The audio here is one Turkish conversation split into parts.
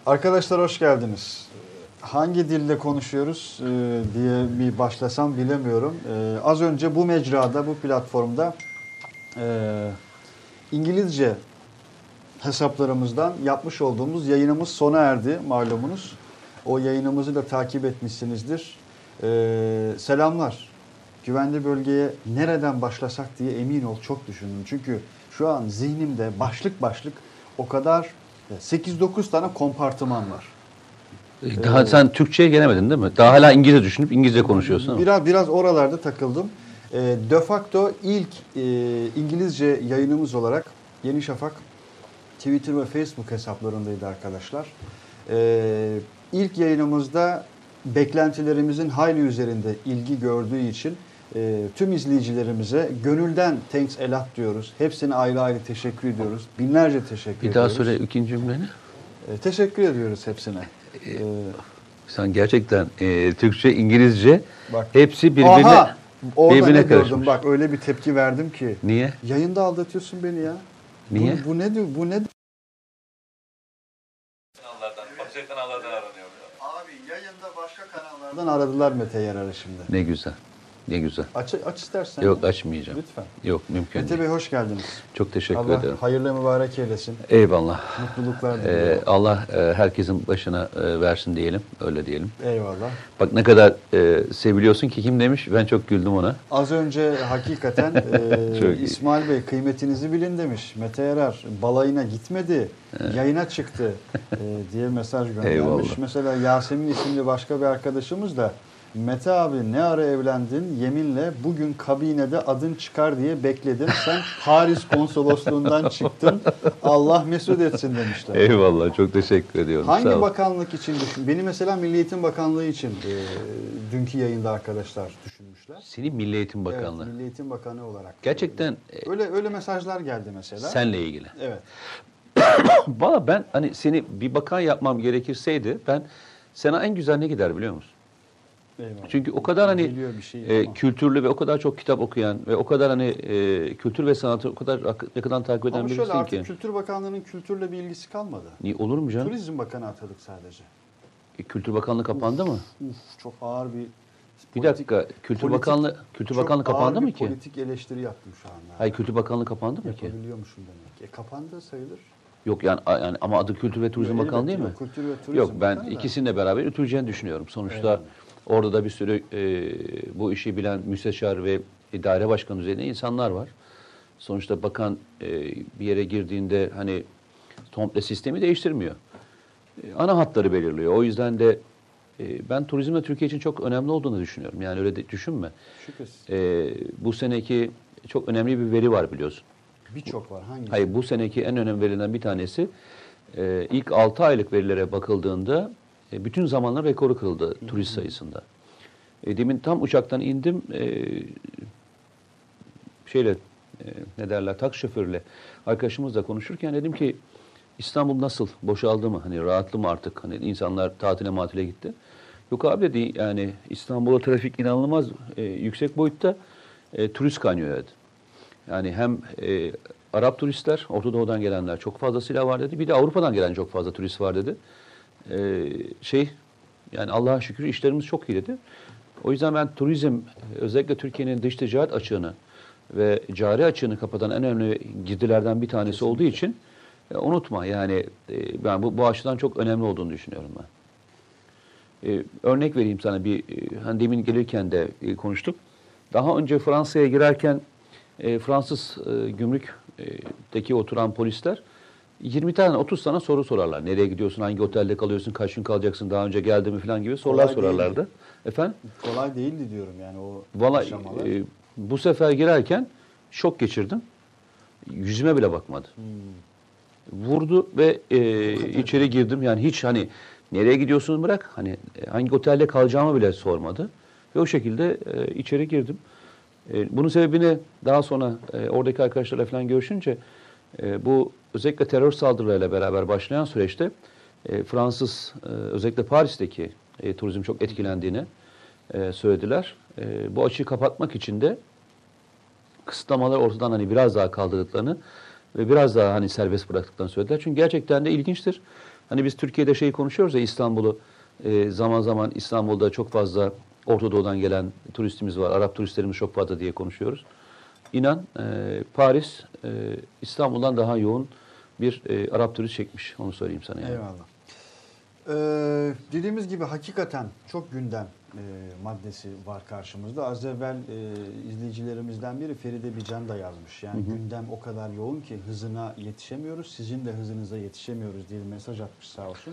Arkadaşlar hoş geldiniz. Hangi dilde konuşuyoruz diye bir başlasam bilemiyorum. Az önce bu mecrada, bu platformda İngilizce hesaplarımızdan yapmış olduğumuz yayınımız sona erdi malumunuz. O yayınımızı da takip etmişsinizdir. Selamlar. Güvenli bölgeye nereden başlasak diye emin ol çok düşündüm. Çünkü şu an zihnimde başlık başlık o kadar 8-9 tane kompartıman var. Daha sen Türkçe'ye gelemedin değil mi? Daha hala İngilizce düşünüp İngilizce konuşuyorsun. Biraz oralarda takıldım. De facto ilk İngilizce yayınımız olarak Yeni Şafak Twitter ve Facebook hesaplarındaydı arkadaşlar. İlk yayınımızda beklentilerimizin hayli üzerinde ilgi gördüğü için tüm izleyicilerimize gönülden thanks a lot diyoruz. Hepsine ayrı ayrı teşekkür ediyoruz. Binlerce teşekkür ediyoruz. Bir daha söyle ikinci cümleni. Teşekkür ediyoruz hepsine. Sen gerçekten Türkçe, İngilizce bak, hepsi birbirine karışmış. Bak öyle bir tepki verdim ki. Niye? Yayında aldatıyorsun beni ya. Niye? Bu ne diyor? Bu ne? Başka kanallardan aranıyor. Abi yayında başka kanallardan aradılar Mete Yarar'ı şimdi. Ne güzel. Ne güzel. Aç istersen. Yok açmayacağım. Lütfen. Yok mümkün Mete değil. Bey hoş geldiniz. Çok teşekkür Allah ederim. hayırlı mübarek eylesin. Eyvallah. Mutluluklar diliyorum. Allah herkesin başına versin diyelim. Öyle diyelim. Eyvallah. Bak ne kadar seviliyorsun ki kim demiş? Ben çok güldüm ona. Az önce hakikaten İsmail Bey kıymetinizi bilin demiş. Mete Yarar balayına gitmedi, yayına çıktı diye mesaj göndermiş. Eyvallah. Mesela Yasemin isimli başka bir arkadaşımız da Mete abi ne ara evlendin? Yeminle bugün kabinede adın çıkar diye bekledim. Sen Paris konsolosluğundan çıktın. Allah mesut etsin demişler. Eyvallah. Çok teşekkür ediyorum. Sağ Hangi ol. bakanlık için düşün? Beni mesela Milli Eğitim Bakanlığı için dünkü yayında arkadaşlar düşünmüşler. Senin Milli Eğitim Bakanlığı. Evet, Milli Eğitim Bakanı olarak. Gerçekten Öyle mesajlar geldi mesela. senle ilgili. Evet. Valla ben hani seni bir bakan yapmam gerekirseydi ben sana en güzel ne gider biliyor musun? Eyvallah. Çünkü o kadar hani Geliyor bir şey ama. kültürlü ve o kadar çok kitap okuyan ve o kadar hani kültür ve sanatı o kadar yakından takip eden Ama şöyle birisin artık ki. Kültür Bakanlığı'nın kültürle bir ilgisi kalmadı. Niye, olur mu canım? Turizm Bakanı atadık sadece. Kültür Bakanlığı kapandı mı? Çok ağır bir Bir dakika. Kültür Bakanlığı kapandı mı ki? Politik eleştiri yaptım şu anda. Hayır, Kültür Bakanlığı kapandı mı ki? Yapabiliyormuşum demek. Kapandı sayılır. Yok yani ama adı Kültür ve Turizm Bakanlığı değil mi? Yok, Kültür ve Turizm Yok, ben Bakanı da. ikisini de beraber ütüleceğini düşünüyorum. Sonuçta Eyvallah. orada da bir sürü bu işi bilen müsteşar ve daire başkanı düzeyinde insanlar var. Sonuçta bakan bir yere girdiğinde hani komple sistemi değiştirmiyor. Ana hatları belirliyor. O yüzden de ben turizmle Türkiye için çok önemli olduğunu düşünüyorum. Yani öyle de düşünme. Şüphesiz. Bu seneki çok önemli bir veri var biliyorsun. Birçok var. Hangisi? Hayır, bu seneki en önemli verilerinden bir tanesi ilk 6 aylık verilere bakıldığında bütün zamanlar rekoru kırıldı turist sayısında. Demin tam uçaktan indim ne derler, taksi şoförüyle arkadaşımızla konuşurken dedim ki İstanbul nasıl, boşaldı mı, hani rahatlı mı artık, hani insanlar tatile gitti. Yok abi dedi, yani İstanbul'a trafik inanılmaz yüksek boyutta turist kaynıyor dedi. Yani hem Arap turistler, Orta Doğu'dan gelenler çok fazlasıyla var dedi. Bir de Avrupa'dan gelen çok fazla turist var dedi. Yani Allah'a şükür işlerimiz çok iyi dedi. O yüzden ben turizm, özellikle Türkiye'nin dış ticaret açığını ve cari açığını kapatan en önemli girdilerden bir tanesi Kesinlikle. olduğu için unutma yani ben bu açıdan çok önemli olduğunu düşünüyorum ben. Örnek vereyim sana hani demin gelirken de konuştuk. Daha önce Fransa'ya girerken Fransız gümrükteki oturan polisler 20 tane 30 tane soru sorarlar. Nereye gidiyorsun, hangi otelde kalıyorsun, kaç gün kalacaksın, daha önce geldi mi falan gibi sorular sorarlardı. Değildi. Efendim? Kolay değildi diyorum yani o Vallahi aşamalar. bu sefer girerken şok geçirdim. Yüzüme bile bakmadı. Vurdu ve içeri girdim. Yani hiç hani nereye gidiyorsun bırak, hani hangi otelde kalacağımı bile sormadı. Ve o şekilde içeri girdim. Bunun sebebini daha sonra oradaki arkadaşlarla falan görüşünce bu özellikle terör saldırılarıyla beraber başlayan süreçte Fransız özellikle Paris'teki turizm çok etkilendiğini söylediler. Bu açığı kapatmak için de kısıtlamalar ortadan hani biraz daha kaldırdıklarını ve biraz daha hani serbest bıraktıklarını söylediler. Çünkü gerçekten de ilginçtir. Hani biz Türkiye'de şeyi konuşuyoruz ya, İstanbul'u zaman zaman İstanbul'da çok fazla Orta Doğu'dan gelen turistimiz var, Arap turistlerimiz çok fazla diye konuşuyoruz. İnan Paris İstanbul'dan daha yoğun bir Arap turist çekmiş, onu söyleyeyim sana yani. Eyvallah. Dediğimiz gibi hakikaten çok gündem maddesi var karşımızda. Az evvel izleyicilerimizden biri Feride Bican da yazmış. Yani gündem o kadar yoğun ki hızına yetişemiyoruz. Sizin de hızınıza yetişemiyoruz diye bir mesaj atmış sağ olsun.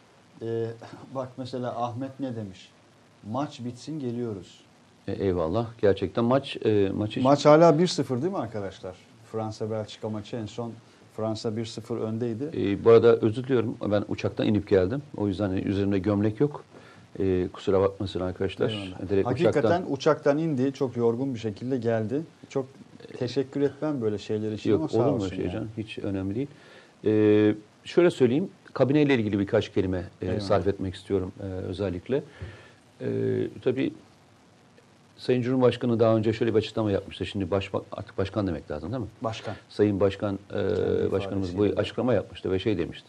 Bak mesela Ahmet ne demiş? Maç bitsin geliyoruz. Eyvallah. Gerçekten maçı... Maç hala 1-0 değil mi arkadaşlar? Fransa-Belçika maçı en son Fransa 1-0 öndeydi. Bu arada özür diliyorum. Ben uçaktan inip geldim. O yüzden üzerimde gömlek yok. Kusura bakmasın arkadaşlar. Direkt hakikaten uçaktan indi. Çok yorgun bir şekilde geldi. Çok teşekkür etmem böyle şeyler için ama sağ olur mu olsun. şey yani. canım? Hiç önemli değil. Şöyle söyleyeyim. Kabineyle ilgili birkaç kelime sarf etmek istiyorum özellikle. Tabii Sayın Cumhurbaşkanı daha önce şöyle bir açıklama yapmıştı. Şimdi artık başkan demek lazım değil mi? Başkan. Sayın Başkanımız bu açıklama yapmıştı ve şey demişti.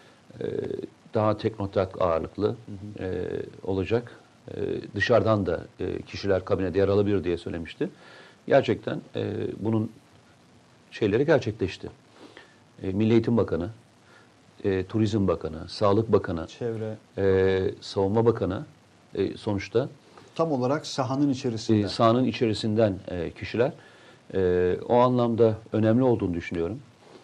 Daha teknokrat ağırlıklı olacak. Dışarıdan da kişiler kabinede yer alabilir diye söylemişti. Gerçekten bunun şeyleri gerçekleşti. Milli Eğitim Bakanı, Turizm Bakanı, Sağlık Bakanı, Savunma Bakanı sonuçta tam olarak sahanın içerisinde. Sahanın içerisinden kişiler. O anlamda önemli olduğunu düşünüyorum.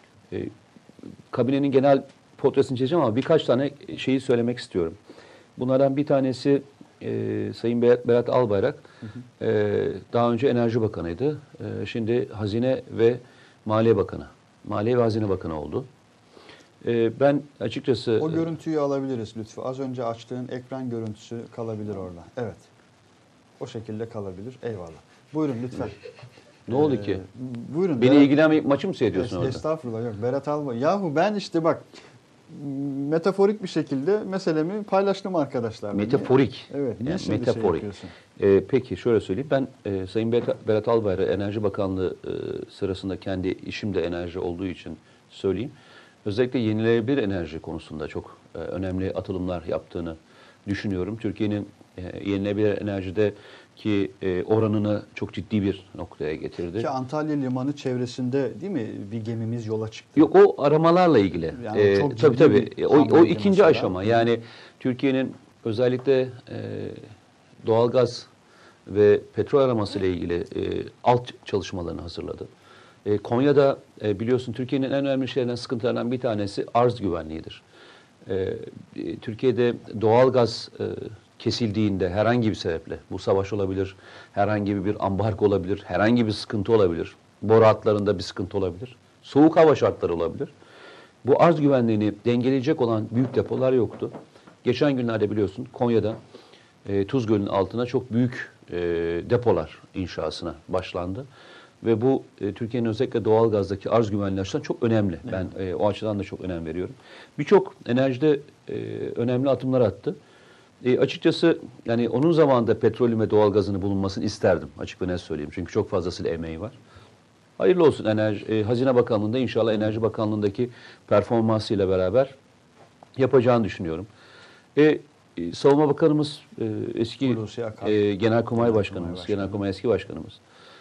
Kabinenin genel portresini çizeceğim ama birkaç tane şeyi söylemek istiyorum. Bunlardan bir tanesi Sayın Berat Albayrak. Daha önce Enerji Bakanı'ydı. Şimdi Hazine ve Maliye Bakanı. Maliye ve Hazine Bakanı oldu. Ben açıkçası... O görüntüyü alabiliriz lütfen. Az önce açtığın ekran görüntüsü kalabilir orada. Evet. O şekilde kalabilir. Eyvallah. Buyurun lütfen. Ne oldu ki? Buyurun. Beni ilgilenmeyip maçı mı seyrediyorsun orada? Estağfurullah yok. Berat Albayrak. Yahu ben işte bak metaforik bir şekilde meselemi paylaştım arkadaşlarla. Metaforik. Evet. Niye Yani şimdi metaforik. Peki şöyle söyleyeyim. Ben Sayın Berat Albayrak Enerji Bakanlığı sırasında kendi işim de enerji olduğu için söyleyeyim. Özellikle yenilenebilir enerji konusunda çok önemli atılımlar yaptığını düşünüyorum. Türkiye'nin yenilenebilir enerjideki oranını çok ciddi bir noktaya getirdi. Ki Antalya Limanı çevresinde değil mi bir gemimiz yola çıktı? Yok, o aramalarla ilgili. Yani çok tabii. O ikinci mesela. aşama. Yani Türkiye'nin özellikle doğalgaz ve petrol araması ile ilgili alt çalışmalarını hazırladı. Konya'da biliyorsun Türkiye'nin en önemli şeylerden, sıkıntılarından bir tanesi arz güvenliğidir. Türkiye'de doğalgaz kesildiğinde herhangi bir sebeple, bu savaş olabilir, herhangi bir ambargo olabilir, herhangi bir sıkıntı olabilir, boru hatlarında bir sıkıntı olabilir, soğuk hava şartları olabilir. Bu arz güvenliğini dengeleyecek olan büyük depolar yoktu. Geçen günlerde biliyorsun Konya'da Tuz Gölü'nün altına çok büyük depolar inşasına başlandı. Ve bu Türkiye'nin özellikle doğalgazdaki arz güvenliği açısından çok önemli. Ben o açıdan da çok önem veriyorum. Birçok enerjide önemli adımlar attı. Açıkçası yani onun zamanında petrolün ve doğalgazını bulunmasını isterdim. Açık ve net söyleyeyim. Çünkü çok fazlasıyla emeği var. Hayırlı olsun Hazine Bakanlığı'nda inşallah Enerji Bakanlığı'ndaki performansıyla beraber yapacağını düşünüyorum. Savunma Bakanımız eski Genelkurmay Başkanımız, Genelkurmay eski başkanımız.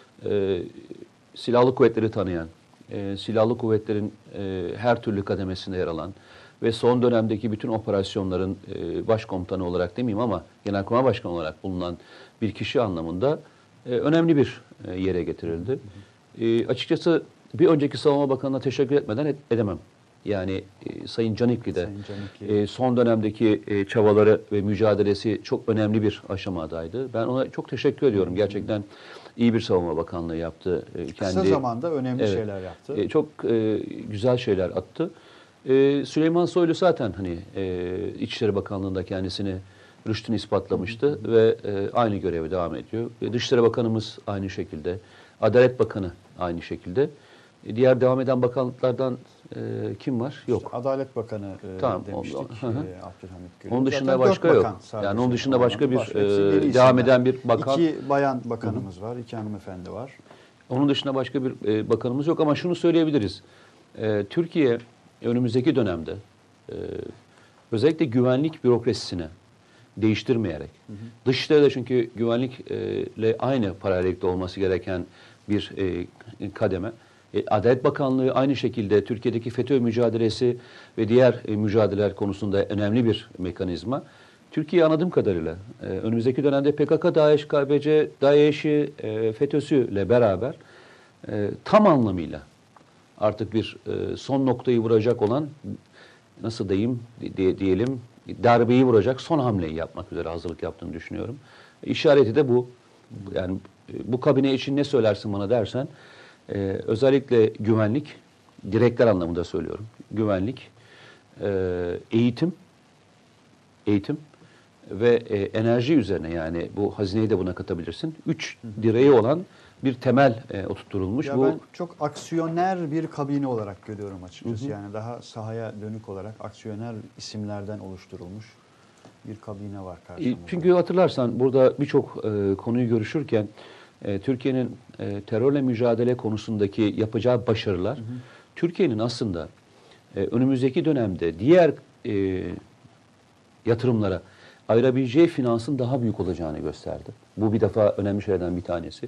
Silahlı kuvvetleri tanıyan, silahlı kuvvetlerin her türlü kademesinde yer alan ve son dönemdeki bütün operasyonların başkomutanı olarak demeyeyim ama Genelkurmay Başkanı olarak bulunan bir kişi anlamında önemli bir yere getirildi. Açıkçası bir önceki Savunma Bakanı'na teşekkür etmeden edemem. Yani Sayın Canikli de son dönemdeki çabaları ve mücadelesi çok önemli bir aşamadaydı. Ben ona çok teşekkür ediyorum. Gerçekten iyi bir savunma bakanlığı yaptı. Kısa zamanda önemli şeyler yaptı. Çok güzel şeyler attı. Süleyman Soylu zaten hani İçişleri Bakanlığı'nda kendisini rüştünü ispatlamıştı ve aynı görevi devam ediyor. Dışişleri Bakanımız aynı şekilde. Adalet Bakanı aynı şekilde. Diğer devam eden bakanlıklardan kim var? Yok. İşte Adalet Bakanı demiştik. Abdülhamit Gül. Onun dışında başka yok. Yani onun dışında başka bir devam eden bir bakan. 2 bayan bakanımız var, 2 hanımefendi var. Onun dışında başka bir bakanımız yok ama şunu söyleyebiliriz. Türkiye önümüzdeki dönemde özellikle güvenlik bürokrasisini değiştirmeyerek, dışişleri de çünkü güvenlikle aynı paralellikte olması gereken bir kademe. Adalet Bakanlığı aynı şekilde Türkiye'deki FETÖ mücadelesi ve diğer mücadeleler konusunda önemli bir mekanizma. Türkiye anladığım kadarıyla önümüzdeki dönemde PKK, DAEŞ, KBC, DAEŞ'i, FETÖ'süyle beraber tam anlamıyla artık bir son noktayı vuracak olan, nasıl diyelim, darbeyi vuracak son hamleyi yapmak üzere hazırlık yaptığını düşünüyorum. İşareti de bu. Yani bu kabine için ne söylersin bana dersen, özellikle güvenlik, direkler anlamında söylüyorum. Güvenlik, eğitim ve enerji üzerine, yani bu hazineyi de buna katabilirsin. 3 direği olan bir temel oturtulmuş. Ya ben çok aksiyoner bir kabine olarak görüyorum açıkçası. Yani daha sahaya dönük olarak aksiyoner isimlerden oluşturulmuş bir kabine var karşımızda. Çünkü hatırlarsan burada birçok konuyu görüşürken Türkiye'nin terörle mücadele konusundaki yapacağı başarılar, Türkiye'nin aslında önümüzdeki dönemde diğer yatırımlara ayırabileceği finansın daha büyük olacağını gösterdi. Bu bir defa önemli şeylerden bir tanesi.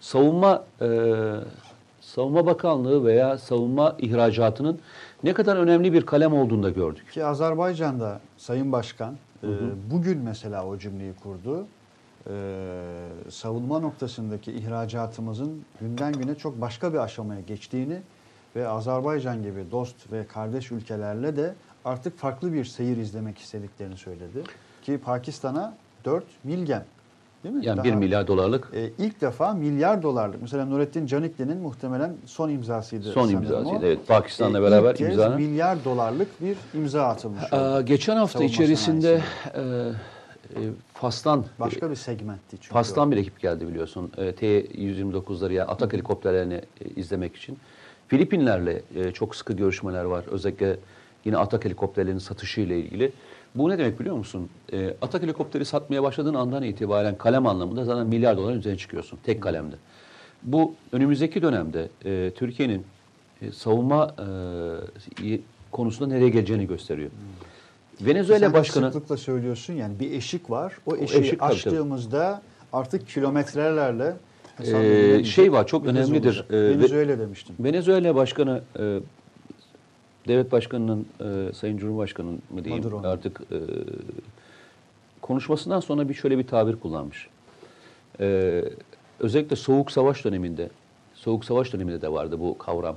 Savunma Bakanlığı veya savunma ihracatının ne kadar önemli bir kalem olduğunu da gördük. Ki Azerbaycan'da Sayın Başkan bugün mesela o cümleyi kurdu. Savunma noktasındaki ihracatımızın günden güne çok başka bir aşamaya geçtiğini ve Azerbaycan gibi dost ve kardeş ülkelerle de artık farklı bir seyir izlemek istediklerini söyledi. Ki Pakistan'a 4 milgen, değil mi? Yani 1 milyar dolarlık. İlk defa milyar dolarlık. Mesela Nurettin Canikli'nin muhtemelen son imzasıydı. Son imzasıydı, evet. Pakistan'la beraber imzanın. Milyar dolarlık bir imza atılmış oldu. Geçen hafta içerisinde Fas'tan başka bir segmentti çünkü. Fas'tan bir ekip geldi biliyorsun. T-129'ları, yani atak helikopterlerini izlemek için. Filipinlerle çok sıkı görüşmeler var. Özellikle yine atak helikopterlerinin satışı ile ilgili. Bu ne demek biliyor musun? Atak helikopteri satmaya başladığın andan itibaren kalem anlamında zaten milyar doların üzerine çıkıyorsun. Tek kalemde. Bu önümüzdeki dönemde Türkiye'nin savunma konusunda nereye geleceğini gösteriyor. Venezuela başkanı... sıklıkla söylüyorsun, yani bir eşik var. O eşiği açtığımızda artık kilometrelerle şey var, çok önemlidir. Venezuela demiştim. Venezuela başkanı, devlet başkanının, Sayın Cumhurbaşkanı'nın mı diyeyim Maduro. artık konuşmasından sonra şöyle bir tabir kullanmış. Özellikle Soğuk Savaş döneminde de vardı bu kavram.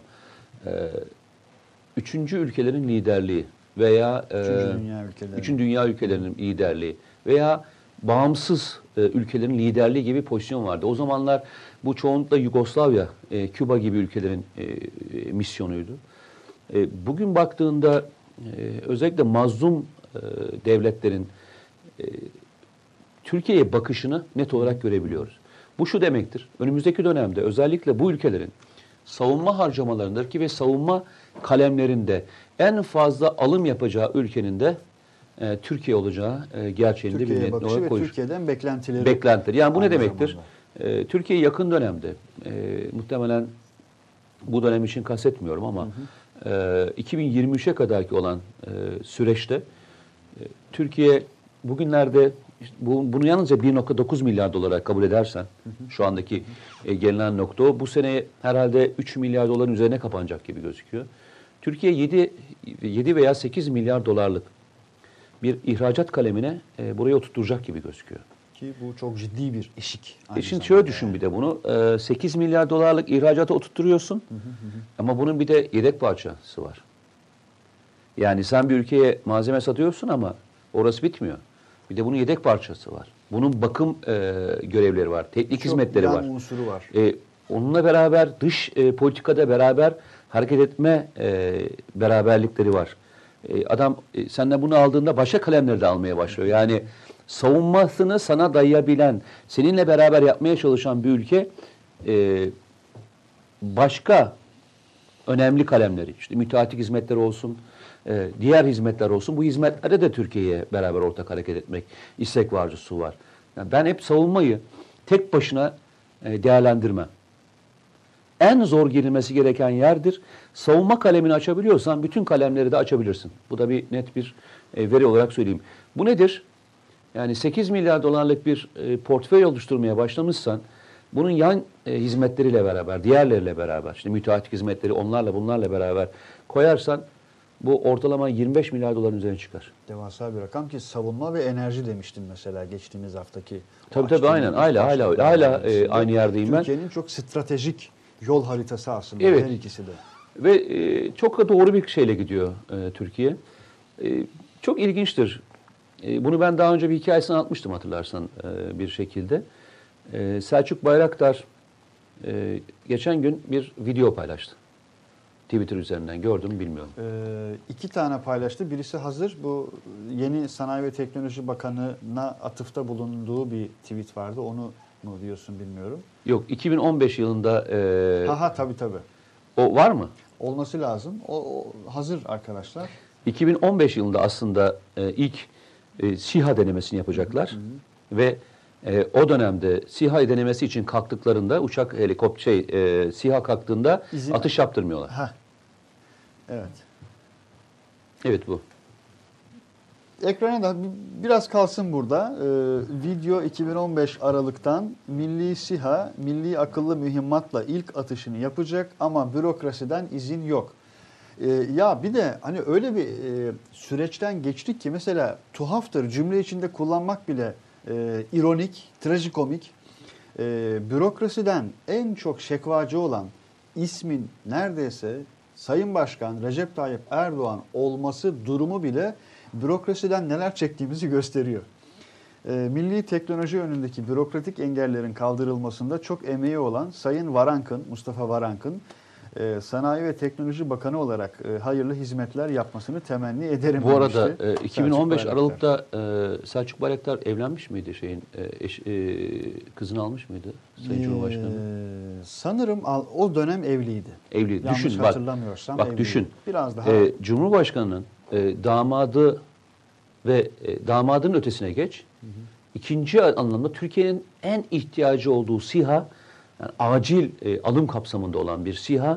Üçüncü ülkelerin liderliği veya Üçüncü Dünya ülkelerinin liderliği veya bağımsız ülkelerin liderliği gibi bir pozisyon vardı. O zamanlar bu çoğunlukla Yugoslavya, Küba gibi ülkelerin misyonuydu. Bugün baktığında özellikle mazlum devletlerin Türkiye'ye bakışını net olarak görebiliyoruz. Bu şu demektir: önümüzdeki dönemde özellikle bu ülkelerin savunma harcamalarındaki ve savunma kalemlerinde en fazla alım yapacağı ülkenin de Türkiye olacağı gerçeğinde bir net olarak koymuş. Türkiye'den beklentileri. Yani bu ne demektir? Türkiye yakın dönemde, muhtemelen bu dönem için kastetmiyorum ama 2023'e kadarki olan süreçte Türkiye bugünlerde bunu yalnızca 1.9 milyar dolara kabul edersen, şu andaki gelinen nokta o. Bu sene herhalde 3 milyar doların üzerine kapanacak gibi gözüküyor. Türkiye 7 veya 8 milyar dolarlık bir ihracat kalemine buraya oturtacak gibi gözüküyor. Ki bu çok ciddi bir eşik. Şimdi şöyle düşün bir de bunu. 8 milyar dolarlık ihracata oturtturuyorsun. Ama bunun bir de yedek parçası var. Yani sen bir ülkeye malzeme satıyorsun ama orası bitmiyor. Bir de bunun yedek parçası var. Bunun bakım görevleri var. Teknik hizmetleri var. Unsuru var. Onunla beraber dış politikada beraber hareket etme beraberlikleri var. Adam senden bunu aldığında başka kalemleri de almaya başlıyor. Yani savunmasını sana dayayabilen, seninle beraber yapmaya çalışan bir ülke başka önemli kalemleri, işte müteahhitlik hizmetleri olsun, diğer hizmetler olsun, bu hizmetlerde de Türkiye'ye beraber ortak hareket etmek istek ve arzusu var. Yani ben hep savunmayı tek başına değerlendirmem. en zor girilmesi gereken yerdir. Savunma kalemini açabiliyorsan bütün kalemleri de açabilirsin. Bu da bir net bir veri olarak söyleyeyim. Bu nedir? Yani 8 milyar dolarlık bir portföy oluşturmaya başlamışsan bunun yan hizmetleriyle beraber, diğerleriyle beraber, işte müteahhit hizmetleri onlarla bunlarla beraber koyarsan bu ortalama 25 milyar doların üzerine çıkar. Devasa bir rakam ki savunma ve enerji demiştin mesela geçtiğimiz haftaki. Tabii aynen hala aynı yerdeyim ben. Türkiye'nin çok stratejik yol haritası aslında evet. her ikisi de. Ve çok da doğru bir şeyle gidiyor Türkiye. Çok ilginçtir. Bunu ben daha önce bir hikayesini anlatmıştım hatırlarsan bir şekilde. Selçuk Bayraktar geçen gün bir video paylaştı. Twitter üzerinden gördüm bilmiyorum. 2 tane paylaştı. Birisi hazır. Bu yeni Sanayi ve Teknoloji Bakanı'na atıfta bulunduğu bir tweet vardı. Onu mu diyorsun bilmiyorum. Yok 2015 yılında. Tabii. O var mı? Olması lazım. O hazır arkadaşlar. 2015 yılında aslında ilk SİHA denemesini yapacaklar. Ve o dönemde SİHA denemesi için kalktıklarında uçak SİHA kalktığında atış yaptırmıyorlar. Evet. Evet bu. Ekrana da biraz kalsın burada. Video 2015 Aralık'tan Milli SİHA, Milli Akıllı Mühimmatla ilk atışını yapacak ama bürokrasiden izin yok. Ya bir de hani öyle bir süreçten geçtik ki mesela tuhaftır cümle içinde kullanmak bile ironik, trajikomik. Bürokrasiden en çok şekvacı olan ismin neredeyse Sayın Başkan Recep Tayyip Erdoğan olması durumu bile bürokrasiden neler çektiğimizi gösteriyor. Milli teknoloji önündeki bürokratik engellerin kaldırılmasında çok emeği olan Sayın Varank'ın, Mustafa Varank'ın Sanayi ve Teknoloji Bakanı olarak hayırlı hizmetler yapmasını temenni ederim. Bu arada 2015 Aralık'ta Selçuk Bayraktar evlenmiş miydi kızını almış mıydı Sayın Cumhurbaşkanı? Sanırım o dönem evliydi. Evliydi. Yanlış Düşün hatırlamıyorsam bak evliydi. Düşün. Biraz daha Cumhurbaşkanının damadı ve damadın ötesine geç. İkinci anlamda Türkiye'nin en ihtiyacı olduğu SİHA, yani acil alım kapsamında olan bir SİHA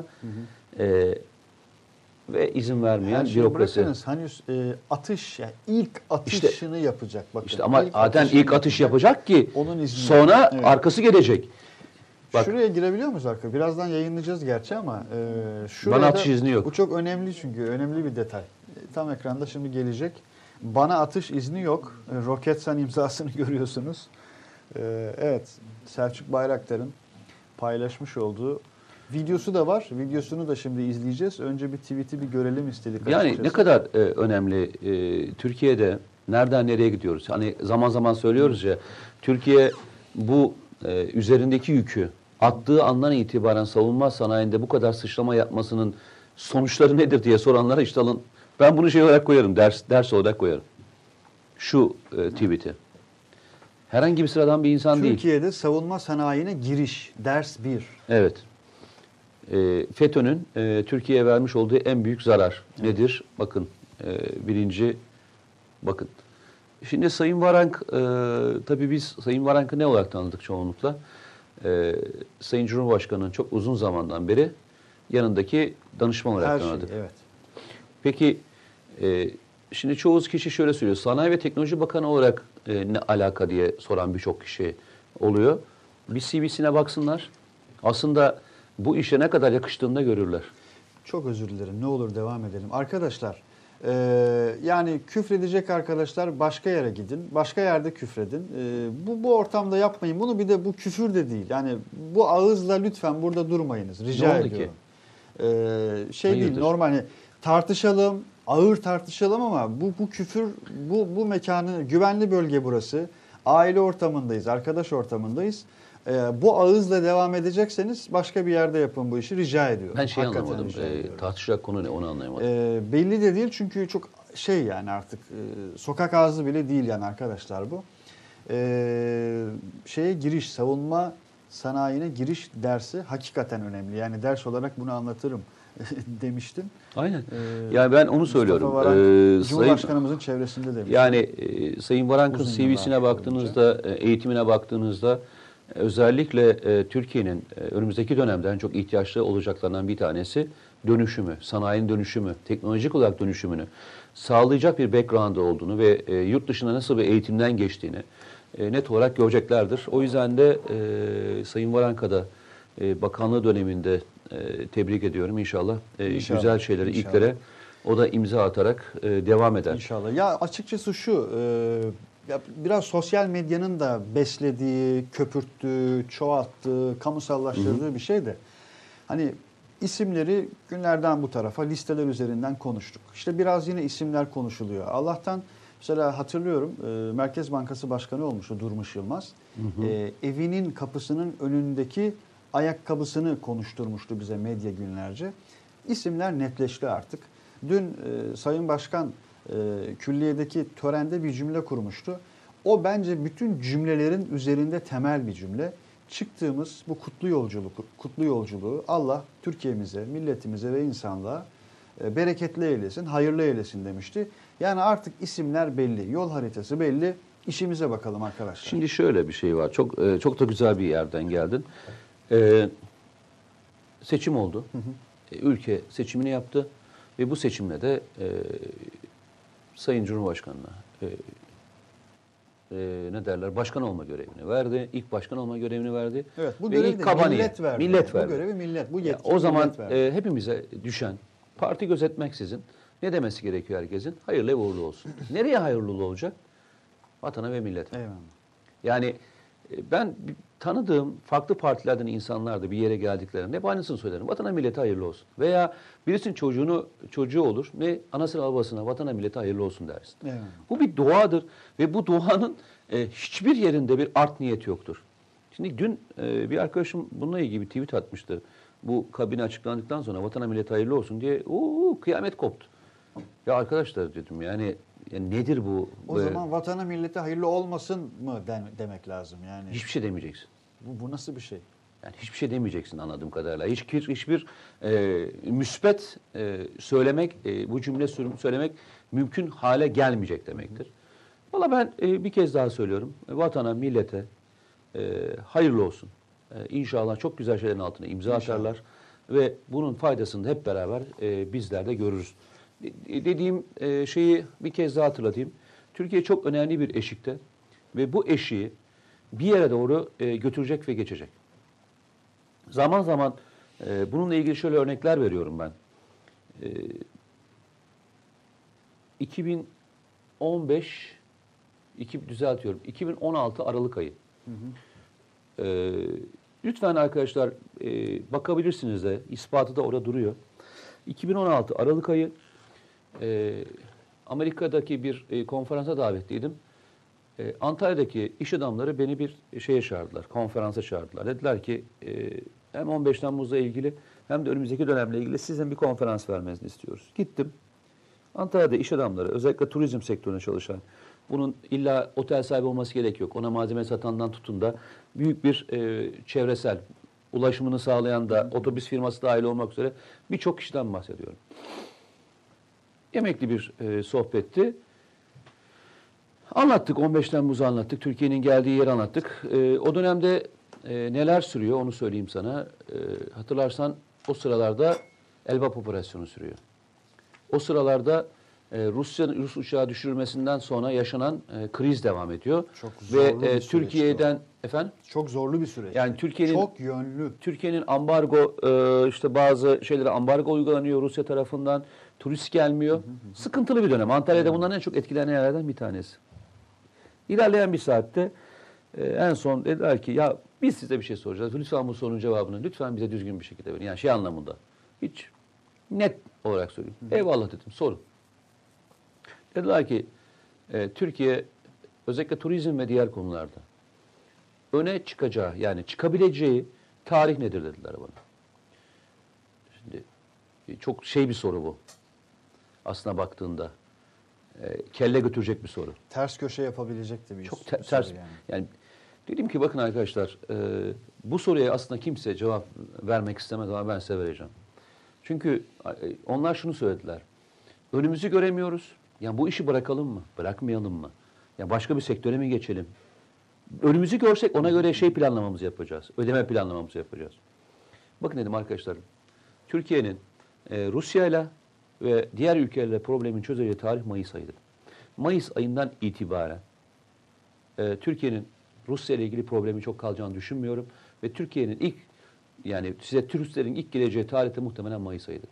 ve izin vermeyen bürokrasi. Henüz atış, yani ilk atışını yapacak. Bakın, İşte ama zaten ilk atış yapacak ki onun izni sonra arkası gelecek. Bak, şuraya girebiliyor muyuz arka? Birazdan yayınlayacağız gerçi ama bana atış izni yok. Bu çok önemli çünkü önemli bir detay. Tam ekranda şimdi gelecek. Bana atış izni yok. Roketsan imzasını görüyorsunuz. Evet, Selçuk Bayraktar'ın paylaşmış olduğu videosu da var. Videosunu da şimdi izleyeceğiz. Önce bir tweet'i bir görelim istedik. Yani açıkçası. ne kadar önemli Türkiye'de nereden nereye gidiyoruz? Hani zaman zaman söylüyoruz ya, Türkiye bu üzerindeki yükü attığı andan itibaren savunma sanayinde bu kadar sıçrama yapmasının sonuçları nedir diye soranlara işte alın. Ben bunu şey olarak koyarım, ders olarak koyarım. Şu tweet'i. Herhangi bir sıradan bir insan değil. Türkiye'de savunma sanayine giriş, ders 1. Evet. FETÖ'nün Türkiye'ye vermiş olduğu en büyük zarar nedir? Bakın, birinci, bakın. Şimdi Sayın Varank, tabii biz Sayın Varank'ı ne olarak tanıdık çoğunlukla? Sayın Cumhurbaşkanı'nın çok uzun zamandan beri yanındaki danışman olarak tanıdık. Evet. Peki, şimdi çoğu kişi şöyle söylüyor. Sanayi ve Teknoloji Bakanı olarak ne alaka diye soran birçok kişi oluyor. Bir CV'sine baksınlar. Aslında bu işe ne kadar yakıştığını da görürler. Çok özür dilerim. Ne olur devam edelim. Arkadaşlar, yani küfredecek arkadaşlar başka yere gidin. Başka yerde küfredin. Bu ortamda yapmayın. Bunu bir de bu küfür de değil. Yani bu ağızla lütfen burada durmayınız. Rica ediyorum. Değil normal. Hani tartışalım, ağır tartışalım ama bu küfür, bu mekanı, güvenli bölge burası. Aile ortamındayız, arkadaş ortamındayız. Bu ağızla devam edecekseniz başka bir yerde yapın bu işi, rica ediyorum. Ben anlamadım. Tartışacak konu ne, onu anlayamadım. Belli de değil çünkü çok yani artık sokak ağzı bile değil yani arkadaşlar bu. Giriş, savunma sanayine giriş dersi hakikaten önemli. Yani ders olarak bunu anlatırım demiştim. Aynen. Yani ben onu söylüyorum. Cumhurbaşkanımızın çevresinde demiştim. Yani Sayın Varank'ın CV'sine baktığınızda, eğitimine baktığınızda Özellikle Türkiye'nin önümüzdeki dönemde en çok ihtiyaçlı olacaklarından bir tanesi dönüşümü, sanayinin dönüşümü, teknolojik olarak dönüşümünü sağlayacak bir background olduğunu ve yurt dışında nasıl bir eğitimden geçtiğini net olarak göreceklerdir. O yüzden de Sayın Varanka'da bakanlığı döneminde tebrik ediyorum. İnşallah, İnşallah, güzel şeyleri, inşallah. ilklere o da imza atarak devam eder. İnşallah. Ya açıkçası şu, ya biraz sosyal medyanın da beslediği, köpürttüğü, çoğalttığı, kamusallaştırdığı bir şey de. Hani isimleri günlerden bu tarafa listeler üzerinden konuştuk. İşte biraz yine isimler konuşuluyor. Allah'tan mesela hatırlıyorum Merkez Bankası Başkanı olmuştu Durmuş Yılmaz. Evinin kapısının önündeki ayakkabısını konuşturmuştu bize medya günlerce. İsimler netleşti artık. Dün Sayın Başkan külliyedeki törende bir cümle kurmuştu. O bence bütün cümlelerin üzerinde temel bir cümle. Çıktığımız bu kutlu yolculuğu Allah Türkiye'mize, milletimize ve insanlığa bereketli eylesin, hayırlı eylesin demişti. Yani artık isimler belli, yol haritası belli. İşimize bakalım arkadaşlar. Şimdi şöyle bir şey var. Çok da güzel bir yerden geldin. Seçim oldu. Ülke seçimini yaptı ve bu seçimle de Sayın Cumhurbaşkanı'na ne derler, başkan olma görevini verdi. İlk başkan olma görevini verdi. Evet, bu ve görevi ilk de kabaniye, millet verdi. millet Bu verdi. görevi millet, bu Ya, yetkiyi o zaman millet verdi. hepimize düşen, parti gözetmeksizin ne demesi gerekiyor herkesin? Hayırlı ve uğurlu olsun. Nereye hayırlı olacak? Vatana ve millete. Eyvallah. Yani ben tanıdığım farklı partilerden insanlar da bir yere geldiklerinde hep aynısını söylerim. Vatana millete hayırlı olsun. Veya birisinin çocuğu olur ve anasına babasına vatana millete hayırlı olsun dersin. Eyvallah. Bu bir duadır ve bu duanın hiçbir yerinde bir art niyet yoktur. Şimdi dün bir arkadaşım bununla ilgili bir tweet atmıştı. Bu kabine açıklandıktan sonra vatana millete hayırlı olsun diye kıyamet koptu. Ya arkadaşlar dedim yani nedir bu? O zaman vatana millete hayırlı olmasın mı demek lazım yani. Hiçbir şey demeyeceksin. Bu nasıl bir şey? Yani hiçbir şey demeyeceksin anladığım kadarıyla. Hiçbir müspet söylemek, bu cümle söylemek mümkün hale gelmeyecek demektir. Valla ben bir kez daha söylüyorum. Vatana, millete hayırlı olsun. İnşallah çok güzel şeylerin altına imza atarlar. Ve bunun faydasını da hep beraber bizler de görürüz. Dediğim şeyi bir kez daha hatırlatayım. Türkiye çok önemli bir eşikte ve bu eşiği bir yere doğru götürecek ve geçecek. Zaman zaman bununla ilgili şöyle örnekler veriyorum ben. 2016 Aralık ayı. Lütfen arkadaşlar bakabilirsiniz de ispatı da orada duruyor. 2016 Aralık ayı Amerika'daki bir konferansa davetliydim. Antalya'daki iş adamları beni bir şeye çağırdılar, konferansa çağırdılar. Dediler ki hem 15 Temmuz'la ilgili hem de önümüzdeki dönemle ilgili sizin bir konferans vermenizi istiyoruz. Gittim. Antalya'da iş adamları, özellikle turizm sektörüne çalışan, bunun illa otel sahibi olması gerek yok. Ona malzeme satandan tutun da büyük bir çevresel ulaşımını sağlayan da otobüs firması dahil olmak üzere birçok kişiden bahsediyorum. Emekli bir sohbetti. Anlattık, 15 Temmuz'u anlattık, Türkiye'nin geldiği yeri anlattık. O dönemde neler sürüyor onu söyleyeyim sana. Hatırlarsan o sıralarda Elbap operasyonu sürüyor. O sıralarda Rus uçağı düşürülmesinden sonra yaşanan kriz devam ediyor. Çok zorlu ve bir süreçti Türkiye'den efendim Çok zorlu bir süreç. yani çok yönlü. Türkiye'nin ambargo işte bazı şeylere ambargo uygulanıyor Rusya tarafından. Turist gelmiyor. Sıkıntılı bir dönem. Antalya'da bundan en çok etkilenen yerlerden bir tanesi. İlerleyen bir saatte en son dediler ki ya biz size bir şey soracağız. Lütfen bu sorunun cevabını lütfen bize düzgün bir şekilde verin. Yani şey anlamında. Hiç net olarak söyleyeyim. Eyvallah dedim. Sorun. Dediler ki Türkiye özellikle turizm ve diğer konularda öne çıkacağı yani çıkabileceği tarih nedir dediler bana. Şimdi çok şey bir soru bu. Aslına baktığında kelle götürecek bir soru. Ters köşe yapabilecek de bir Çok soru ters. yani. Yani dedim ki bakın arkadaşlar bu soruya aslında kimse cevap vermek istemez ama ben size vereceğim. Çünkü onlar şunu söylediler. Önümüzü göremiyoruz. Yani bu işi bırakalım mı? Bırakmayalım mı? Ya başka bir sektöre mi geçelim? Önümüzü görsek ona göre şey planlamamızı yapacağız. Ödeme planlamamızı yapacağız. Bakın dedim arkadaşlarım. Türkiye'nin Rusya'yla ve diğer ülkelerle problemin çözeceği tarih Mayıs ayıdır. Mayıs ayından itibaren Türkiye'nin Rusya ile ilgili problemi çok kalacağını düşünmüyorum. Ve Türkiye'nin ilk, yani size turistlerin ilk geleceği tarihte muhtemelen Mayıs ayıdır.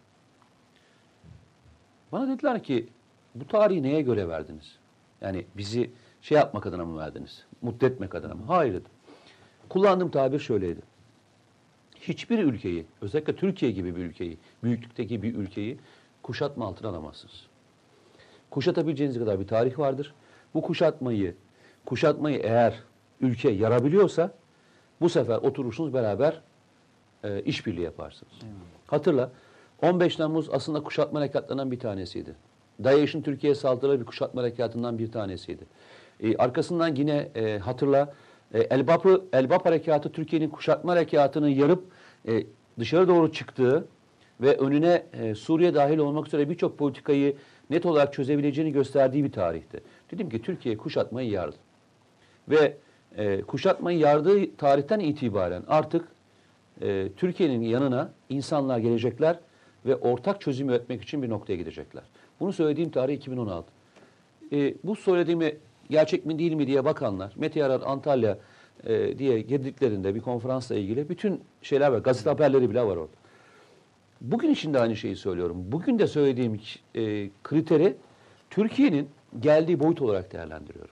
Bana dediler ki bu tarihi neye göre verdiniz? Yani bizi şey yapmak adına mı verdiniz? Mutlu etmek adına mı? Hayır dedim. Kullandığım tabir şöyleydi. Hiçbir ülkeyi, özellikle Türkiye gibi bir ülkeyi, büyüklükteki bir ülkeyi kuşatma altına alamazsınız. Kuşatabileceğiniz kadar bir tarih vardır. Bu kuşatmayı eğer ülke yarabiliyorsa bu sefer oturursunuz beraber işbirliği yaparsınız. Hatırla, 15 Temmuz aslında kuşatma harekatlarından bir tanesiydi. DAEŞ'in Türkiye'ye saldırıları bir kuşatma harekatından bir tanesiydi. Arkasından yine hatırla, Elbap Harekatı Türkiye'nin kuşatma harekatını yarıp dışarı doğru çıktığı ve önüne Suriye dahil olmak üzere birçok politikayı net olarak çözebileceğini gösterdiği bir tarihti. Dedim ki Türkiye kuşatmayı yardı. Ve kuşatmayı yardığı tarihten itibaren artık Türkiye'nin yanına insanlar gelecekler ve ortak çözüm üretmek için bir noktaya gidecekler. Bunu söylediğim tarih 2016. Bu söylediğimi gerçek mi değil mi diye bakanlar, Mete Yarar Antalya diye girdiklerinde bir konferansla ilgili bütün şeyler var. Gazete haberleri bile var orada. Bugün için de aynı şeyi söylüyorum. Bugün de söylediğim kriteri Türkiye'nin geldiği boyut olarak değerlendiriyorum.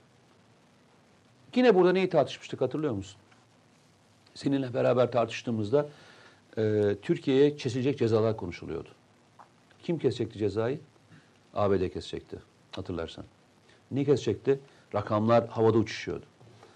Yine burada neyi tartışmıştık hatırlıyor musun? Seninle beraber tartıştığımızda Türkiye'ye kesilecek cezalar konuşuluyordu. Kim kesecekti cezayı? ABD kesecekti hatırlarsan. Ne kesecekti? Rakamlar havada uçuşuyordu.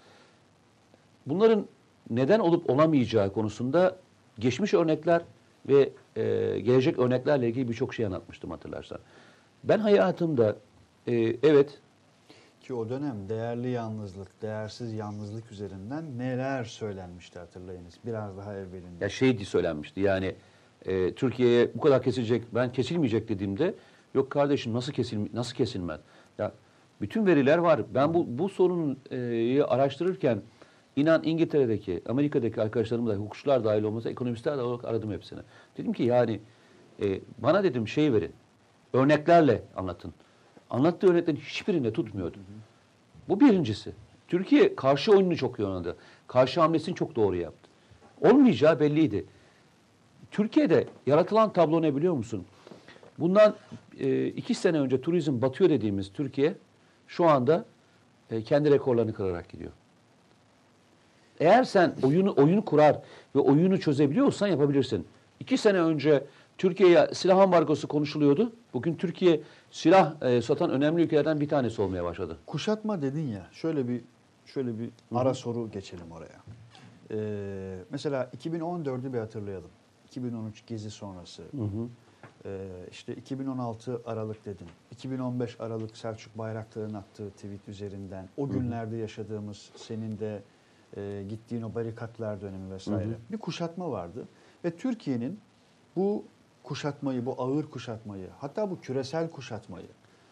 Bunların neden olup olamayacağı konusunda geçmiş örnekler ve gelecek örneklerle ilgili birçok şey anlatmıştım hatırlarsan. Ben hayatımda evet. Ki o dönem değerli yalnızlık, değersiz yalnızlık üzerinden neler söylenmişti hatırlayınız. Biraz daha evvelinde. Ya şey söylenmişti yani Türkiye'ye bu kadar kesilecek, ben kesilmeyecek dediğimde yok kardeşim nasıl kesilmez? Ya bütün veriler var. Ben bu sorunu araştırırken inan İngiltere'deki, Amerika'daki arkadaşlarım da hukukçular dahil olmasa ekonomistler de olarak aradım hepsini. Dedim ki yani bana dedim şey verin, örneklerle anlatın. Anlattığı örneklerin hiçbirinde tutmuyordu. Bu birincisi. Türkiye karşı oyununu çok iyi oynadı. Karşı hamlesini çok doğru yaptı. Olmayacağı belliydi. Türkiye'de yaratılan tablo ne biliyor musun? Bundan 2 sene önce turizm batıyor dediğimiz Türkiye şu anda kendi rekorlarını kırarak gidiyor. Eğer sen oyunu kurar ve oyunu çözebiliyorsan yapabilirsin. 2 sene önce Türkiye'ye silah ambargosu konuşuluyordu. Bugün Türkiye silah satan önemli ülkelerden bir tanesi olmaya başladı. Kuşatma dedin ya. Şöyle bir ara soru geçelim oraya. Mesela 2014'ü bir hatırlayalım. 2013 Gezi sonrası. İşte 2016 Aralık dedin. 2015 Aralık Selçuk Bayraktar'ın attığı tweet üzerinden. O günlerde yaşadığımız senin de gittiğin o barikatlar dönemi vesaire. Bir kuşatma vardı. Ve Türkiye'nin bu kuşatmayı, bu ağır kuşatmayı, hatta bu küresel kuşatmayı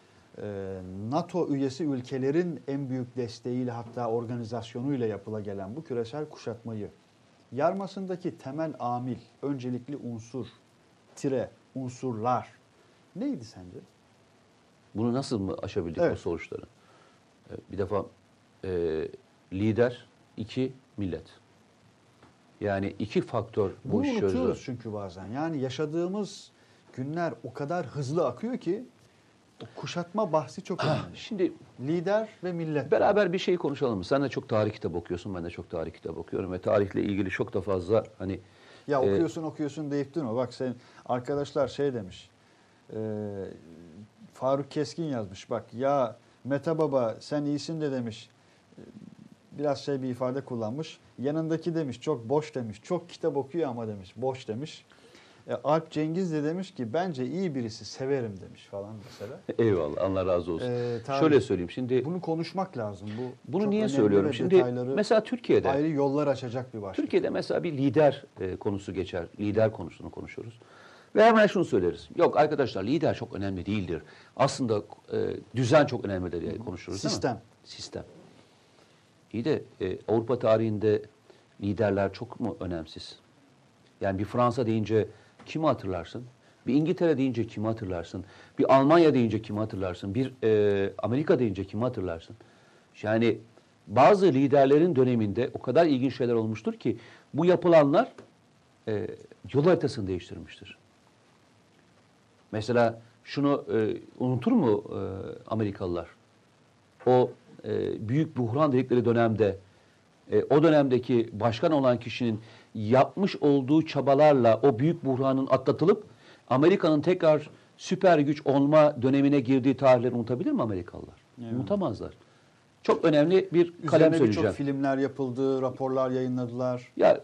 NATO üyesi ülkelerin en büyük desteğiyle hatta organizasyonuyla yapıla gelen bu küresel kuşatmayı yarmasındaki temel amil, öncelikli unsur, unsurlar neydi sence? Bunu nasıl mı aşabildik evet. o sonuçları? Bir defa lider, 2 millet. Yani 2 faktör bu işi çözdü. Bunu unutuyoruz çünkü bazen. Yani yaşadığımız günler o kadar hızlı akıyor ki o kuşatma bahsi çok önemli. Şimdi lider ve millet. Beraber bir şey konuşalım mı? Sen de çok tarih kitabı okuyorsun, ben de çok tarih kitabı okuyorum ve tarihle ilgili çok da fazla hani ya okuyorsun deyip durma. Bak sen arkadaşlar şey demiş. Faruk Keskin yazmış. Bak ya Mete Baba sen iyisin de demiş. Biraz şey bir ifade kullanmış. Yanındaki demiş çok boş demiş. Çok kitap okuyor ama demiş. Boş demiş. Alp Cengiz de demiş ki bence iyi birisi severim demiş falan mesela. Eyvallah Allah razı olsun. Şöyle söyleyeyim şimdi. Bunu konuşmak lazım. Bunu niye söylüyorum? Şimdi mesela Türkiye'de. Ayrı yollar açacak bir başlık. Türkiye'de mesela bir lider konusu geçer. Lider konusunu konuşuruz. Ve hemen şunu söyleriz. Yok arkadaşlar lider çok önemli değildir. Aslında düzen çok önemlidir diye konuşuruz. Sistem. Sistem. İyi de Avrupa tarihinde liderler çok mu önemsiz? Yani bir Fransa deyince kimi hatırlarsın? Bir İngiltere deyince kimi hatırlarsın? Bir Almanya deyince kimi hatırlarsın? Bir Amerika deyince kimi hatırlarsın? Yani bazı liderlerin döneminde o kadar ilginç şeyler olmuştur ki bu yapılanlar yol haritasını değiştirmiştir. Mesela şunu unutur mu Amerikalılar? O büyük buhran dedikleri dönemde o dönemdeki başkan olan kişinin yapmış olduğu çabalarla o büyük buhranın atlatılıp Amerika'nın tekrar süper güç olma dönemine girdiği tarihleri unutabilir mi Amerikalılar? Evet. Unutamazlar. Çok önemli bir kalem söyleyeceğim. Birçok filmler yapıldı, raporlar yayınladılar. Ya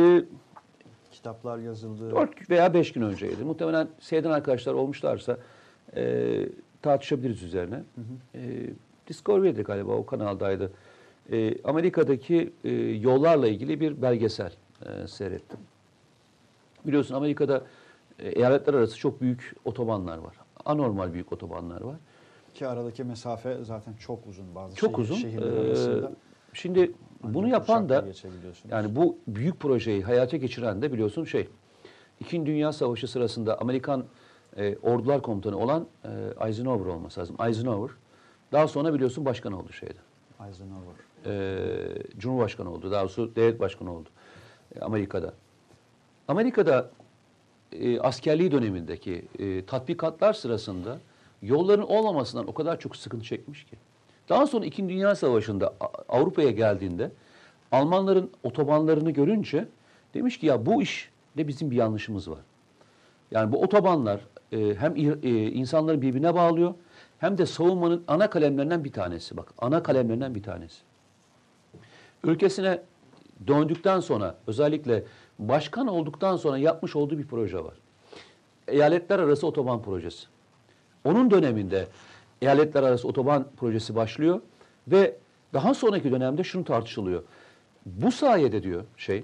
kitaplar yazıldı. 4 veya 5 gün önceydi. Muhtemelen seyreden arkadaşlar olmuşlarsa tartışabiliriz üzerine. Hı hı. Discovery'de galiba o kanaldaydı. Amerika'daki yollarla ilgili bir belgesel seyrettim. Biliyorsun Amerika'da eyaletler arası çok büyük otobanlar var. Anormal büyük otobanlar var. Ki aradaki mesafe zaten çok uzun bazı çok uzun. Şehirler arasında. Şimdi bunu yapan da yani bu büyük projeyi hayata geçiren de biliyorsun İkinci Dünya Savaşı sırasında Amerikan ordular komutanı olan Eisenhower olması lazım. Eisenhower. Daha sonra biliyorsun başkan oldu Eisenhower. Cumhurbaşkanı oldu. Daha sonra devlet başkanı oldu Amerika'da. Amerika'da askerliği dönemindeki tatbikatlar sırasında yolların olmamasından o kadar çok sıkıntı çekmiş ki. Daha sonra İkinci Dünya Savaşı'nda Avrupa'ya geldiğinde Almanların otobanlarını görünce demiş ki ya bu işte bizim bir yanlışımız var. Yani bu otobanlar hem insanları birbirine bağlıyor hem de savunmanın ana kalemlerinden bir tanesi. Bak ana kalemlerinden bir tanesi. Ülkesine döndükten sonra özellikle başkan olduktan sonra yapmış olduğu bir proje var. Eyaletler arası otoban projesi. Onun döneminde eyaletler arası otoban projesi başlıyor ve daha sonraki dönemde şunu tartışılıyor. Bu sayede diyor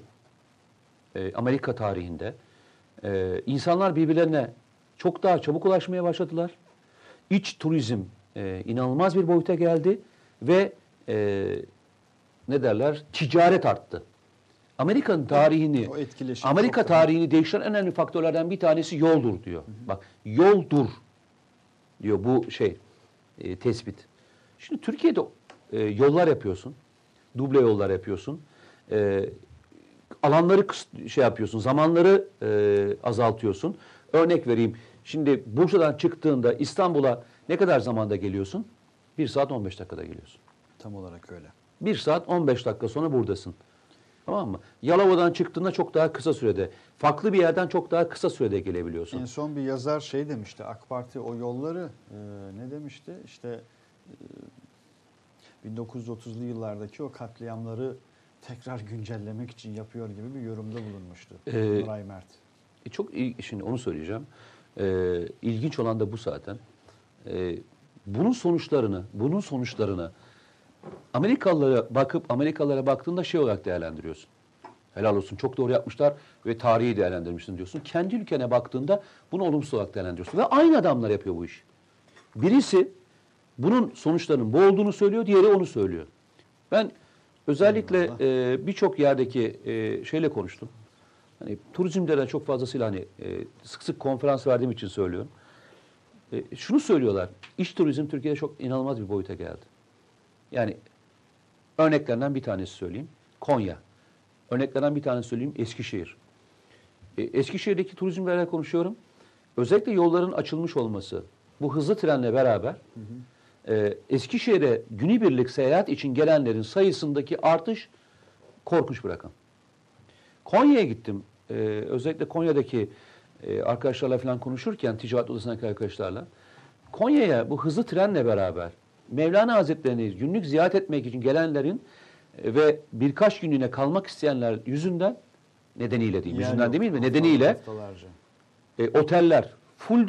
Amerika tarihinde insanlar birbirlerine çok daha çabuk ulaşmaya başladılar. İç turizm inanılmaz bir boyuta geldi ve ticaret arttı. Amerika'nın tarihini, Amerika tarihini değiştiren en önemli faktörlerden bir tanesi yoldur diyor. Hı hı. Bak yoldur diyor bu tespit. Şimdi Türkiye'de yollar yapıyorsun, duble yollar yapıyorsun, alanları yapıyorsun, zamanları azaltıyorsun. Örnek vereyim. Şimdi Bursa'dan çıktığında İstanbul'a ne kadar zamanda geliyorsun? 1 saat 15 dakikada geliyorsun. Tam olarak öyle. 1 saat 15 dakika sonra buradasın. Tamam mı? Yalova'dan çıktığında çok daha kısa sürede, farklı bir yerden çok daha kısa sürede gelebiliyorsun. En son bir yazar demişti, AK Parti o yolları ne demişti? İşte 1930'lu yıllardaki o katliamları tekrar güncellemek için yapıyor gibi bir yorumda bulunmuştu. Nuray Mert. Çok iyi, şimdi onu söyleyeceğim. İlginç olan da bu zaten. Bunun sonuçlarını Amerikalılara baktığında olarak değerlendiriyorsun. Helal olsun çok doğru yapmışlar ve tarihi değerlendirmişsin diyorsun. Kendi ülkene baktığında bunu olumsuz olarak değerlendiriyorsun. Ve aynı adamlar yapıyor bu işi. Birisi bunun sonuçlarının bu olduğunu söylüyor, diğeri onu söylüyor. Ben özellikle birçok yerdeki şeyle konuştum. Hani turizmde de çok fazlasıyla sık sık konferans verdiğim için söylüyorum. Şunu söylüyorlar. İç turizm Türkiye'de çok inanılmaz bir boyuta geldi. Yani örneklerinden bir tanesi söyleyeyim. Konya. Örneklerinden bir tanesi söyleyeyim. Eskişehir. Eskişehir'deki turizmlerle konuşuyorum. Özellikle yolların açılmış olması, bu hızlı trenle beraber Eskişehir'e günübirlik seyahat için gelenlerin sayısındaki artış korkunç bir rakam. Konya'ya gittim. Özellikle Konya'daki arkadaşlarla falan konuşurken, ticaret odasındaki arkadaşlarla, Konya'ya bu hızlı trenle beraber Mevlana Hazretleri'ni günlük ziyaret etmek için gelenlerin ve birkaç günlüğüne kalmak isteyenler nedeniyle değil, yüzünden değil mi? Nedeniyle oteller full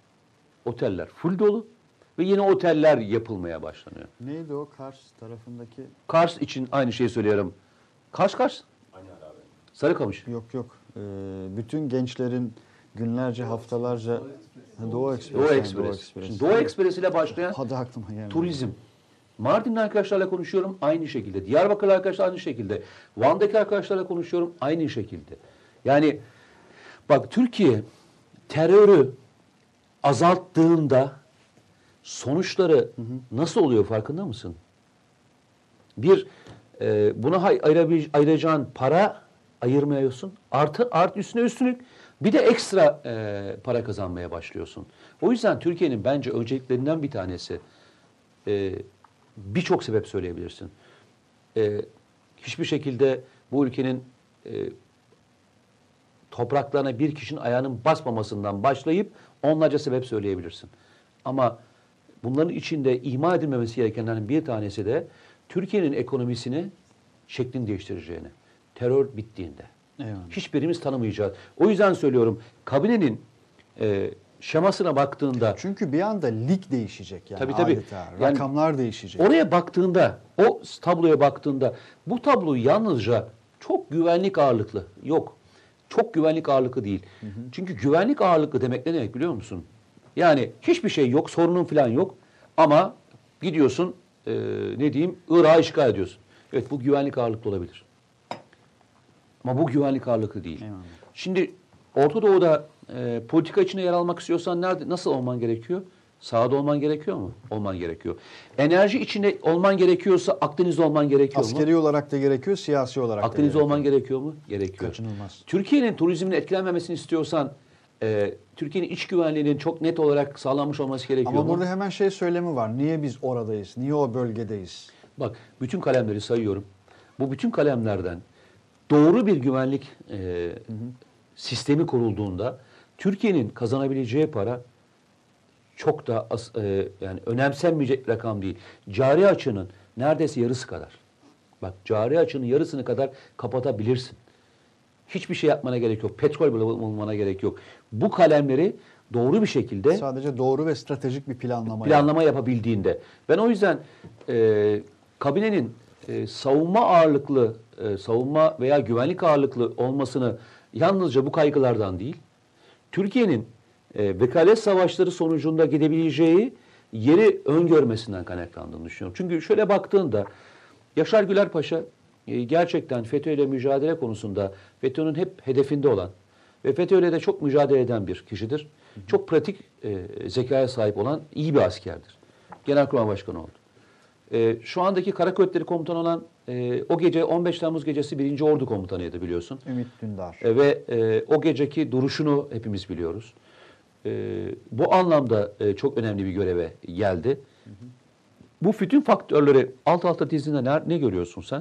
dolu ve yeni oteller yapılmaya başlanıyor. Neydi o Kars tarafındaki? Kars için aynı şeyi söylüyorum. Kars? Aynen abi. Sarıkamış. Yok. Bütün gençlerin günlerce, haftalarca Doğu Ekspres. Doğu Ekspres ile başlayan adı aklıma gelmedi. turizm. Mardin'li arkadaşlarla konuşuyorum aynı şekilde. Diyarbakırlı arkadaşlar aynı şekilde. Van'daki arkadaşlarla konuşuyorum aynı şekilde. Yani bak Türkiye terörü azalttığında sonuçları nasıl oluyor farkında mısın? Bir buna ayıracağın para ayırmıyorsun. Artı üstüne üstlük bir de ekstra para kazanmaya başlıyorsun. O yüzden Türkiye'nin bence önceliklerinden bir tanesi birçok sebep söyleyebilirsin. Hiçbir şekilde bu ülkenin topraklarına bir kişinin ayağının basmamasından başlayıp onlarca sebep söyleyebilirsin. Ama bunların içinde ihmal edilmemesi gerekenlerin bir tanesi de Türkiye'nin ekonomisini şeklini değiştireceğini. Terör bittiğinde. Eyvallah. Hiçbirimiz tanımayacağız. O yüzden söylüyorum kabinenin şemasına baktığında Çünkü bir anda lig değişecek yani tabii. adeta. Yani Rakamlar değişecek. oraya baktığında, o tabloya baktığında bu tablo yalnızca çok güvenlik ağırlıklı. Yok. Çok güvenlik ağırlıklı değil. Çünkü güvenlik ağırlıklı demek ne demek biliyor musun? Yani hiçbir şey yok, sorunun falan yok ama gidiyorsun ne diyeyim Irak'ı işgal ediyorsun. Evet bu güvenlik ağırlıklı olabilir. Ama bu güvenlik ağırlıklı değil. Eyvallah. Şimdi Orta Doğu'da politika içinde yer almak istiyorsan nasıl olman gerekiyor? Sahada olman gerekiyor mu? Olman gerekiyor. Enerji içinde olman gerekiyorsa Akdeniz'de olman gerekiyor mu? Askeri olarak da gerekiyor, siyasi olarak da Akdeniz'de gerekiyor. olman gerekiyor mu? Gerekiyor. Kaçınılmaz. Türkiye'nin turizmin etkilenmemesini istiyorsan Türkiye'nin iç güvenliğinin çok net olarak sağlanmış olması gerekiyor Ama mu? burada hemen söylemi var. Niye biz oradayız? Niye o bölgedeyiz? Bak bütün kalemleri sayıyorum. Bu bütün kalemlerden doğru bir güvenlik sistemi kurulduğunda Türkiye'nin kazanabileceği para çok da yani önemsenmeyecek rakam değil. Cari açığının neredeyse yarısı kadar. Bak cari açığının yarısını kadar kapatabilirsin. Hiçbir şey yapmana gerek yok. Petrol bile bulmana gerek yok. Bu kalemleri doğru bir şekilde Sadece doğru ve stratejik bir planlama yapabildiğinde. Ben o yüzden kabinenin savunma ağırlıklı, savunma veya güvenlik ağırlıklı olmasını yalnızca bu kaygılardan değil, Türkiye'nin vekalet savaşları sonucunda gidebileceği yeri öngörmesinden kaynaklandığını düşünüyorum. Çünkü şöyle baktığında Yaşar Güler Paşa gerçekten FETÖ ile mücadele konusunda FETÖ'nün hep hedefinde olan ve FETÖ ile de çok mücadele eden bir kişidir. Çok pratik zekaya sahip olan iyi bir askerdir. Genelkurmay Başkanı oldu. Şu andaki Kara Kuvvetleri Komutanı olan o gece 15 Temmuz gecesi 1. Ordu Komutanıydı biliyorsun. Ümit Dündar. Ve o geceki duruşunu hepimiz biliyoruz. Bu anlamda çok önemli bir göreve geldi. Bu bütün faktörleri alt alta dizdiğinde ne görüyorsun sen?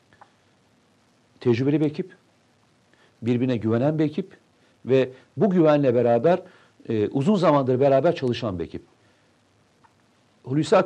Tecrübeli bir ekip, birbirine güvenen bir ekip ve bu güvenle beraber uzun zamandır beraber çalışan bir ekip. Hulusi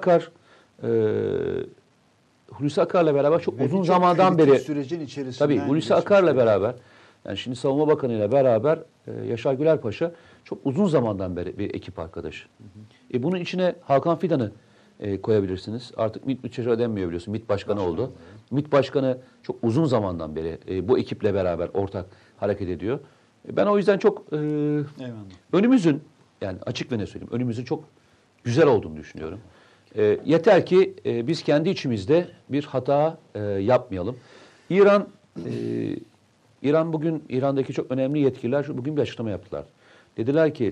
Akar'la beraber çok uzun zamandan beri sürecin içerisinden tabii Hulusi Akar'la beraber yani şimdi Savunma Bakanı ile beraber Yaşar Güler Paşa çok uzun zamandan beri bir ekip arkadaşı. Bunun içine Hakan Fidan'ı koyabilirsiniz. Artık MİT müsteşarı denmiyor biliyorsun. MİT Başkanı oldu. MİT Başkanı çok uzun zamandan beri bu ekiple beraber ortak hareket ediyor. Ben o yüzden çok önümüzün yani açık ve ne söyleyeyim önümüzün çok güzel olduğunu düşünüyorum. Yeter ki biz kendi içimizde bir hata yapmayalım. İran bugün İran'daki çok önemli yetkililer bugün bir açıklama yaptılar. Dediler ki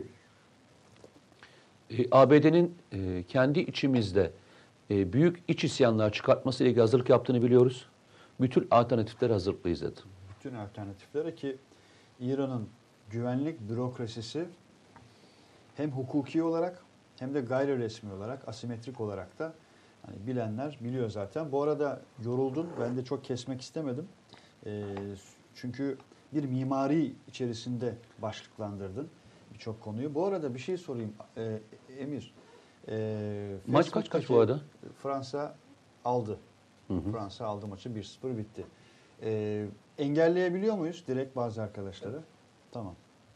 ABD'nin kendi içimizde büyük iç isyanlar çıkartması ile ilgili hazırlık yaptığını biliyoruz. Bütün alternatiflere hazırlıklıyız dedi. Bütün alternatiflere ki İran'ın güvenlik bürokrasisi hem hukuki olarak hem de gayri resmi olarak, asimetrik olarak da hani bilenler biliyor zaten. Bu arada yoruldun. Ben de çok kesmek istemedim. Çünkü bir mimari içerisinde başlıklandırdın birçok konuyu. Bu arada bir şey sorayım Emir. Maç kaç bu arada? Fransa aldı. Fransa aldı maçı 1-0 bitti. Engelleyebiliyor muyuz direkt bazı arkadaşları? Tamam.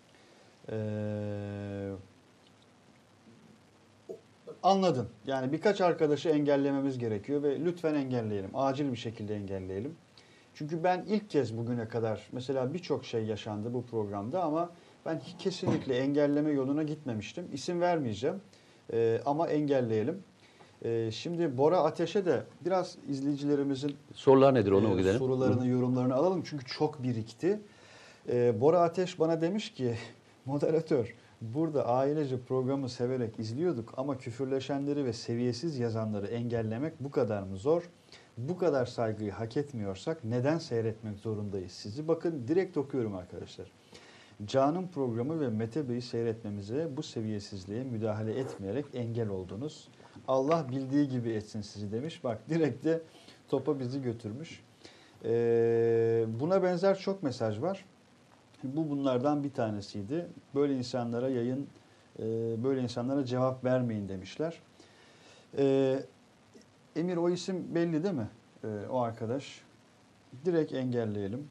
Anladın. Yani birkaç arkadaşı engellememiz gerekiyor ve lütfen engelleyelim. Acil bir şekilde engelleyelim. Çünkü ben ilk kez bugüne kadar mesela birçok şey yaşandı bu programda ama ben kesinlikle engelleme yoluna gitmemiştim. İsim vermeyeceğim ama engelleyelim. Şimdi Bora Ateş'e de biraz izleyicilerimizin Sorular nedir onu gidelim. sorularını, yorumlarını alalım. Çünkü çok birikti. Bora Ateş bana demiş ki moderatör burada ailece programı severek izliyorduk ama küfürleşenleri ve seviyesiz yazanları engellemek bu kadar mı zor? Bu kadar saygıyı hak etmiyorsak neden seyretmek zorundayız sizi? Bakın direkt okuyorum arkadaşlar. Can'ın programı ve Mete Bey'i seyretmemize bu seviyesizliğe müdahale etmeyerek engel oldunuz. Allah bildiği gibi etsin sizi demiş. Bak direkt de topa bizi götürmüş. Buna benzer çok mesaj var. Bu bunlardan bir tanesiydi. Böyle insanlara böyle insanlara cevap vermeyin demişler. Emir o isim belli değil mi? O arkadaş. Direkt engelleyelim.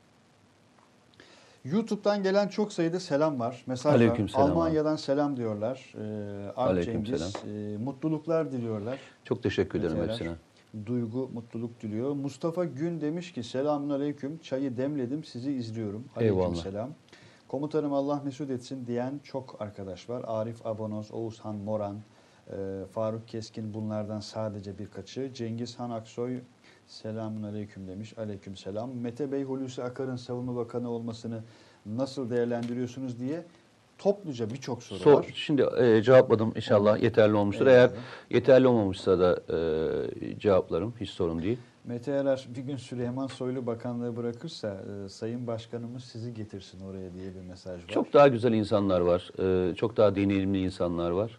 YouTube'dan gelen çok sayıda selam var. Mesaj Aleyküm var. selam Almanya'dan selam diyorlar. Alp Aleyküm Cengiz. selam. Mutluluklar diliyorlar. Çok teşekkür ederim Meteler. hepsine. Duygu mutluluk diliyor. Mustafa Gün demiş ki selamünaleyküm. Çayı demledim sizi izliyorum. Aleyküm Eyvallah. selam. Komutanım Allah mesut etsin diyen çok arkadaş var. Arif Abonoz, Oğuzhan Moran, Faruk Keskin bunlardan sadece birkaçı. Cengiz Han Aksoy selamünaleyküm demiş. Aleyküm selam. Mete Bey Hulusi Akar'ın savunma bakanı olmasını nasıl değerlendiriyorsunuz diye topluca birçok soru var. Şimdi cevapladım inşallah yeterli olmuştur. Eyvallah. Eğer yeterli olmamışsa da cevaplarım hiç sorun değil. Mete Erer bir gün Süleyman Soylu bakanlığı bırakırsa Sayın Başkanımız sizi getirsin oraya diye bir mesaj var. Çok daha güzel insanlar var. Çok daha deneyimli insanlar var.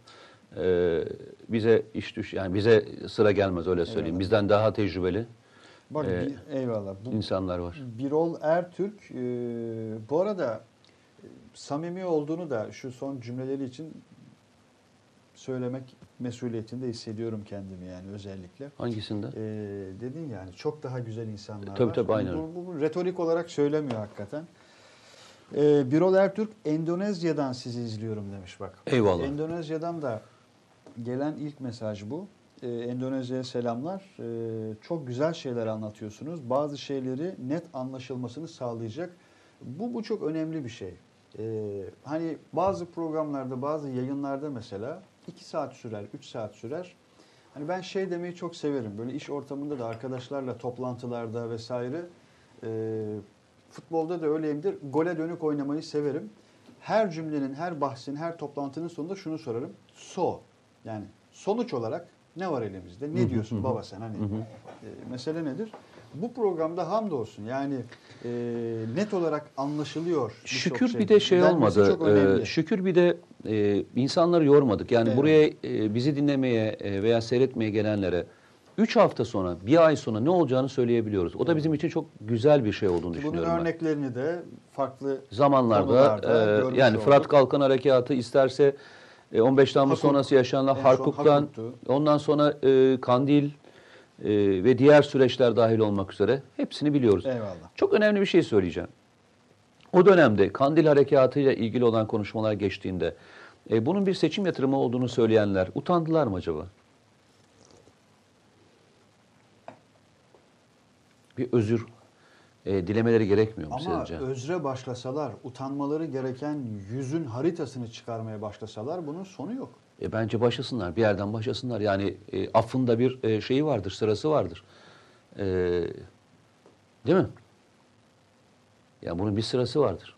Bize yani bize sıra gelmez öyle söyleyeyim. Eyvallah. Bizden daha tecrübeli Bak eyvallah. Bu insanlar var. Birol Ertürk bu arada samimi olduğunu da şu son cümleleri için söylemek mesuliyetinde hissediyorum kendimi yani özellikle. Hangisinde? Dedin yani çok daha güzel insanlar Tabii, var. tabii, aynen. Bu retorik olarak söylemiyor hakikaten. Birol Ertürk Endonezya'dan sizi izliyorum demiş bak. Eyvallah. Endonezya'dan da gelen ilk mesaj bu. Endonezya'ya selamlar. Çok güzel şeyler anlatıyorsunuz. Bazı şeyleri net anlaşılmasını sağlayacak. Bu çok önemli bir şey. Hani bazı programlarda, bazı yayınlarda mesela 2 saat sürer, 3 saat sürer. Hani ben şey demeyi çok severim. Böyle iş ortamında da arkadaşlarla toplantılarda vesaire. Futbolda da öyleyimdir. Gole dönük oynamayı severim. Her cümlenin, her bahsin, her toplantının sonunda şunu sorarım. Yani sonuç olarak ne var elimizde? Ne diyorsun baba sen? Hani mesele nedir? Bu programda hamdolsun yani net olarak anlaşılıyor. Şükür bir de şey Denmesi olmadı. çok önemli. Şükür bir de insanları yormadık. Yani Evet. buraya bizi dinlemeye veya seyretmeye gelenlere 3 hafta sonra, bir ay sonra ne olacağını söyleyebiliyoruz. O da bizim için çok güzel bir şey olduğunu Bunun düşünüyorum ben. örneklerini de farklı Zamanlarda konularda görmüş yani olduk. Fırat Kalkan Harekatı isterse 15 Temmuz Hakuk, sonrası yaşanan en son Harkuk'tan, Hakuk'tu. ondan sonra Kandil ve diğer süreçler dahil olmak üzere hepsini biliyoruz. Eyvallah. Çok önemli bir şey söyleyeceğim. O dönemde Kandil Harekatı'yla ilgili olan konuşmalar geçtiğinde bunun bir seçim yatırımı olduğunu söyleyenler utandılar mı acaba? Bir özür dilemeleri gerekmiyor mu Ama sizce? özre başlasalar, utanmaları gereken yüzün haritasını çıkarmaya başlasalar bunun sonu yok. Bence başlasınlar. Bir yerden başlasınlar. Yani affın da bir şeyi vardır, sırası vardır. Değil mi? Ya bunun bir sırası vardır.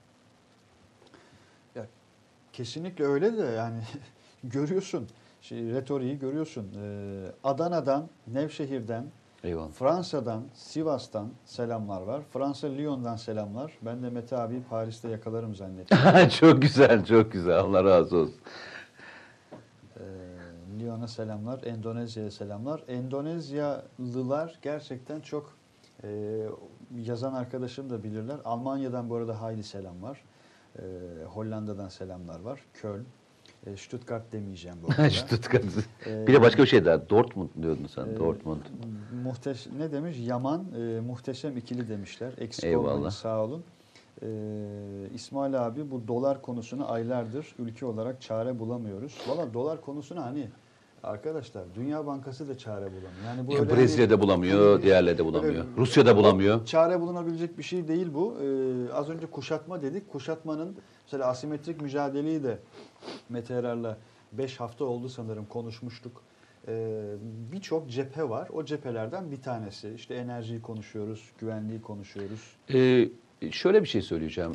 Ya, kesinlikle öyle de yani görüyorsun. Retoriği görüyorsun. Adana'dan, Nevşehir'den, Eyvallah. Fransa'dan, Sivas'tan selamlar var. Fransa Lyon'dan selamlar. Ben de Mete abi Paris'te yakalarım zannettim. Çok güzel, çok güzel. Allah razı olsun. Lyon'a selamlar, Endonezya'ya selamlar. Endonezyalılar gerçekten çok yazan arkadaşım da bilirler. Almanya'dan bu arada hayli selam var. Hollanda'dan selamlar var. Köln. Stuttgart demeyeceğim bu arada. Stuttgart. Bir de başka bir şey daha. Dortmund diyordun sen. Dortmund. Ne demiş? Yaman, muhteşem ikili demişler. Eksik Eyvallah. olmayın, sağ olun. İsmail abi bu dolar konusunu aylardır ülke olarak çare bulamıyoruz. Valla dolar konusuna hani arkadaşlar Dünya Bankası da çare bulamıyor. Yani bu öyle Brezilya'da hani- bulamıyor, diğerleri de bulamıyor. Öyle- Rusya'da bulamıyor. Çare bulunabilecek bir şey değil bu. Az önce kuşatma dedik. Kuşatmanın mesela asimetrik mücadeleyi de Mete Erar'la 5 hafta oldu sanırım konuşmuştuk. birçok cephe var. O cephelerden bir tanesi. İşte enerjiyi konuşuyoruz, güvenliği konuşuyoruz. Şöyle bir şey söyleyeceğim.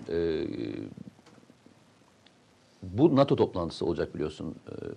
Bu NATO toplantısı olacak biliyorsun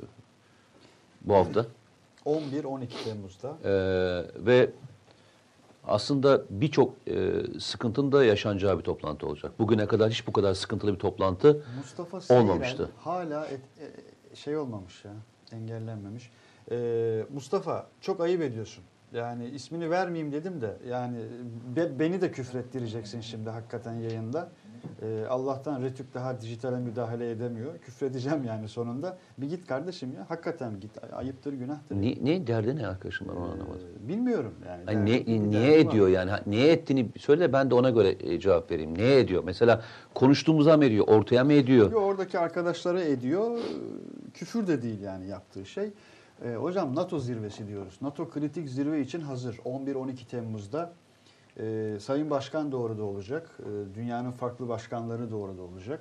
bu hafta. 11-12 Temmuz'da. Ve aslında birçok sıkıntının da yaşanacağı bir toplantı olacak. Bugüne kadar hiç bu kadar sıkıntılı bir toplantı Mustafa Seyren olmamıştı. hala şey olmamış ya, engellenmemiş. Mustafa çok ayıp ediyorsun. Yani ismini vermeyeyim dedim de yani beni de küfrettireceksin şimdi hakikaten yayında. Allah'tan Retük daha dijitale müdahale edemiyor. Küfredeceğim yani sonunda. Bir git kardeşim ya. Hakikaten git. Ayıptır, günahtır. Ne derdi ne arkadaşım, ben onu anlamadım. Bilmiyorum yani. Hani niye ediyor yani? Niye ettiğini söyle de ben de ona göre cevap vereyim. Niye ediyor? Mesela konuştuğumuza mı ediyor? Ortaya mı ediyor? Yok, oradaki arkadaşlara ediyor. Küfür de değil yani yaptığı şey. Hocam NATO zirvesi diyoruz. NATO kritik zirve için hazır. 11-12 Temmuz'da Sayın Başkan da orada olacak. Dünyanın farklı başkanları da orada olacak.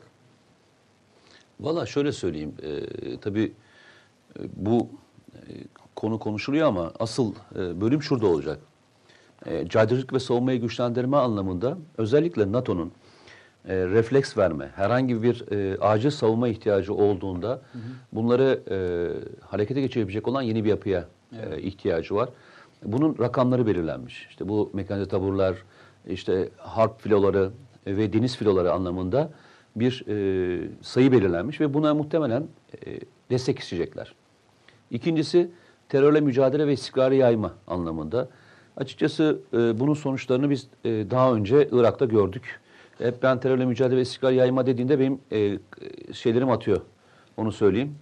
Valla şöyle söyleyeyim. Tabii bu konu konuşuluyor ama asıl bölüm şurada olacak. Caydırıcılık ve savunmayı güçlendirme anlamında özellikle NATO'nun refleks verme, herhangi bir acil savunma ihtiyacı olduğunda bunları harekete geçirebilecek olan yeni bir yapıya ihtiyacı var. Bunun rakamları belirlenmiş. İşte bu mekanize taburlar, işte harp filoları ve deniz filoları anlamında bir sayı belirlenmiş ve buna muhtemelen destek isteyecekler. İkincisi terörle mücadele ve istikrarı yayma anlamında. Açıkçası bunun sonuçlarını biz daha önce Irak'ta gördük. Hep ben terörle mücadele ve istikrar yayma dediğinde benim şeylerim atıyor. Onu söyleyeyim.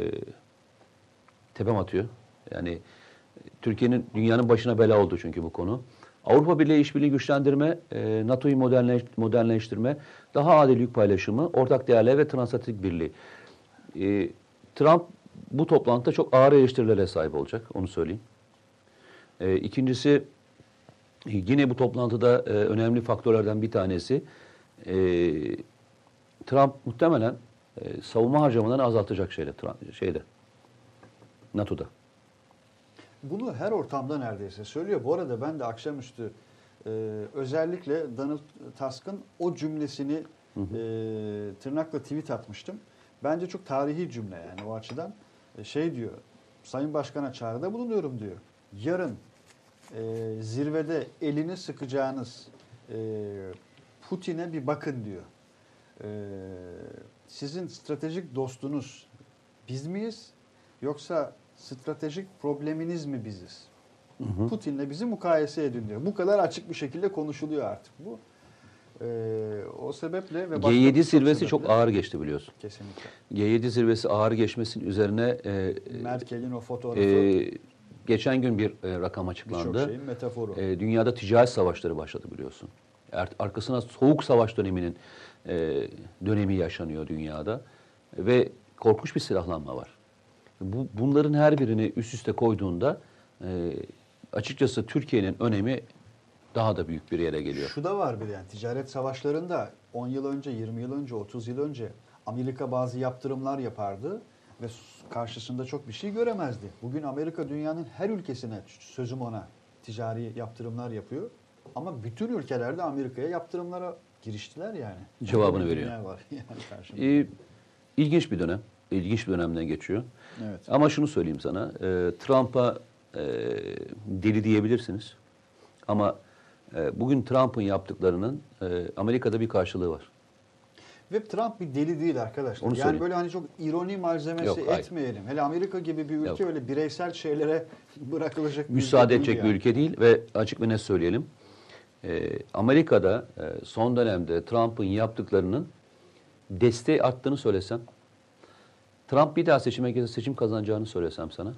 Tepem atıyor. Yani Türkiye'nin dünyanın başına bela oldu çünkü bu konu. Avrupa Birliği işbirliği güçlendirme, NATO'yu modernleştirme, daha adil yük paylaşımı, ortak değerler ve transatlantik birliği. Trump bu toplantıda çok ağır eleştirilere sahip olacak. Onu söyleyeyim. İkincisi yine bu toplantıda önemli faktörlerden bir tanesi Trump muhtemelen savunma harcamalarını azaltacak şeyde NATO'da. Bunu her ortamda neredeyse söylüyor. Bu arada ben de akşamüstü özellikle Donald Tusk'ın o cümlesini tırnakla tweet atmıştım. Bence çok tarihi cümle yani o açıdan. Şey diyor, Sayın Başkan'a çağrıda bulunuyorum diyor. Yarın zirvede elini sıkacağınız Putin'e bir bakın diyor. Sizin stratejik dostunuz biz miyiz? Yoksa stratejik probleminiz mi biziz? Putin'le bizi mukayese edin diyor. Bu kadar açık bir şekilde konuşuluyor artık bu. O sebeple ve G7 zirvesi çok ağır geçti biliyorsun. Kesinlikle. G7 zirvesi ağır geçmesinin üzerine Merkel'in o fotoğrafı geçen gün bir rakam açıklandı. birçok şeyin metaforu. Dünyada ticaret savaşları başladı biliyorsun. Arkasına soğuk savaş döneminin dönemi yaşanıyor dünyada ve korkunç bir silahlanma var. Bunların her birini üst üste koyduğunda açıkçası Türkiye'nin önemi daha da büyük bir yere geliyor. Şu da var bir yani ticaret savaşlarında 10 yıl önce, 20 yıl önce, 30 yıl önce Amerika bazı yaptırımlar yapardı ve karşısında çok bir şey göremezdi. Bugün Amerika dünyanın her ülkesine, sözüm ona, ticari yaptırımlar yapıyor. Ama bütün ülkelerde Amerika'ya yaptırımlara giriştiler yani. Cevabını veriyor. Var yani İlginç bir dönem. İlginç bir dönemden geçiyor. Evet. Ama şunu söyleyeyim sana. Trump'a deli diyebilirsiniz. Ama bugün Trump'ın yaptıklarının Amerika'da bir karşılığı var. Ve Trump bir deli değil arkadaşlar. Onu yani söyleyeyim. böyle hani çok ironi malzemesi Yok, hayır. etmeyelim. Hele Amerika gibi bir ülke Yok. öyle bireysel şeylere bırakılacak bir Müsaade ülke değil edecek bir ülke değil ve açık ve net söyleyelim. Amerika'da son dönemde Trump'ın yaptıklarının desteği arttığını söylesem, Trump bir daha seçime girse seçim kazanacağını söylesem sana,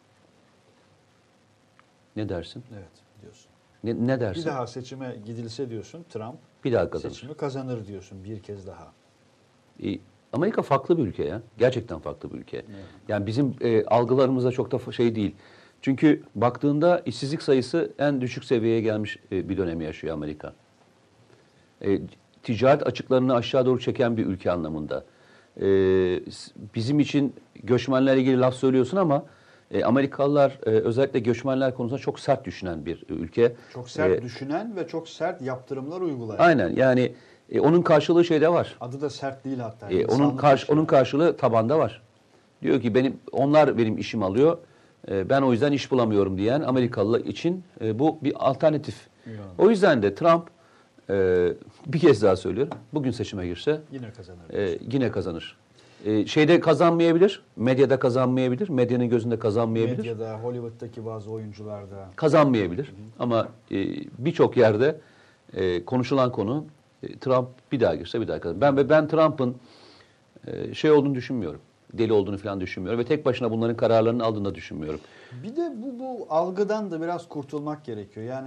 ne dersin? Evet diyorsun. Ne dersin? Bir daha seçime gidilse diyorsun Trump Bir daha kazanır. seçimi kazanır diyorsun bir kez daha. Amerika farklı bir ülke ya. Gerçekten farklı bir ülke. Evet. Yani bizim algılarımızda çok da şey değil. Çünkü baktığında işsizlik sayısı en düşük seviyeye gelmiş bir dönemi yaşıyor Amerika. Ticaret açıklarını aşağı doğru çeken bir ülke anlamında. Bizim için göçmenlerle ilgili laf söylüyorsun ama Amerikalılar özellikle göçmenler konusunda çok sert düşünen bir ülke. Çok sert düşünen ve çok sert yaptırımlar uygulayan. Aynen yani onun karşılığı şeyde var. Adı da sert değil hatta. Onun karşılığı tabanda var. Diyor ki onlar benim işimi alıyor. Ben o yüzden iş bulamıyorum diyen Amerikalılar için bu bir alternatif. Yani. O yüzden de Trump bir kez daha söylüyorum. Bugün seçime girse yine kazanır. Şeyde kazanmayabilir. Medyada kazanmayabilir. Medyanın gözünde kazanmayabilir. Medyada, Hollywood'daki bazı oyuncularda. Kazanmayabilir. Ama birçok yerde konuşulan konu Trump bir daha girse bir daha kazanır. Ben Trump'ın şey olduğunu düşünmüyorum. Deli olduğunu falan düşünmüyorum. Ve tek başına bunların kararlarını aldığını da düşünmüyorum. Bir de bu algıdan da biraz kurtulmak gerekiyor. Yani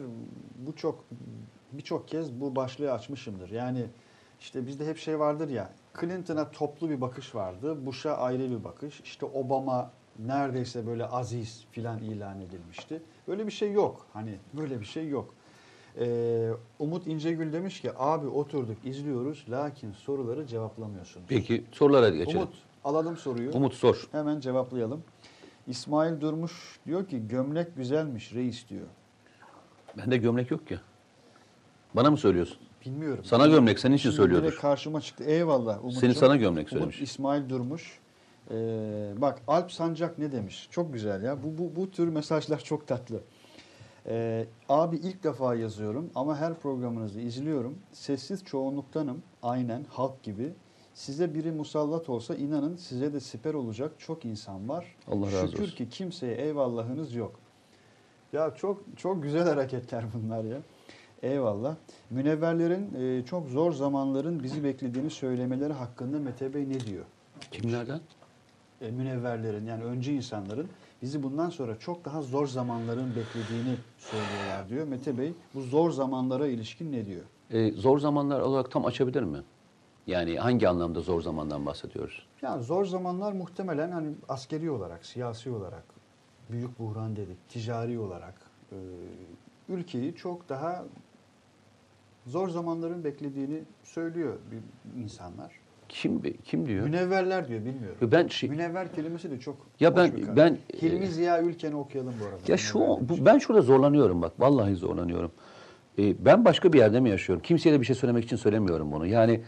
birçok kez bu başlığı açmışımdır. Yani işte bizde hep şey vardır ya, Clinton'a toplu bir bakış vardı, Bush'a ayrı bir bakış. İşte Obama neredeyse böyle aziz filan ilan edilmişti. Böyle bir şey yok. Hani böyle bir şey yok. Umut İncegül demiş ki abi oturduk izliyoruz lakin soruları cevaplamıyorsunuz. Peki sorulara geçelim. Umut alalım soruyu. Umut sor. Hemen cevaplayalım. İsmail Durmuş diyor ki gömlek güzelmiş reis diyor. Bende gömlek yok ki. Bana mı söylüyorsun? Bilmiyorum. Sana gömlek senin için Şimdi söylüyordur. direkt karşıma çıktı. Eyvallah Umut'cum. Sana gömlek söylemiş. Umut İsmail Durmuş. Bak Alp Sancak ne demiş? Çok güzel ya. Bu tür mesajlar çok tatlı. Abi ilk defa yazıyorum ama her programınızı izliyorum. Sessiz çoğunluktanım. Aynen halk gibi. Size biri musallat olsa inanın size de siper olacak çok insan var. Allah razı olsun. Şükür ki kimseye eyvallahınız yok. Ya çok güzel hareketler bunlar ya. Eyvallah. Münevverlerin çok zor zamanların bizi beklediğini söylemeleri hakkında Mete Bey ne diyor? Kimlerden? Münevverlerin yani öncü insanların bizi bundan sonra çok daha zor zamanların beklediğini söylüyorlar diyor. Mete Bey bu zor zamanlara ilişkin ne diyor? Zor zamanlar olarak tam açabilir mi? Yani hangi anlamda zor zamandan bahsediyoruz? Yani zor zamanlar muhtemelen hani askeri olarak, siyasi olarak, büyük buhran dedik, ticari olarak ülkeyi çok daha zor zamanların beklediğini söylüyor insanlar. Kim diyor? Münevverler diyor bilmiyorum. Münevver kelimesi de çok ya hoş bir ben Hilmi Ziya Ülken'i okuyalım bu arada. Ya ben şurada zorlanıyorum bak. Vallahi zorlanıyorum. Ben başka bir yerde mi yaşıyorum? Kimseye de bir şey söylemek için söylemiyorum bunu. Yani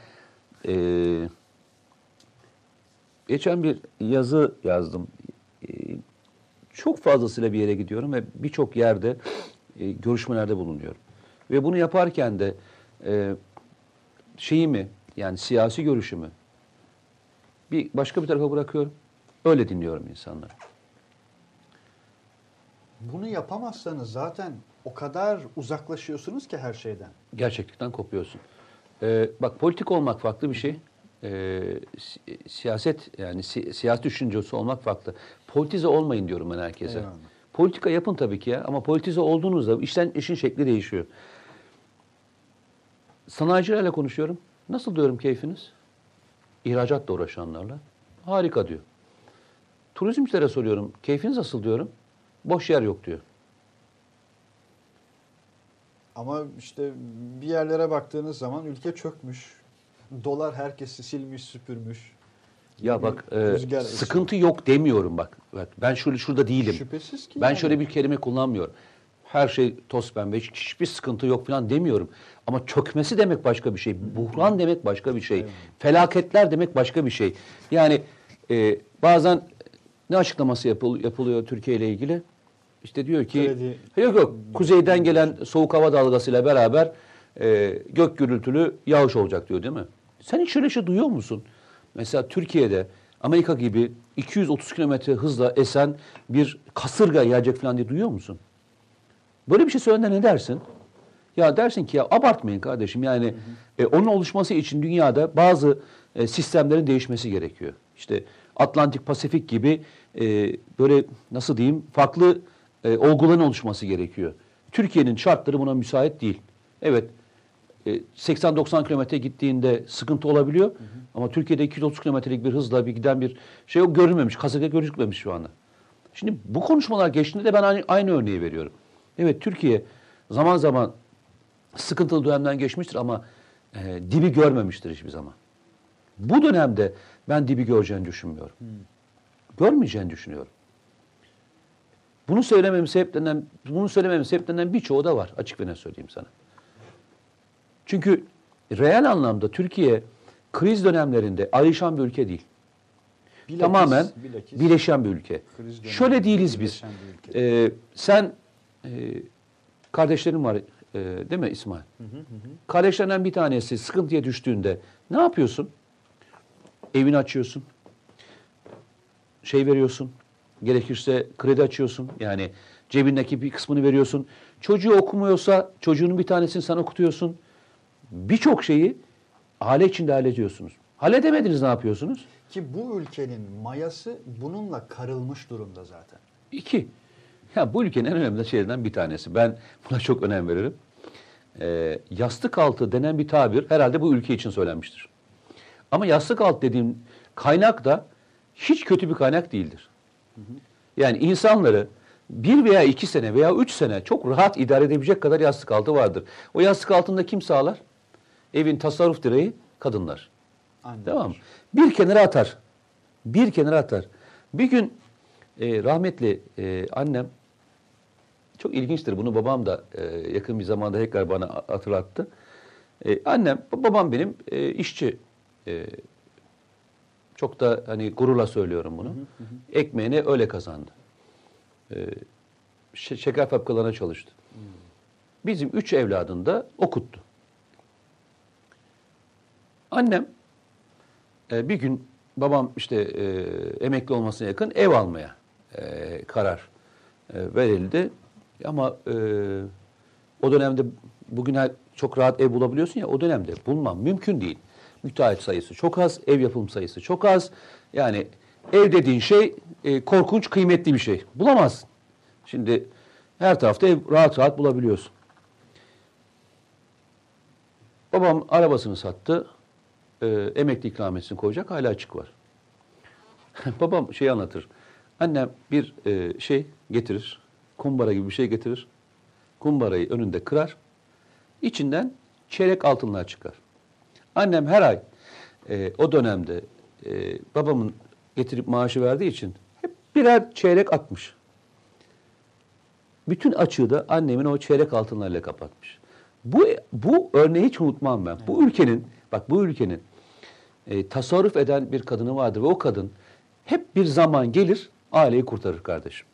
geçen bir yazı yazdım. Çok fazlasıyla bir yere gidiyorum ve birçok yerde görüşmelerde bulunuyorum. Ve bunu yaparken de yani siyasi görüşümü başka bir tarafa bırakıyorum. Öyle dinliyorum insanları. Bunu yapamazsanız zaten o kadar uzaklaşıyorsunuz ki her şeyden. Gerçeklikten kopuyorsun. Bak politik olmak farklı bir şey. Siyaset yani siyasi düşüncesi olmak farklı. Politize olmayın diyorum ben herkese. Eyvallah. Politika yapın tabii ki ya ama politize olduğunuzda işin şekli değişiyor. Sanayicilerle konuşuyorum. Nasıl diyorum keyfiniz? İhracatla uğraşanlarla. Harika diyor. Turizmcilere soruyorum. Keyfiniz nasıl diyorum. Boş yer yok diyor. Ama işte bir yerlere baktığınız zaman ülke çökmüş. Dolar herkesi silmiş, süpürmüş. Ya bak sıkıntı yok demiyorum bak. Ben şurada değilim. Şüphesiz ki. Ben yani. şöyle bir kelime kullanmıyorum. Her şey toz pembe, hiçbir sıkıntı yok falan demiyorum. Ama çökmesi demek başka bir şey. Buhran demek başka bir şey. Evet. Felaketler demek başka bir şey. Yani bazen ne açıklaması yapılıyor Türkiye ile ilgili? İşte diyor ki yok kuzeyden gelen soğuk hava dalgasıyla beraber gök gürültülü yağış olacak diyor değil mi? Sen hiç öyle şey duyuyor musun? Mesela Türkiye'de Amerika gibi 230 kilometre hızla esen bir kasırga yağacak falan diye duyuyor musun? Böyle bir şey söylediğinde ne dersin? Ya dersin ki ya abartmayın kardeşim yani onun oluşması için dünyada bazı sistemlerin değişmesi gerekiyor. İşte Atlantik Pasifik gibi böyle nasıl diyeyim farklı olguların oluşması gerekiyor. Türkiye'nin şartları buna müsait değil. Evet 80-90 kilometre gittiğinde sıkıntı olabiliyor. Ama Türkiye'de 230 kilometrelik bir hızla giden bir şey yok görülmemiş. Kasırga gözükmemiş şu anda. Şimdi bu konuşmalar geçtiğinde de ben aynı örneği veriyorum. Evet Türkiye zaman zaman sıkıntılı dönemden geçmiştir ama dibi görmemiştir hiçbir zaman. Bu dönemde ben dibi göreceğini düşünmüyorum. Görmeyeceğini düşünüyorum. Bunu söylememin sebeplerinden birçoğu da var. Açık ve net söyleyeyim sana. Çünkü reel anlamda Türkiye kriz dönemlerinde ayrışan bir ülke değil. Tamamen bileşen bir ülke. Şöyle değiliz biz. Sen kardeşlerin var değil mi İsmail? Kardeşlerinden bir tanesi sıkıntıya düştüğünde ne yapıyorsun? Evini açıyorsun. Şey veriyorsun. Gerekirse kredi açıyorsun. Yani cebindeki bir kısmını veriyorsun. Çocuğu okumuyorsa çocuğunun bir tanesini sen okutuyorsun. Birçok şeyi aile içinde hallediyorsunuz. Halledemediniz ne yapıyorsunuz? Ki bu ülkenin mayası bununla karılmış durumda zaten. 2. Ya bu ülkenin en önemli şeylerinden bir tanesi. Ben buna çok önem veririm. Yastık altı denen bir tabir herhalde bu ülke için söylenmiştir. Ama yastık altı dediğim kaynak da hiç kötü bir kaynak değildir. Yani insanları 1 veya 2 sene veya 3 sene çok rahat idare edebilecek kadar yastık altı vardır. O yastık altında kim sağlar? Evin tasarruf direği kadınlar. Anladım. Tamam mı? Bir kenara atar. Bir kenara atar. Bir gün rahmetli annem, çok ilginçtir, bunu babam da yakın bir zamanda tekrar bana hatırlattı. Babam benim işçi. Çok da hani gururla söylüyorum bunu. Ekmeğini öyle kazandı. Şeker fabrikalarına çalıştı. Bizim 3 evladını da okuttu. Annem bir gün babam işte emekli olmasına yakın ev almaya karar verildi. Ama o dönemde bugün çok rahat ev bulabiliyorsun ya, o dönemde bulmam mümkün değil. Müteahhit sayısı çok az, ev yapım sayısı çok az. Yani ev dediğin şey korkunç, kıymetli bir şey. Bulamazsın. Şimdi her tarafta ev rahat rahat bulabiliyorsun. Babam arabasını sattı. Emekli ikramiyesini koyacak, hala açık var. Babam şey anlatır. Annem bir şey getirir. Kumbara gibi bir şey getirir. Kumbarayı önünde kırar. İçinden çeyrek altınlar çıkar. Annem her ay o dönemde babamın getirip maaşı verdiği için hep birer çeyrek atmış. Bütün açığı da annemin o çeyrek altınlarıyla kapatmış. Bu örneği hiç unutmam ben. Bu ülkenin tasarruf eden bir kadını vardır ve o kadın hep bir zaman gelir aileyi kurtarır kardeşim.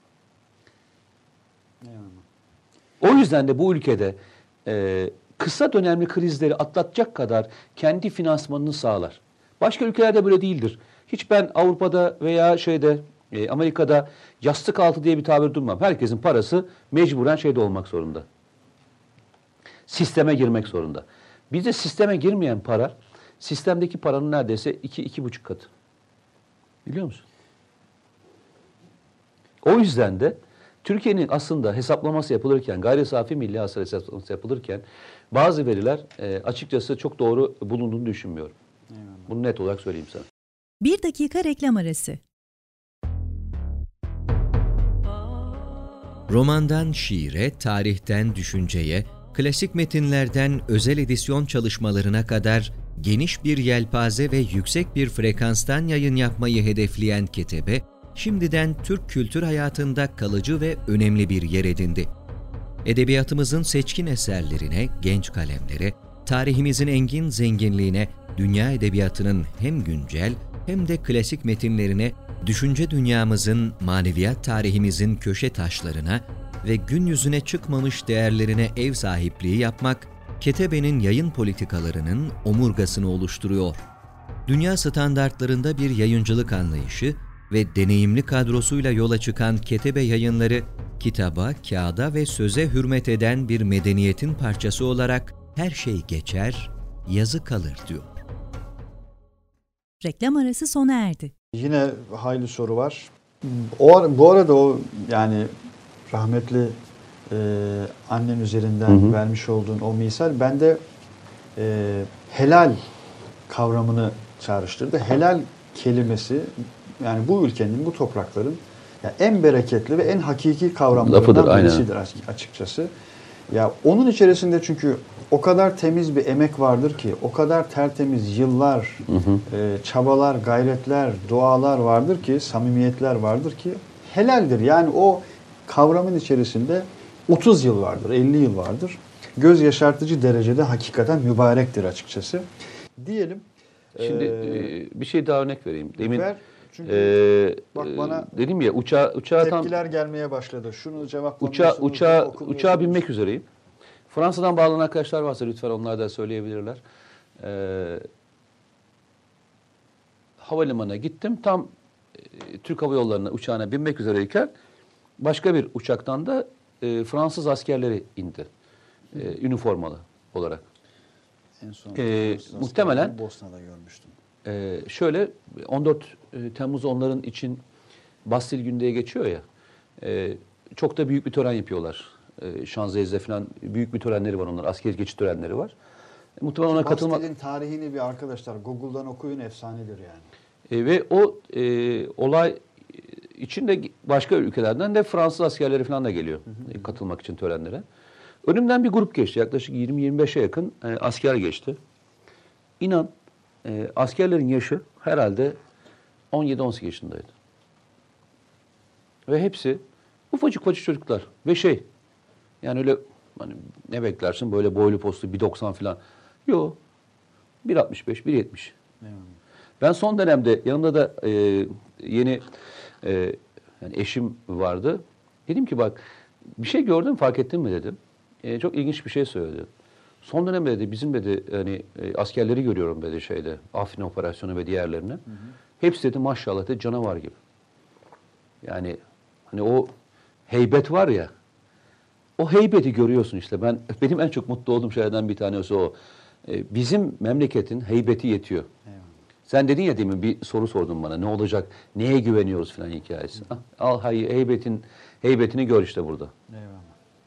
O yüzden de bu ülkede kısa dönemli krizleri atlatacak kadar kendi finansmanını sağlar. Başka ülkelerde böyle değildir. Hiç ben Avrupa'da veya Amerika'da yastık altı diye bir tabir duymam. Herkesin parası mecburen şeyde olmak zorunda. Sisteme girmek zorunda. Bizde sisteme girmeyen para, sistemdeki paranın neredeyse 2-2,5 katı. Biliyor musun? O yüzden de Türkiye'nin aslında hesaplaması yapılırken, gayri safi milli hasıla hesaplaması yapılırken bazı veriler açıkçası çok doğru bulunduğunu düşünmüyorum. Eyvallah. Bunu net olarak söyleyeyim sana. 1 dakika reklam arası. Romandan şiire, tarihten düşünceye, klasik metinlerden özel edisyon çalışmalarına kadar geniş bir yelpaze ve yüksek bir frekanstan yayın yapmayı hedefleyen Ketebe, şimdiden Türk kültür hayatında kalıcı ve önemli bir yer edindi. Edebiyatımızın seçkin eserlerine, genç kalemlere, tarihimizin engin zenginliğine, dünya edebiyatının hem güncel hem de klasik metinlerine, düşünce dünyamızın, maneviyat tarihimizin köşe taşlarına ve gün yüzüne çıkmamış değerlerine ev sahipliği yapmak, Ketebe'nin yayın politikalarının omurgasını oluşturuyor. Dünya standartlarında bir yayıncılık anlayışı ve deneyimli kadrosuyla yola çıkan Ketebe Yayınları, kitaba, kağıda ve söze hürmet eden bir medeniyetin parçası olarak her şey geçer, yazı kalır diyor. Reklam arası sona erdi. Yine hayli soru var. Bu arada yani rahmetli annen üzerinden vermiş olduğun o misal bende helal kavramını çağrıştırdı. Helal kelimesi yani bu ülkenin, bu toprakların yani en bereketli ve en hakiki kavramlarından birisidir açıkçası. Ya onun içerisinde çünkü o kadar temiz bir emek vardır ki, o kadar tertemiz yıllar, çabalar, gayretler, dualar vardır ki, samimiyetler vardır ki helaldir. Yani o kavramın içerisinde 30 yıl vardır, 50 yıl vardır. Göz yaşartıcı derecede hakikaten mübarektir açıkçası. Diyelim. Şimdi bir şey daha örnek vereyim. Demin Ver, çünkü bak bana dedim ya uçağa tam tepkiler gelmeye başladı. Şunu cevaplamıyorsunuz. uçağa binmek üzereyim. Fransa'dan bağlanan arkadaşlar varsa lütfen onlar da söyleyebilirler. Havalimanına gittim. Tam Türk Hava Yolları'na uçağına binmek üzereyken başka bir uçaktan da Fransız askerleri indi. Üniformalı olarak. En son muhtemelen Bosna'da görmüştüm. Şöyle 14 Temmuz onların için Bastil Günü diye geçiyor ya. Çok da büyük bir tören yapıyorlar. Şanzelize falan büyük bir törenleri var onlar. Asker geçit törenleri var. Muhtemelen ona katılmak. Bastil'in tarihini bir arkadaşlar Google'dan okuyun, efsanedir yani. Ve o olay içinde başka ülkelerden de Fransız askerleri falan da geliyor katılmak için törenlere. Önümden bir grup geçti. Yaklaşık 20-25'e yakın asker geçti. İnan askerlerin yaşı herhalde 17-18 yaşındaydı. Ve hepsi ufacık çocuklar. Ve yani öyle hani ne beklersin böyle boylu postlu 1.90 falan. Yok. 1.65, 1.70. Ben son dönemde yanımda da yeni yani eşim vardı. Dedim ki bak bir şey gördün fark ettin mi dedim. Çok ilginç bir şey söyledi. Son dönemde dedi bizim dedi hani askerleri görüyorum dedi Afrin operasyonu ve diğerlerini. Hepsi dedi maşallah dedi canavar gibi. Yani hani o heybet var ya. O heybeti görüyorsun işte. Benim en çok mutlu olduğum şeylerden bir tanesi o. Bizim memleketin heybeti yetiyor. Eyvallah. Sen dedin ya demin bir soru sordun bana. Ne olacak? Neye güveniyoruz falan hikayesi. Al heybetini gör işte burada. Eyvallah.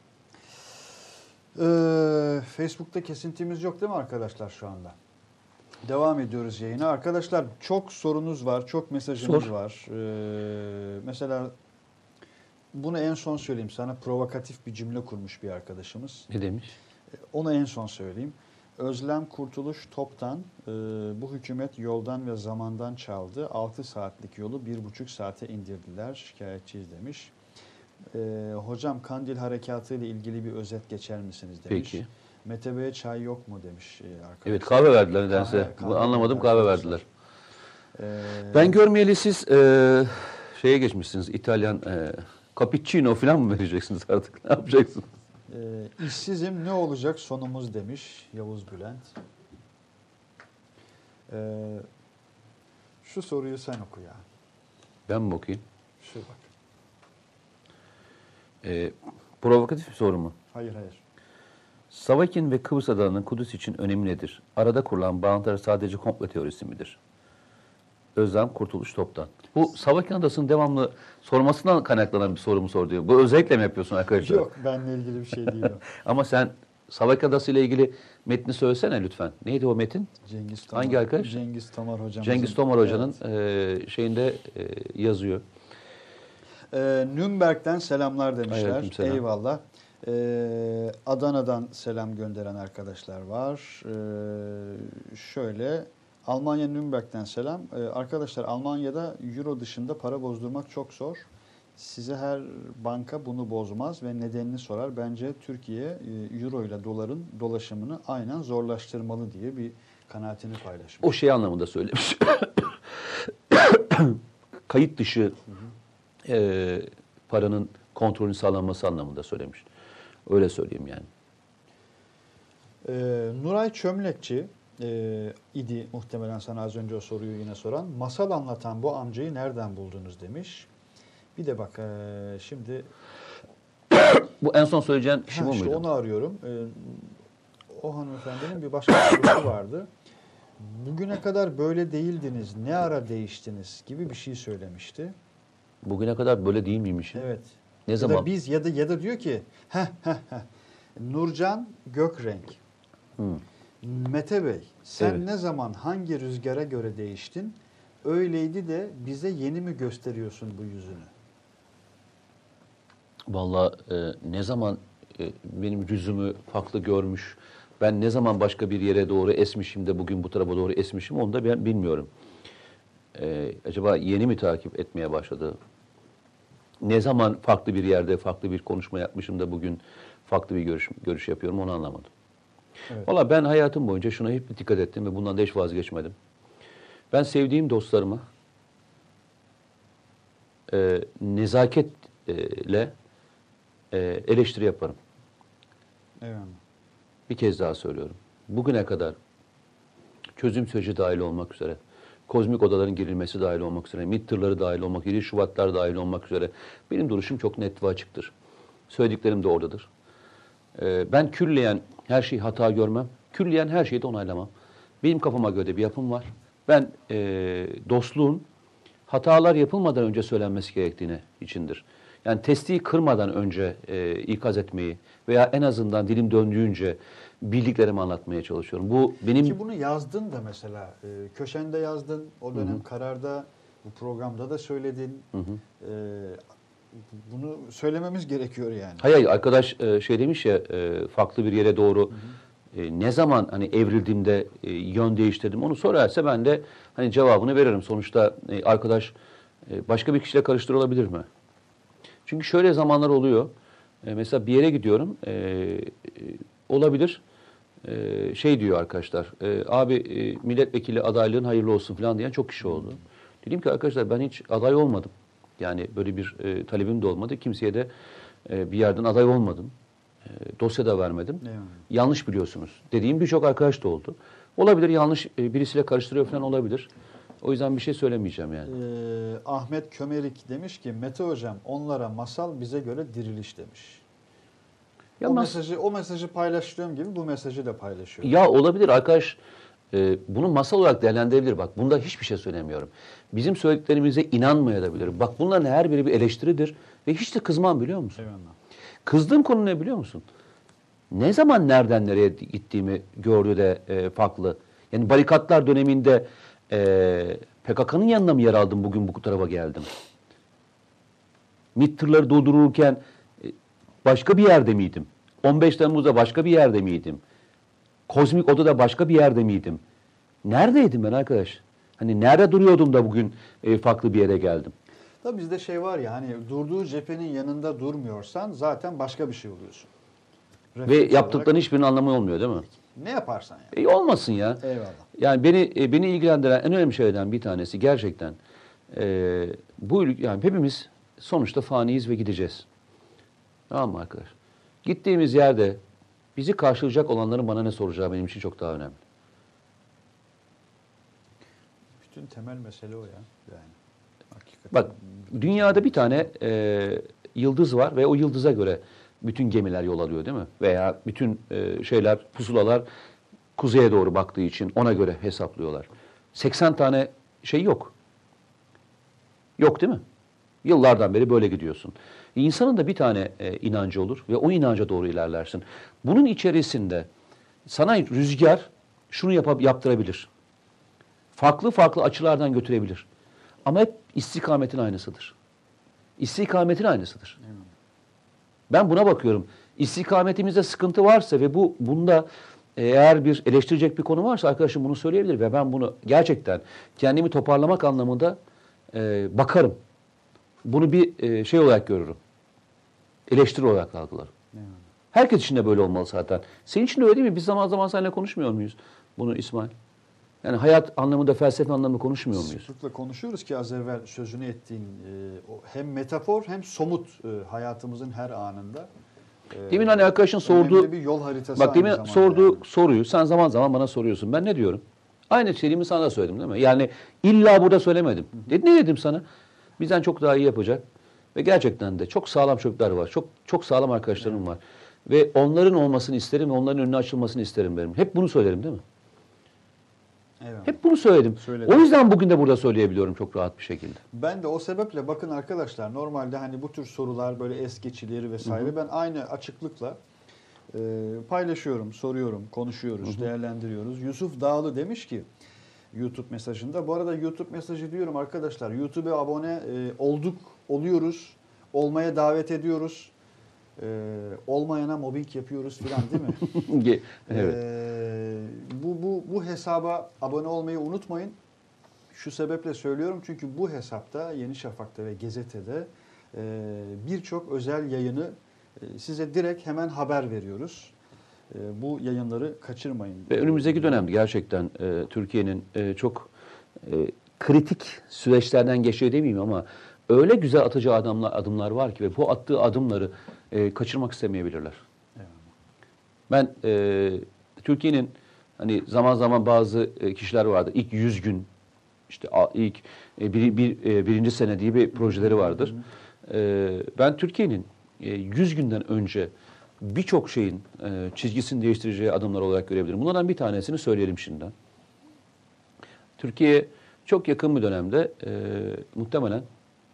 Facebook'ta kesintimiz yok değil mi arkadaşlar şu anda? Devam ediyoruz yayına. Arkadaşlar çok sorunuz var, çok mesajınız var. Mesela bunu en son söyleyeyim sana. Provokatif bir cümle kurmuş bir arkadaşımız. Ne demiş? Onu en son söyleyeyim. Özlem Kurtuluş Top'tan bu hükümet yoldan ve zamandan çaldı. 6 saatlik yolu 1,5 saate indirdiler. Şikayetçiyiz demiş. Hocam Kandil Harekatı ile ilgili bir özet geçer misiniz demiş. Peki. Mete Bey'e çay yok mu demiş arkadaşlar. Evet kahve verdiler nedense. Anlamadım kahve verdiler. Ben görmeyeli siz şeye geçmişsiniz İtalyan cappuccino falan mı vereceksiniz artık? Ne yapacaksınız? İşsizim ne olacak sonumuz demiş Yavuz Bülent. Şu soruyu sen oku ya. Ben mi okuyayım? Şu bak. Provokatif bir soru mu? Hayır. Savakin ve Kıbrıs Adaları'nın Kudüs için önemi nedir? Arada kurulan bağıntılar sadece komplo teorisi midir? Özlem Kurtuluş Top'tan. Bu Savakin Adası'nın devamlı sormasından kaynaklanan bir sorumu sor diyor. Bu özellikle mi yapıyorsun arkadaşlar? Yok, benimle ilgili bir şey değil o. Ama sen Savakin Adası ile ilgili metni söylesene lütfen. Neydi o metin? Cengiz Tomar. Hangi arkadaş? Cengiz Tomar hocam. Cengiz Tomar hocanın şeyinde yazıyor. Nürnberg'den selamlar demişler. Aleykümselam. Eyvallah. Adana'dan selam gönderen arkadaşlar var. Şöyle Almanya Nürnberg'den selam. Arkadaşlar Almanya'da euro dışında para bozdurmak çok zor. Size her banka bunu bozmaz ve nedenini sorar. Bence Türkiye euro ile doların dolaşımını aynen zorlaştırmalı diye bir kanaatini paylaşmış. O şey anlamında söylemiş. Kayıt dışı paranın kontrolünü sağlanması anlamında söylemiş. Öyle söyleyeyim yani. Nuray Çömlekçi idi muhtemelen sana az önce o soruyu yine soran. Masal anlatan bu amcayı nereden buldunuz demiş. Bir de bak şimdi... Bu en son söyleyeceğin kişi bu muydu? Onu arıyorum. O hanımefendinin bir başka sorusu vardı. Bugüne kadar böyle değildiniz, ne ara değiştiniz gibi bir şey söylemişti. Bugüne kadar böyle değil miymiş? Evet. Ne zaman? Ya da biz ya da diyor ki Nurcan Gökrenk. Mete Bey sen ne zaman hangi rüzgara göre değiştin? Öyleydi de bize yeni mi gösteriyorsun bu yüzünü? Vallahi ne zaman benim yüzümü farklı görmüş, ben ne zaman başka bir yere doğru esmişim de bugün bu tarafa doğru esmişim onu da ben bilmiyorum. Acaba yeni mi takip etmeye başladı? ne zaman farklı bir yerde farklı bir konuşma yapmışım da bugün farklı bir görüş yapıyorum onu anlamadım. Evet. Valla ben hayatım boyunca şuna hep dikkat ettim ve bundan da hiç vazgeçmedim. Ben sevdiğim dostlarıma nezaketle eleştiri yaparım. Eyvallah. Bir kez daha söylüyorum. Bugüne kadar çözüm süreci dahil olmak üzere, kozmik odaların girilmesi dahil olmak üzere, MİT tırları dahil olmak üzere, Şubatlar dahil olmak üzere benim duruşum çok net ve açıktır. Söylediklerim de oradadır. Ben külliyen her şeyi hata görmem, külliyen her şeyi de onaylamam. Benim kafama göre de bir yapım var. Ben dostluğun hatalar yapılmadan önce söylenmesi gerektiğini içindir. Yani testiyi kırmadan önce ikaz etmeyi veya en azından dilim döndüğünce bildiklerimi anlatmaya çalışıyorum. Bu benim... Ki bunu yazdın da mesela, köşende yazdın, o dönem Karar'da, bu programda da söyledin. Bunu söylememiz gerekiyor yani. Hayır, arkadaş şey demiş ya, farklı bir yere doğru ne zaman hani evrildiğimde yön değiştirdim onu sorarsa ben de hani cevabını veririm. Sonuçta arkadaş başka bir kişiyle karıştırılabilir mi? Çünkü şöyle zamanlar oluyor. Mesela bir yere gidiyorum, olabilir. Şey diyor arkadaşlar, abi milletvekili adaylığın hayırlı olsun falan diyen çok kişi oldu. Dedim ki arkadaşlar ben hiç aday olmadım. Yani böyle bir talebim de olmadı. Kimseye de bir yerden aday olmadım. Dosya da vermedim. Yanlış biliyorsunuz dediğim birçok arkadaş da oldu. Olabilir, yanlış birisiyle karıştırıyor falan olabilir. O yüzden bir şey söylemeyeceğim yani. Ahmet Kömerik demiş ki Mete Hocam onlara masal bize göre diriliş demiş. Ya o mesajı paylaştığım gibi bu mesajı da paylaşıyorum. Ya olabilir arkadaş, bunu masal olarak değerlendirebilir. Bak bunda hiçbir şey söylemiyorum. Bizim söylediklerimize inanmayabilir. Bak bunların her biri bir eleştiridir ve hiç de kızmam biliyor musun? Eyvallah. Kızdığım konu ne biliyor musun? Ne zaman nereden nereye gittiğimi gördü de farklı. Yani barikatlar döneminde PKK'nın yanına mı yer aldım bugün bu tarafa geldim? MİT tırları doldururken başka bir yerde miydim? 15 Temmuz'da başka bir yerde miydim? Kozmik Oda'da başka bir yerde miydim? Neredeydim ben arkadaş? Hani nerede duruyordum da bugün farklı bir yere geldim? Tabii bizde şey var ya hani durduğu cephenin yanında durmuyorsan zaten başka bir şey oluyorsun. Ve yaptıkların hiçbirinin anlamı olmuyor değil mi? Ne yaparsan yani. Olmasın ya. Eyvallah. Yani beni ilgilendiren en önemli şeylerden bir tanesi gerçekten bu yani hepimiz sonuçta faniyiz ve gideceğiz. Tamam mı arkadaş? Gittiğimiz yerde bizi karşılayacak olanların bana ne soracağı benim için çok daha önemli. Bütün temel mesele o ya. Yani. Hakikaten. Bak dünyada bir tane yıldız var ve o yıldıza göre bütün gemiler yol alıyor değil mi? Veya bütün şeyler, pusulalar kuzeye doğru baktığı için ona göre hesaplıyorlar. 80 tane şey yok. Yok değil mi? Yıllardan beri böyle gidiyorsun. İnsanın da bir tane inancı olur ve o inanca doğru ilerlersin. Bunun içerisinde sana rüzgar şunu yaptırabilir. Farklı farklı açılardan götürebilir. Ama hep istikametin aynısıdır. İstikametin aynısıdır. Ben buna bakıyorum. İstikametimizde sıkıntı varsa ve bunda eğer bir eleştirecek bir konu varsa arkadaşım bunu söyleyebilir ve ben bunu gerçekten kendimi toparlamak anlamında bakarım. Bunu bir şey olarak görürüm. Eleştiri olarak algılarım. Herkes için de böyle olmalı zaten. Senin için de öyle değil mi? Biz zaman zaman seninle konuşmuyor muyuz bunu İsmail? Yani hayat anlamında, felsefe anlamında konuşmuyor muyuz? Sıklıkla konuşuyoruz ki az evvel sözünü ettiğin hem metafor hem somut hayatımızın her anında. Demin hani arkadaşın sorduğu bir yol haritası. Bak demin sorduğu yani. soruyu sen zaman zaman bana soruyorsun. Ben ne diyorum? Aynı şeyimi sana da söyledim değil mi? Yani illa burada söylemedim. Ne dedim sana? Bizden çok daha iyi yapacak. Ve gerçekten de çok sağlam çocuklar var. Çok sağlam arkadaşlarım var. Ve onların olmasını isterim ve onların önüne açılmasını isterim benim. Hep bunu söylerim değil mi? Eyvallah. Hep bunu söyledim. O yüzden bugün de burada söyleyebiliyorum çok rahat bir şekilde. Ben de o sebeple bakın arkadaşlar normalde hani bu tür sorular böyle es geçilir vesaire ben aynı açıklıkla paylaşıyorum, soruyorum, konuşuyoruz, değerlendiriyoruz. Yusuf Dağlı demiş ki YouTube mesajında. Bu arada YouTube mesajı diyorum arkadaşlar. YouTube'a abone oluyoruz. Olmaya davet ediyoruz. Olmayana mobbing yapıyoruz filan değil mi? Evet. Bu hesaba abone olmayı unutmayın. Şu sebeple söylüyorum çünkü bu hesapta Yeni Şafak'ta ve Gezete'de birçok özel yayını size direkt hemen haber veriyoruz. Bu yayınları kaçırmayın. Ve önümüzdeki dönemde gerçekten Türkiye'nin çok kritik süreçlerden geçiyor demeyeyim ama öyle güzel atacağı adımlar var ki ve bu attığı adımları kaçırmak istemeyebilirler. Evet. Ben Türkiye'nin hani zaman zaman bazı kişiler vardı. İlk 100 gün işte ilk birinci sene diye bir projeleri vardır. Ben Türkiye'nin 100 günden önce birçok şeyin çizgisini değiştireceği adımlar olarak görebilirim. Bunlardan bir tanesini söyleyelim şimdiden. Türkiye çok yakın bir dönemde muhtemelen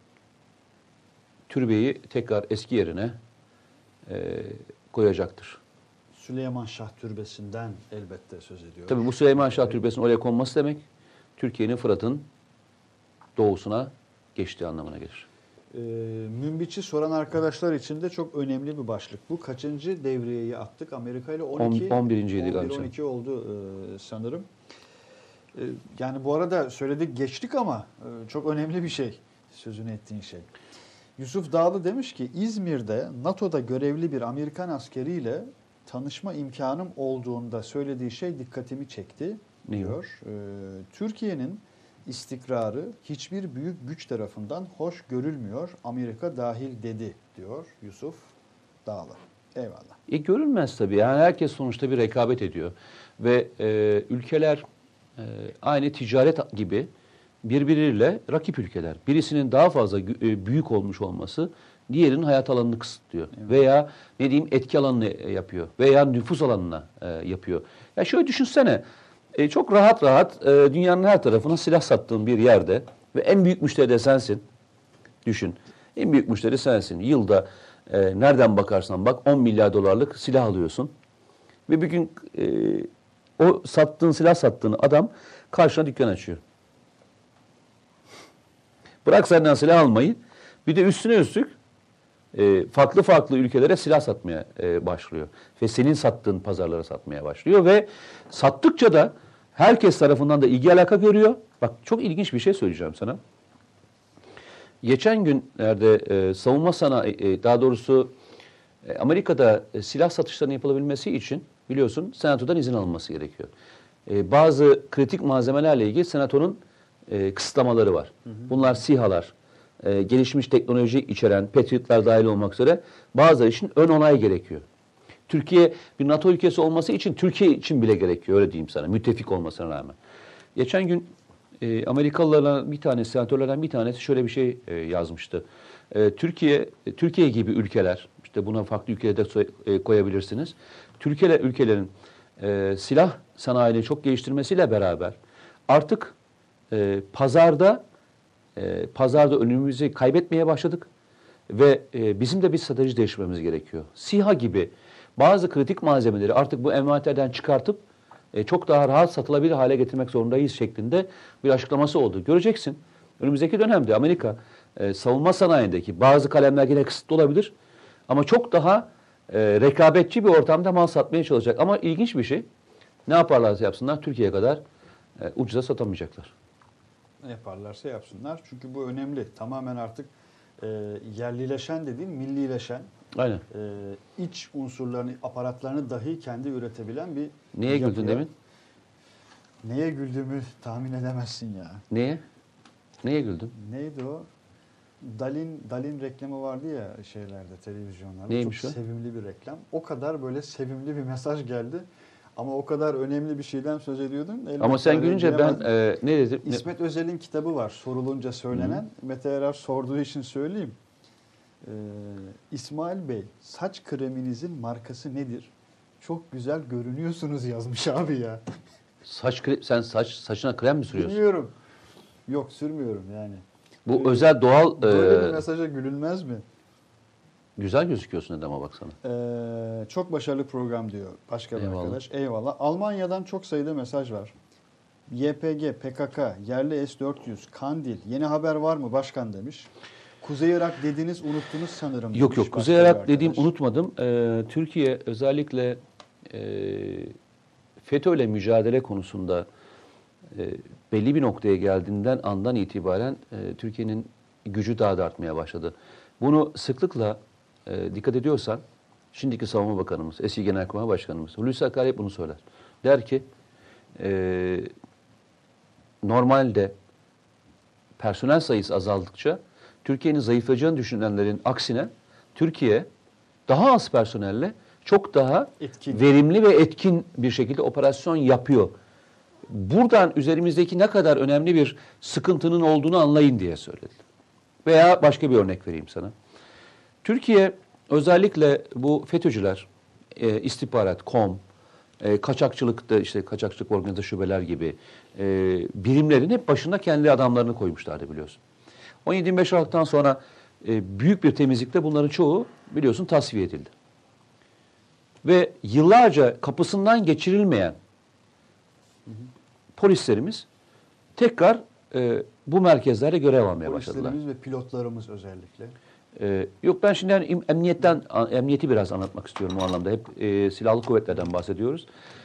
türbeyi tekrar eski yerine koyacaktır. Süleyman Şah Türbesi'nden elbette söz ediyor. Tabii bu Süleyman Şah Türbesi'nin oraya konması demek Türkiye'nin Fırat'ın doğusuna geçtiği anlamına gelir. Münbiç'i soran arkadaşlar için de çok önemli bir başlık. Bu kaçıncı devriyeyi attık? Amerika ile 12. 11. galiba. 12 oldu sanırım. Yani bu arada söyledik geçtik ama çok önemli bir şey sözünü ettiğin şey. Yusuf Dağlı demiş ki İzmir'de NATO'da görevli bir Amerikan askeriyle tanışma imkanım olduğunda söylediği şey dikkatimi çekti diyor. Türkiye'nin istikrarı hiçbir büyük güç tarafından hoş görülmüyor. Amerika dahil dedi diyor Yusuf Dağlı. Eyvallah. Görülmez tabii. Yani herkes sonuçta bir rekabet ediyor. Ve ülkeler aynı ticaret gibi birbiriyle rakip ülkeler. Birisinin daha fazla büyük olmuş olması diğerinin hayat alanını kısıtlıyor. Evet. Veya ne diyeyim etki alanını yapıyor. Veya nüfus alanına yapıyor. Ya şöyle düşünsene. Çok rahat dünyanın her tarafına silah sattığın bir yerde ve en büyük müşteri de sensin. Düşün. En büyük müşteri sensin. Yılda nereden bakarsan bak 10 milyar dolarlık silah alıyorsun. Ve bir gün o silah sattığın adam karşına dükkan açıyor. Bırak senden silah almayı, bir de üstüne üstlük farklı ülkelere silah satmaya başlıyor. Ve senin sattığın pazarlara satmaya başlıyor ve sattıkça da herkes tarafından da ilgi alaka görüyor. Bak çok ilginç bir şey söyleyeceğim sana. Geçen günlerde savunma sanayi, daha doğrusu Amerika'da silah satışlarının yapılabilmesi için biliyorsun senatodan izin alınması gerekiyor. Bazı kritik malzemelerle ilgili senatonun kısıtlamaları var. Bunlar SİHA'lar, gelişmiş teknoloji içeren Patriot'lar dahil olmak üzere bazıları için ön onay gerekiyor. Türkiye bir NATO ülkesi olması için Türkiye için bile gerekiyor öyle diyeyim sana müttefik olmasına rağmen. Geçen gün Amerikalılardan bir tanesi, senatörlerden bir tanesi şöyle bir şey yazmıştı. Türkiye gibi ülkeler, işte buna farklı ülkeleri de koyabilirsiniz. Ülkelerin silah sanayini çok geliştirmesiyle beraber artık pazarda önümüzü kaybetmeye başladık ve bizim de bir strateji değiştirmemiz gerekiyor. SİHA gibi bazı kritik malzemeleri artık bu envanterden çıkartıp çok daha rahat satılabilir hale getirmek zorundayız şeklinde bir açıklaması oldu. Göreceksin önümüzdeki dönemde Amerika savunma sanayindeki bazı kalemler yine kısıtlı olabilir ama çok daha rekabetçi bir ortamda mal satmaya çalışacak. Ama ilginç bir şey, ne yaparlarsa yapsınlar Türkiye'ye kadar ucuza satamayacaklar. Ne yaparlarsa yapsınlar. Çünkü bu önemli. Tamamen artık yerlileşen de değil, millileşen. Aynen. İç unsurlarını, aparatlarını dahi kendi üretebilen bir Neye yapıya. güldün demin? Neye güldüğümü tahmin edemezsin ya. Neye? Neye güldün? Neydi o? Dalin reklamı vardı ya şeylerde, televizyonlarda. Neymiş çok o? sevimli bir reklam. O kadar böyle sevimli bir mesaj geldi. Ama o kadar önemli bir şeyden söz ediyordun. Ama sen gülünce ben ne dedim? İsmet Özel'in kitabı var. Sorulunca söylenen. Mete Erer sorduğu için söyleyeyim. İsmail Bey, saç kreminizin markası nedir? Çok güzel görünüyorsunuz yazmış abi ya. Sen saçına krem mi sürüyorsun? Bilmiyorum. Yok sürmüyorum yani. Bu özel doğal... Böyle bir mesaja gülünmez mi? Güzel gözüküyorsun Edem'e baksana. Çok başarılı program diyor başka bir Eyvallah. arkadaş. Eyvallah. Almanya'dan çok sayıda mesaj var. YPG, PKK, yerli S-400, Kandil. Yeni haber var mı başkan demiş. Kuzey Irak dediniz unuttunuz sanırım. Yok demiş Kuzey başka bir Irak dediğim arkadaş. unutmadım. Türkiye özellikle FETÖ'yle mücadele konusunda belli bir noktaya geldiğinden andan itibaren Türkiye'nin gücü daha da artmaya başladı. Bunu sıklıkla dikkat ediyorsan, şimdiki Savunma Bakanımız, eski Genelkurmay Başkanımız Hulusi Akar hep bunu söyler. Der ki, normalde personel sayısı azaldıkça Türkiye'nin zayıflayacağını düşünenlerin aksine Türkiye daha az personelle çok daha verimli ve etkin bir şekilde operasyon yapıyor. Buradan üzerimizdeki ne kadar önemli bir sıkıntının olduğunu anlayın diye söyledi. Veya başka bir örnek vereyim sana. Türkiye özellikle bu FETÖ'cüler, istihbarat, KOM, kaçakçılıkta işte kaçakçılık organize şubeler gibi birimlerin hep başında kendi adamlarını koymuşlardı biliyorsun. 17-25 Aralık'tan sonra büyük bir temizlikte bunların çoğu biliyorsun tasfiye edildi. Ve yıllarca kapısından geçirilmeyen polislerimiz tekrar bu merkezlerde görev almaya başladılar. Polislerimiz ve pilotlarımız özellikle. Yok ben şimdi yani emniyeti biraz anlatmak istiyorum o anlamda. Hep silahlı kuvvetlerden bahsediyoruz.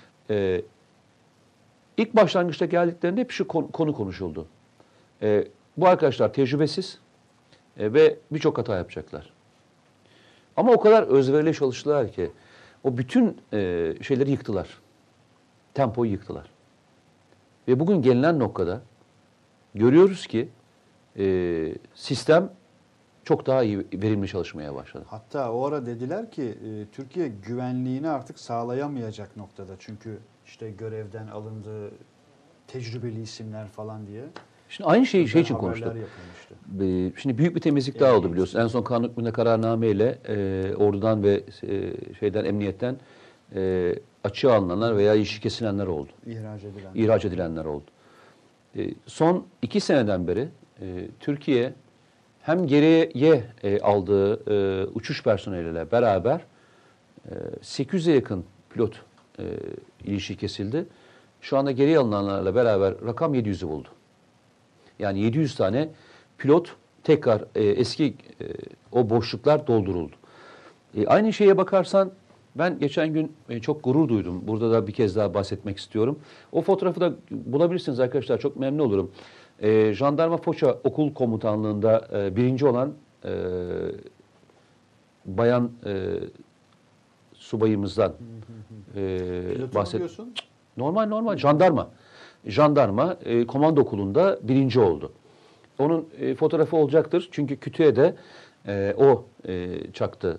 İlk başlangıçta geldiklerinde hep şu konu konuşuldu. Bu arkadaşlar tecrübesiz ve birçok hata yapacaklar. Ama o kadar özverili çalıştılar ki o bütün şeyleri yıktılar. Tempoyu yıktılar. Ve bugün gelinen noktada görüyoruz ki sistem çok daha iyi, verimli çalışmaya başladı. Hatta o ara dediler ki Türkiye güvenliğini artık sağlayamayacak noktada. Çünkü işte görevden alındı, tecrübeli isimler falan diye. Şimdi aynı şey için konuştuk. Yapılmıştı. Şimdi büyük bir temizlik daha oldu biliyorsun. En son kanun hükmünde kararname ile ordudan ve emniyetten açığa alınanlar veya işi kesilenler oldu. İhraç edilenler oldu. Son 2 seneden beri Türkiye hem geriye aldığı uçuş personeliyle beraber 800'e yakın pilot ilişki kesildi. Şu anda geriye alınanlarla beraber rakam 700'ü buldu. Yani 700 tane pilot tekrar eski o boşluklar dolduruldu. Aynı şeye bakarsan ben geçen gün çok gurur duydum. Burada da bir kez daha bahsetmek istiyorum. O fotoğrafı da bulabilirsiniz arkadaşlar. Çok memnun olurum. Jandarma Foça Okul Komutanlığı'nda birinci olan bayan subayımızdan bahsediyorsun. Normal jandarma. Jandarma komando okulunda birinci oldu. Onun fotoğrafı olacaktır. Çünkü kütüğe o çaktı.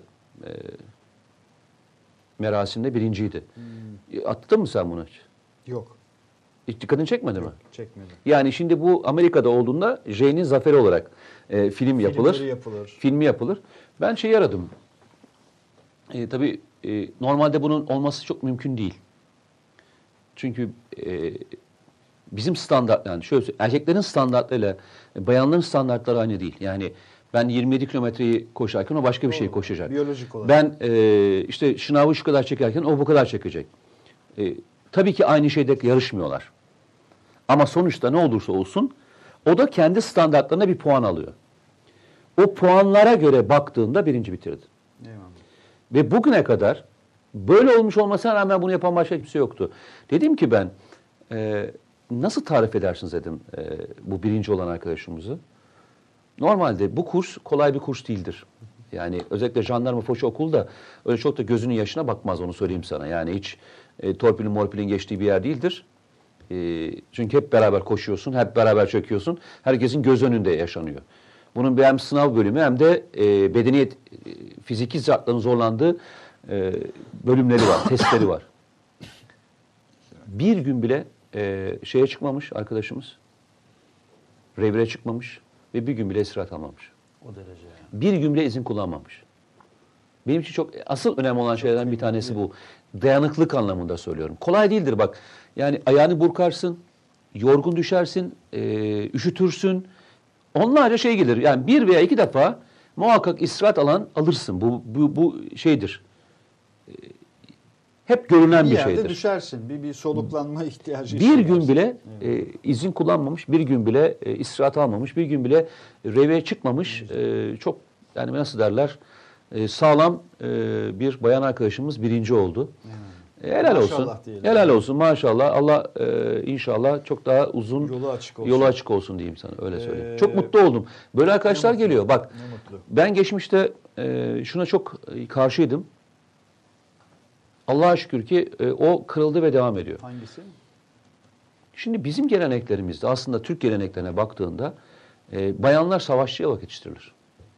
Merasimde birinciydi. Attın mı sen bunu hiç? Yok. Hiç dikkatini çekmedi mi? Çekmedi. Yani şimdi bu Amerika'da olduğunda J'nin zaferi olarak film yapılır. Filmi yapılır. Ben şeyi aradım. Tabii normalde bunun olması çok mümkün değil. Çünkü bizim standart yani şöyle erkeklerin standartlarıyla bayanların standartları aynı değil. Yani ben 27 kilometreyi koşarken o başka bir şey koşacak. Biyolojik olarak. Ben işte şınavı şu kadar çekerken o bu kadar çekecek. Tabii ki aynı şeyde yarışmıyorlar. Ama sonuçta ne olursa olsun o da kendi standartlarına bir puan alıyor. O puanlara göre baktığında birinci bitirdi. Eyvallah. Ve bugüne kadar böyle olmuş olmasına rağmen bunu yapan başka kimse yoktu. Dedim ki ben nasıl tarif edersiniz dedim bu birinci olan arkadaşımızı. Normalde bu kurs kolay bir kurs değildir. Yani özellikle jandarma Foça okulu da öyle çok da gözünün yaşına bakmaz onu söyleyeyim sana. Yani hiç torpilin morpilin geçtiği bir yer değildir. Çünkü hep beraber koşuyorsun, hep beraber çöküyorsun. Herkesin göz önünde yaşanıyor. Bunun bir hem sınav bölümü hem de bedeniyet, fiziki şartların zorlandığı bölümleri var, testleri var. Bir gün bile şeye çıkmamış arkadaşımız, revire çıkmamış ve bir gün bile istirahat almamış. O derece yani. Bir gün bile izin kullanmamış. Benim için çok asıl önemli olan şeylerden bir tanesi bu. Dayanıklık anlamında söylüyorum. Kolay değildir bak. Yani ayağını burkarsın, yorgun düşersin, üşütürsün. Onlarca şey gelir. Yani 1 veya 2 defa muhakkak istirahat alırsın. Bu şeydir. Hep görünen bir şeydir. Bir yerde düşersin. Bir soluklanma ihtiyacı. Bir gün bile izin kullanmamış, bir gün bile istirahat almamış, bir gün bile reveye çıkmamış. Çok yani nasıl derler sağlam bir bayan arkadaşımız birinci oldu. Helal olsun. Maşallah diyelim. Helal olsun maşallah. Allah inşallah çok daha uzun Yolu açık olsun. diyeyim sana öyle söyleyeyim. Çok mutlu oldum. Böyle arkadaşlar geliyor. Bak Ne mutlu. ben geçmişte şuna çok karşıydım. Allah'a şükür ki o kırıldı ve devam ediyor. Hangisi? Şimdi bizim geleneklerimizde aslında Türk geleneklerine baktığında bayanlar savaşçıya vakit yetiştirilir.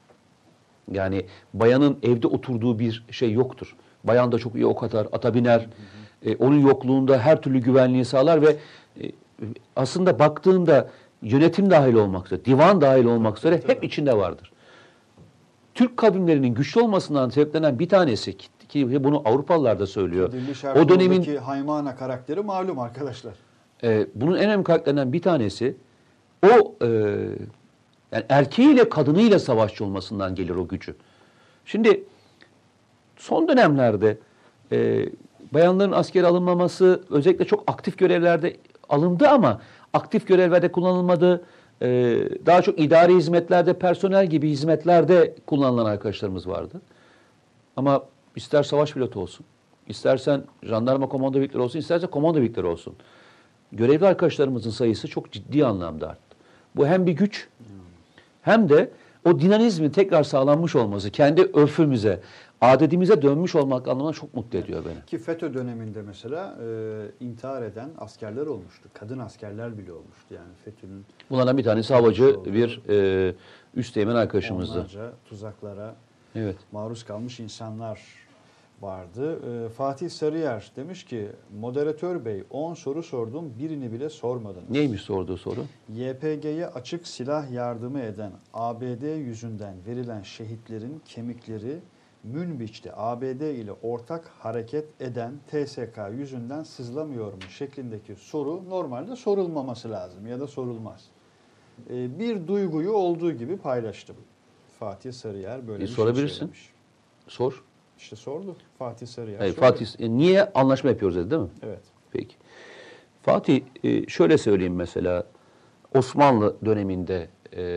Yani bayanın evde oturduğu bir şey yoktur. Bayan da çok iyi ok atar, ata biner. Onun yokluğunda her türlü güvenliği sağlar ve aslında baktığında yönetim dahil olmak üzere, divan dahil olmak üzere hep içinde vardır. Türk kavimlerinin güçlü olmasından sebeplenen bir tanesi ki bunu Avrupalılar da söylüyor. O dönemin Haymana karakteri malum arkadaşlar. Bunun en önemli karakterlerinden bir tanesi o yani erkeğiyle kadınıyla savaşçı olmasından gelir o gücü. Şimdi son dönemlerde bayanların askere alınmaması özellikle çok aktif görevlerde alındı ama aktif görevlerde kullanılmadı. Daha çok idari hizmetlerde, personel gibi hizmetlerde kullanılan arkadaşlarımız vardı. Ama ister savaş pilotu olsun, istersen jandarma komando birlikleri olsun, isterse komando birlikleri olsun. Görevli arkadaşlarımızın sayısı çok ciddi anlamda arttı. Bu hem bir güç hem de o dinamizmin tekrar sağlanmış olması, kendi örfümüze, adetimize dönmüş olmak anlamında çok mutlu ediyor beni. Ki FETÖ döneminde mesela intihar eden askerler olmuştu. Kadın askerler bile olmuştu yani FETÖ'nün. Bunlardan bir tanesi havacı bir üsteğmen arkadaşımızdı. Onlarca tuzaklara Evet. maruz kalmış insanlar vardı. Fatih Sarıyer demiş ki moderatör bey 10 soru sordum birini bile sormadınız. Neymiş sorduğu soru? YPG'ye açık silah yardımı eden ABD yüzünden verilen şehitlerin kemikleri Münbiç'te ABD ile ortak hareket eden TSK yüzünden sızlamıyor mu şeklindeki soru normalde sorulmaması lazım ya da sorulmaz. Bir duyguyu olduğu gibi paylaştım. Fatih Sarıyer böyle bir sorabilirsin. şey söylemiş. Sor. İşte sordu Fatih Sarıyer. Hayır, Fatih niye anlaşma yapıyoruz dedi değil mi? Evet. Peki. Fatih şöyle söyleyeyim mesela Osmanlı döneminde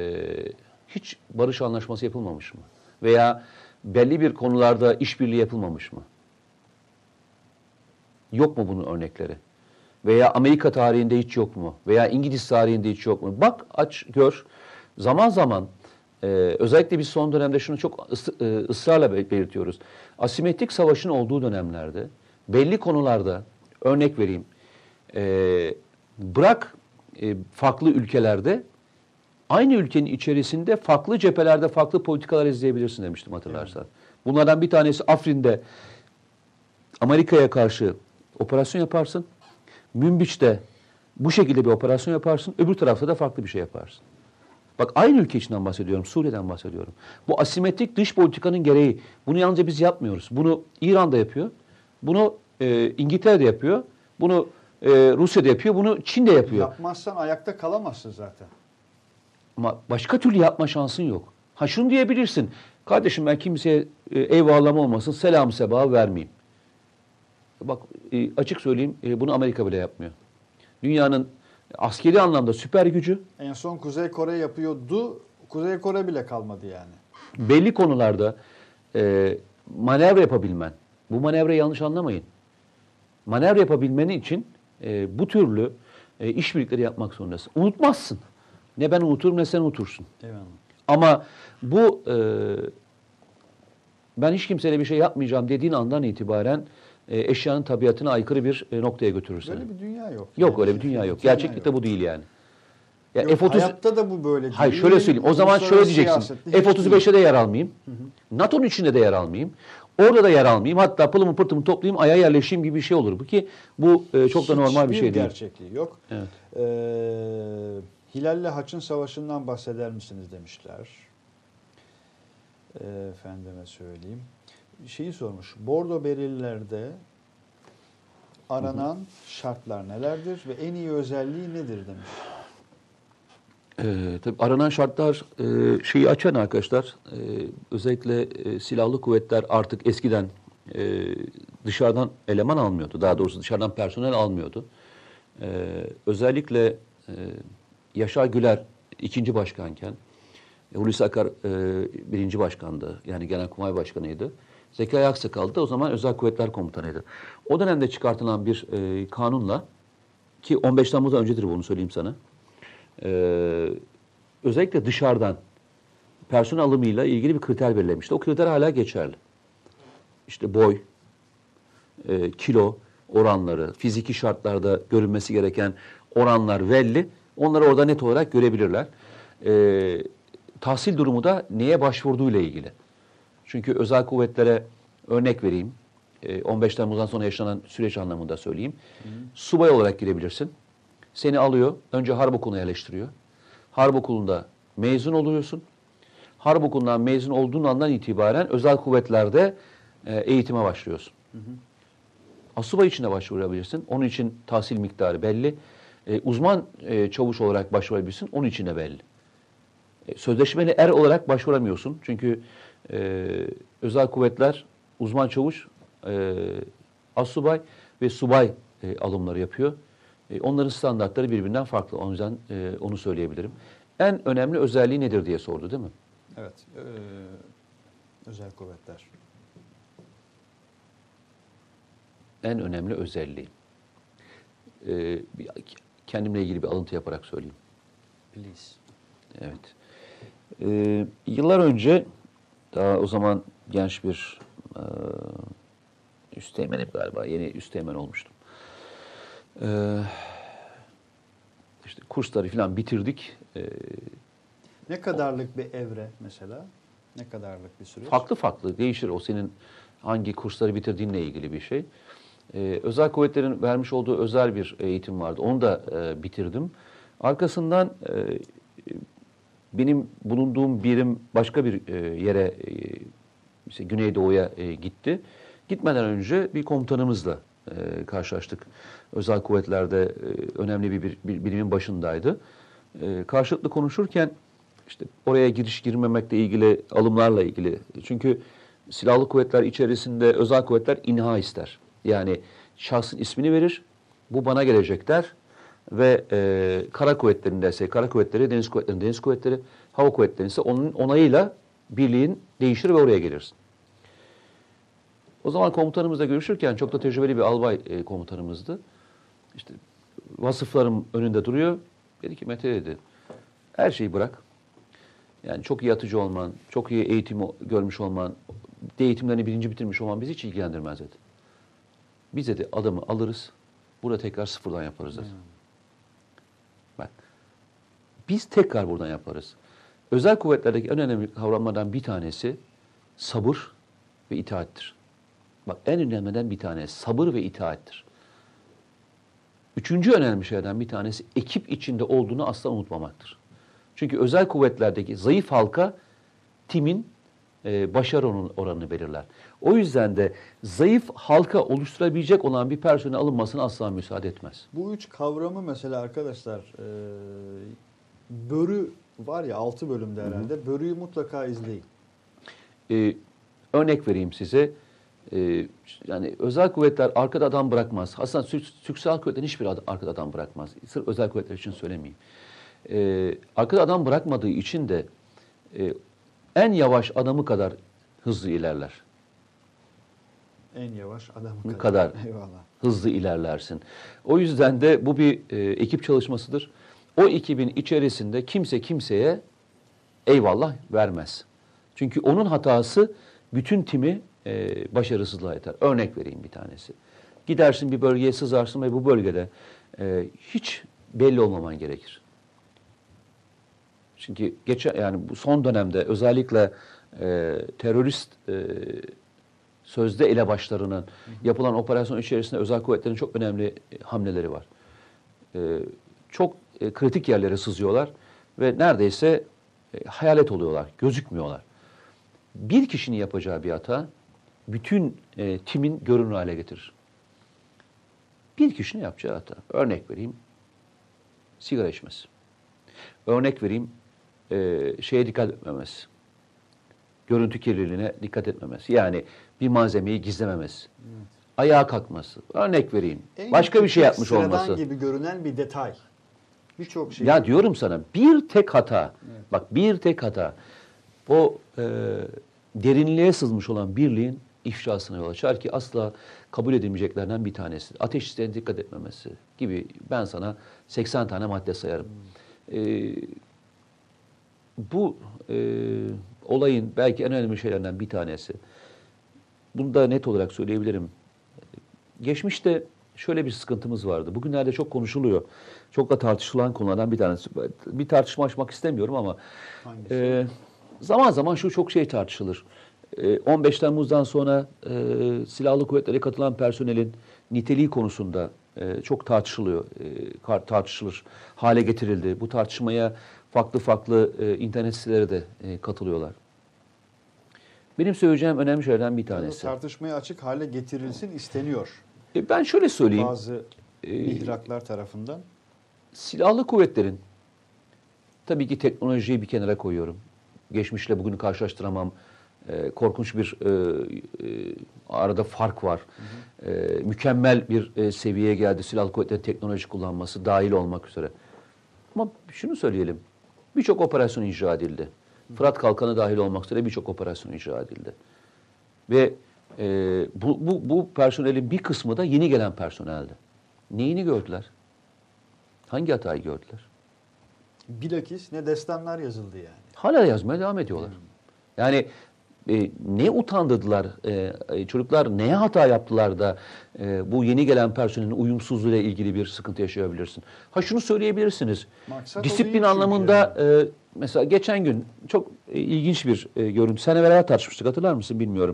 hiç barış anlaşması yapılmamış mı? Veya belli bir konularda işbirliği yapılmamış mı? Yok mu bunun örnekleri? Veya Amerika tarihinde hiç yok mu? Veya İngiliz tarihinde hiç yok mu? Bak aç gör. Zaman zaman özellikle biz son dönemde şunu çok ısrarla belirtiyoruz. Asimetrik savaşın olduğu dönemlerde belli konularda örnek vereyim. Bırak farklı ülkelerde aynı ülkenin içerisinde farklı cephelerde farklı politikalar izleyebilirsin demiştim hatırlarsan. Bunlardan bir tanesi Afrin'de Amerika'ya karşı operasyon yaparsın. Münbiç'te bu şekilde bir operasyon yaparsın. Öbür tarafta da farklı bir şey yaparsın. Bak aynı ülke içinden bahsediyorum. Suriye'den bahsediyorum. Bu asimetrik dış politikanın gereği. Bunu yalnızca biz yapmıyoruz. Bunu İran'da yapıyor. Bunu İngiltere'de yapıyor. Bunu Rusya'da yapıyor. Bunu Çin'de yapıyor. Yapmazsan ayakta kalamazsın zaten. Ama başka türlü yapma şansın yok. Ha şunu diyebilirsin. Kardeşim ben kimseye eyvallahım olmasın, selam sebahı vermeyeyim. Bak açık söyleyeyim bunu Amerika bile yapmıyor. Dünyanın askeri anlamda süper gücü. En son Kuzey Kore yapıyordu. Kuzey Kore bile kalmadı yani. Belli konularda manevra yapabilmen. Bu manevrayı yanlış anlamayın. Manevra yapabilmeni için bu türlü işbirlikleri yapmak zorundasın. Unutmazsın. Ne ben unuturum ne sen unutursun. Eyvallah. Ama bu ben hiç kimseyle bir şey yapmayacağım dediğin andan itibaren eşyanın tabiatına aykırı bir noktaya götürür seni. Böyle bir dünya yok. Yok öyle bir dünya yok. Gerçeklikte bu değil yani. Ya Yok, hayatta da bu böyle değil. Hayır şöyle söyleyeyim. O zaman şöyle diyeceksin. Siyasette hiç F-35'te de yer almayayım. NATO'nun içinde de yer almayayım. Orada da yer almayayım. Hatta pılımı pırtımı toplayayım, aya yerleşeyim gibi bir şey olur. Bu ki bu çok da normal bir şey değil. Gerçekliği yok. Evet. Hilal'le Haç'ın savaşından bahseder misiniz demişler. Efendime söyleyeyim. Şeyi sormuş. Bordo berililerde aranan şartlar nelerdir ve en iyi özelliği nedir demiş. Tabii aranan şartlar şeyi açan arkadaşlar özellikle silahlı kuvvetler artık eskiden dışarıdan eleman almıyordu. Daha doğrusu dışarıdan personel almıyordu. Özellikle Yaşar Güler 2. başkanken Hulusi Akar 1. başkandı. Yani Genelkurmay Başkanıydı. Zekai Aksakal da o zaman Özel Kuvvetler Komutanıydı. O dönemde çıkartılan bir kanunla, ki 15 Temmuz'dan öncedir bunu söyleyeyim sana, özellikle dışarıdan personel alımıyla ilgili bir kriter belirlemişti. O kriter hala geçerli. İşte boy, kilo oranları, fiziki şartlarda görülmesi gereken oranlar belli. Onları orada net olarak görebilirler. Tahsil durumu da neye başvurduğuyla ilgili. Çünkü özel kuvvetlere örnek vereyim. 15 Temmuz'dan sonra yaşanan süreç anlamında söyleyeyim. Subay olarak girebilirsin. Seni alıyor, önce harp okuluna yerleştiriyor. Harp okulunda mezun oluyorsun. Harp okulundan mezun olduğun andan itibaren özel kuvvetlerde eğitime başlıyorsun. Asubay için de başvurabilirsin. Onun için tahsil miktarı belli. Uzman çavuş olarak başvurabilirsin. Onun için de belli. Sözleşmeli er olarak başvuramıyorsun. Çünkü özel kuvvetler uzman çavuş, assubay ve subay alımları yapıyor. Onların standartları birbirinden farklı. O yüzden onu söyleyebilirim. En önemli özelliği nedir diye sordu, değil mi? Evet. Özel kuvvetler. En önemli özelliği. Kendimle ilgili bir alıntı yaparak söyleyeyim. Please. Evet. Yıllar önce, daha o zaman genç bir üsteğmenim galiba, yeni üsteğmen olmuştum. İşte kursları falan bitirdik. Ne kadarlık bir evre mesela? Ne kadarlık bir süreç? Farklı farklı değişir. O senin hangi kursları bitirdiğinle ilgili bir şey. Özel kuvvetlerin vermiş olduğu özel bir eğitim vardı. Onu da bitirdim. Arkasından benim bulunduğum birim başka bir yere, işte Güneydoğu'ya gitti. Gitmeden önce bir komutanımızla karşılaştık. Özel kuvvetlerde önemli bir birimin başındaydı. Karşılıklı konuşurken işte oraya giriş girmemekle ilgili, alımlarla ilgili. Çünkü silahlı kuvvetler içerisinde özel kuvvetler inha ister. Yani şahsın ismini verir, bu bana gelecek der ve kara kuvvetlerindeyse kara kuvvetleri, deniz kuvvetlerinde deniz kuvvetleri, hava kuvvetleri ise onun onayıyla birliğin değişir ve oraya gelirsin. O zaman komutanımızla görüşürken çok da tecrübeli bir albay komutanımızdı. İşte vasıflarım önünde duruyor. Dedi ki Mete dedi, her şeyi bırak. Yani çok iyi atıcı olman, çok iyi eğitim görmüş olman, eğitimlerini birinci bitirmiş olman bizi hiç ilgilendirmez dedi. Biz dedi adamı alırız, burada tekrar sıfırdan yaparız dedi. Bak, biz tekrar buradan yaparız. Özel kuvvetlerdeki en önemli kavramlardan bir tanesi sabır ve itaattir. Bak, en önemliden bir tanesi sabır ve itaattir. Üçüncü önemli şeylerden bir tanesi ekip içinde olduğunu asla unutmamaktır. Çünkü özel kuvvetlerdeki zayıf halka timin başarı oranını belirler. O yüzden de zayıf halka oluşturabilecek olan bir personel alınmasına asla müsaade etmez. Bu üç kavramı mesela arkadaşlar, börü var ya 6 bölümde herhalde. Hı hı. Börüyü mutlaka izleyin. Örnek vereyim size. Yani özel kuvvetler arkada adam bırakmaz. Aslında Türk Silahlı Kuvvetleri'nin hiçbir arkada adam bırakmaz. Sırf özel kuvvetler için söylemeyeyim. Arkada adam bırakmadığı için de en yavaş adamı kadar hızlı ilerler. En yavaş adamı kadar eyvallah, hızlı ilerlersin. O yüzden de bu bir ekip çalışmasıdır. O ekibin içerisinde kimse kimseye eyvallah vermez. Çünkü onun hatası bütün timi başarısızlığa iter. Örnek vereyim bir tanesi. Gidersin bir bölgeye sızarsın ve bu bölgede hiç belli olmaman gerekir. Çünkü yani bu son dönemde özellikle terörist sözde elebaşlarının yapılan operasyon içerisinde özel kuvvetlerin çok önemli hamleleri var. Çok kritik yerlere sızıyorlar ve neredeyse hayalet oluyorlar, gözükmüyorlar. Bir kişinin yapacağı bir hata bütün timin görünür hale getirir. Bir kişinin yapacağı hata. Örnek vereyim, sigara içmesi. Örnek vereyim, şeye dikkat etmemesi. Görüntü kirliliğine dikkat etmemesi. Yani bir malzemeyi gizlememesi. Evet. Ayağa kalkması. Örnek vereyim. Başka bir şey yapmış olması. Sıradan gibi görünen bir detay. Birçok şey. Ya diyorum sana bir tek hata. Evet. Bak bir tek hata. O derinliğe sızmış olan birliğin ifşasına yol açar ki asla kabul edilmeyeceklerden bir tanesi. Ateş isteğine dikkat etmemesi gibi ben sana 80 tane madde sayarım. Bu olayın belki en önemli şeylerden bir tanesi. Bunu da net olarak söyleyebilirim. Geçmişte şöyle bir sıkıntımız vardı. Bugünlerde çok konuşuluyor. Çok da tartışılan konulardan bir tanesi. Bir tartışma açmak istemiyorum ama zaman zaman şu çok şey tartışılır. 15 Temmuz'dan sonra silahlı kuvvetlere katılan personelin niteliği konusunda çok tartışılıyor. Tartışılır hale getirildi. Bu tartışmaya farklı internet siteleri de katılıyorlar. Benim söyleyeceğim önemli şeylerden bir tanesi. Tartışmaya açık hale getirilsin isteniyor. Ben şöyle söyleyeyim. Bazı mihraklar tarafından. Silahlı kuvvetlerin, tabii ki teknolojiyi bir kenara koyuyorum. Geçmişle bugünü karşılaştıramam. Korkunç bir arada fark var. Mükemmel bir seviyeye geldi silahlı kuvvetlerin teknoloji kullanması dahil olmak üzere. Ama şunu söyleyelim. Birçok operasyon icra edildi. Fırat Kalkanı dahil olmak üzere birçok operasyon icra edildi. Ve bu personelin bir kısmı da yeni gelen personeldi. Neyini gördüler? Hangi hatayı gördüler? Bilakis ne destanlar yazıldı yani. Hala yazmaya devam ediyorlar. Yani ne utandırdılar? Çocuklar neye hata yaptılar da bu yeni gelen personelin uyumsuzluğuyla ilgili bir sıkıntı yaşayabilirsin? Ha şunu söyleyebilirsiniz. Maksat Disiplin anlamında mesela geçen gün çok ilginç bir görüntü. Seninle beraber tartışmıştık, hatırlar mısın bilmiyorum.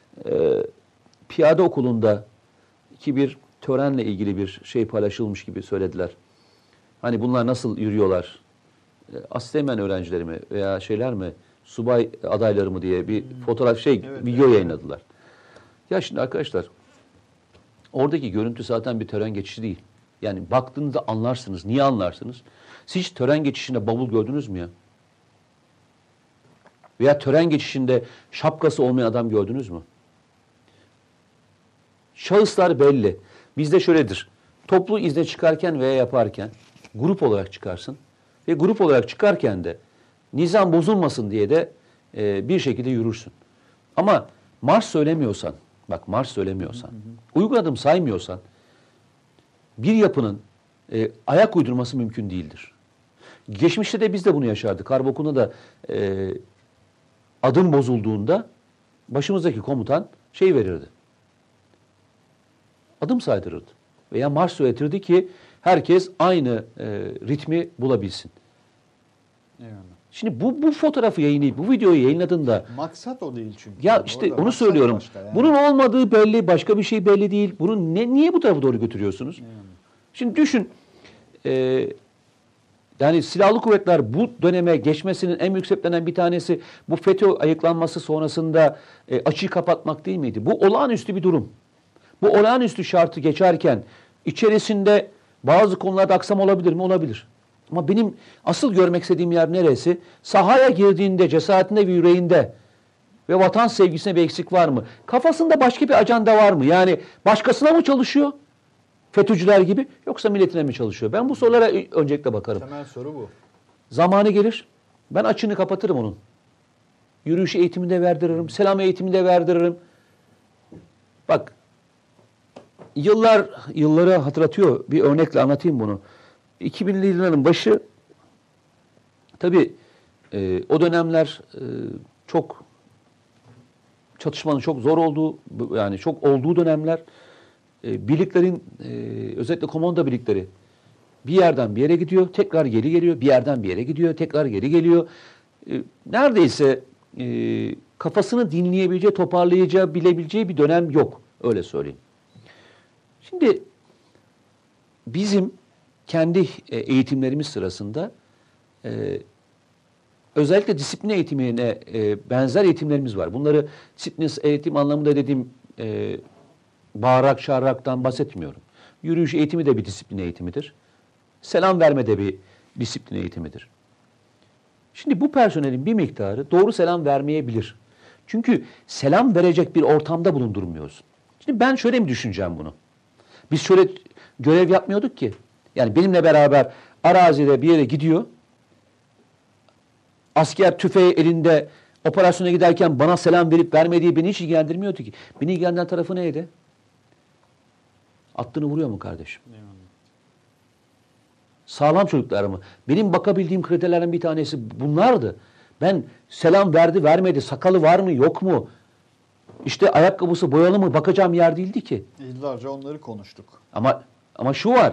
Piyade okulunda bir törenle ilgili bir şey paylaşılmış gibi söylediler. Hani bunlar nasıl yürüyorlar? Asteğmen öğrencileri mi veya şeyler mi? Subay adayları mı diye bir fotoğraf video yayınladılar. Ya şimdi arkadaşlar oradaki görüntü zaten bir tören geçişi değil. Yani baktığınızda anlarsınız. Niye anlarsınız? Siz hiç tören geçişinde bavul gördünüz mü ya? Veya tören geçişinde şapkası olmayan adam gördünüz mü? Şahıslar belli. Bizde şöyledir. Toplu izne çıkarken veya yaparken grup olarak çıkarsın. Ve grup olarak çıkarken de nizam bozulmasın diye de bir şekilde yürürsün. Ama marş söylemiyorsan, bak marş söylemiyorsan, uygun adım saymıyorsan bir yapının ayak uydurması mümkün değildir. Geçmişte de biz de bunu yaşardık. Harp okulunda da adım bozulduğunda başımızdaki komutan şey verirdi. Adım saydırırdı. Veya marş söyletirdi ki herkes aynı ritmi bulabilsin. Eyvallah. Şimdi bu fotoğrafı yayınlayıp bu videoyu yayınladığında Maksat o değil çünkü. ya işte Orada onu söylüyorum. yani. Bunun olmadığı belli, başka bir şey belli değil. Bunu niye bu tarafa doğru götürüyorsunuz? Şimdi düşün. Yani silahlı kuvvetler bu döneme geçmesinin en büyük sebeplerinden bir tanesi bu FETÖ ayıklanması sonrasında açığı kapatmak değil miydi? Bu olağanüstü bir durum. Bu olağanüstü şartı geçerken içerisinde bazı konularda aksam olabilir mi? Olabilir. Ama benim asıl görmek istediğim yer neresi? Sahaya girdiğinde, cesaretinde ve yüreğinde ve vatan sevgisine bir eksik var mı? Kafasında başka bir ajanda var mı? Yani başkasına mı çalışıyor? FETÖ'cüler gibi, yoksa milletine mi çalışıyor? Ben bu sorulara öncelikle bakarım. Temel soru bu. Zamanı gelir, ben açığını kapatırım onun. Yürüyüş eğitimini de verdiririm, selam eğitimini de verdiririm. Bak, yılları hatırlatıyor. Bir örnekle anlatayım bunu. 2000'li yılların başı, tabii o dönemler çok çatışmanın çok zor olduğu, yani çok olduğu dönemler. Birliklerin, özellikle komando birlikleri bir yerden bir yere gidiyor, tekrar geri geliyor, bir yerden bir yere gidiyor, tekrar geri geliyor. Neredeyse kafasını dinleyebileceği, toparlayacağı, bilebileceği bir dönem yok, öyle söyleyeyim. Şimdi bizim kendi eğitimlerimiz sırasında özellikle disiplin eğitimine benzer eğitimlerimiz var. Bunları disiplin eğitim anlamında dediğim bağırarak çağıraraktan bahsetmiyorum. Yürüyüş eğitimi de bir disiplin eğitimidir. Selam verme de bir disiplin eğitimidir. Şimdi bu personelin bir miktarı doğru selam vermeyebilir. Çünkü selam verecek bir ortamda bulundurmuyorsun. Şimdi ben şöyle mi düşüneceğim bunu? Biz şöyle görev yapmıyorduk ki. Yani benimle beraber arazide bir yere gidiyor. Asker tüfeği elinde Operasyona giderken bana selam verip vermediği beni hiç ilgilendirmiyordu ki. Beni ilgilendiren tarafı neydi? Attığını vuruyor mu kardeşim? Sağlam çocuklar mı? Benim bakabildiğim kriterlerden bir tanesi bunlardı. Ben selam verdi vermedi, sakalı var mı yok mu? İşte ayakkabısı boyalı mı bakacağım yer değildi ki. Yıllarca onları konuştuk. Ama şu var.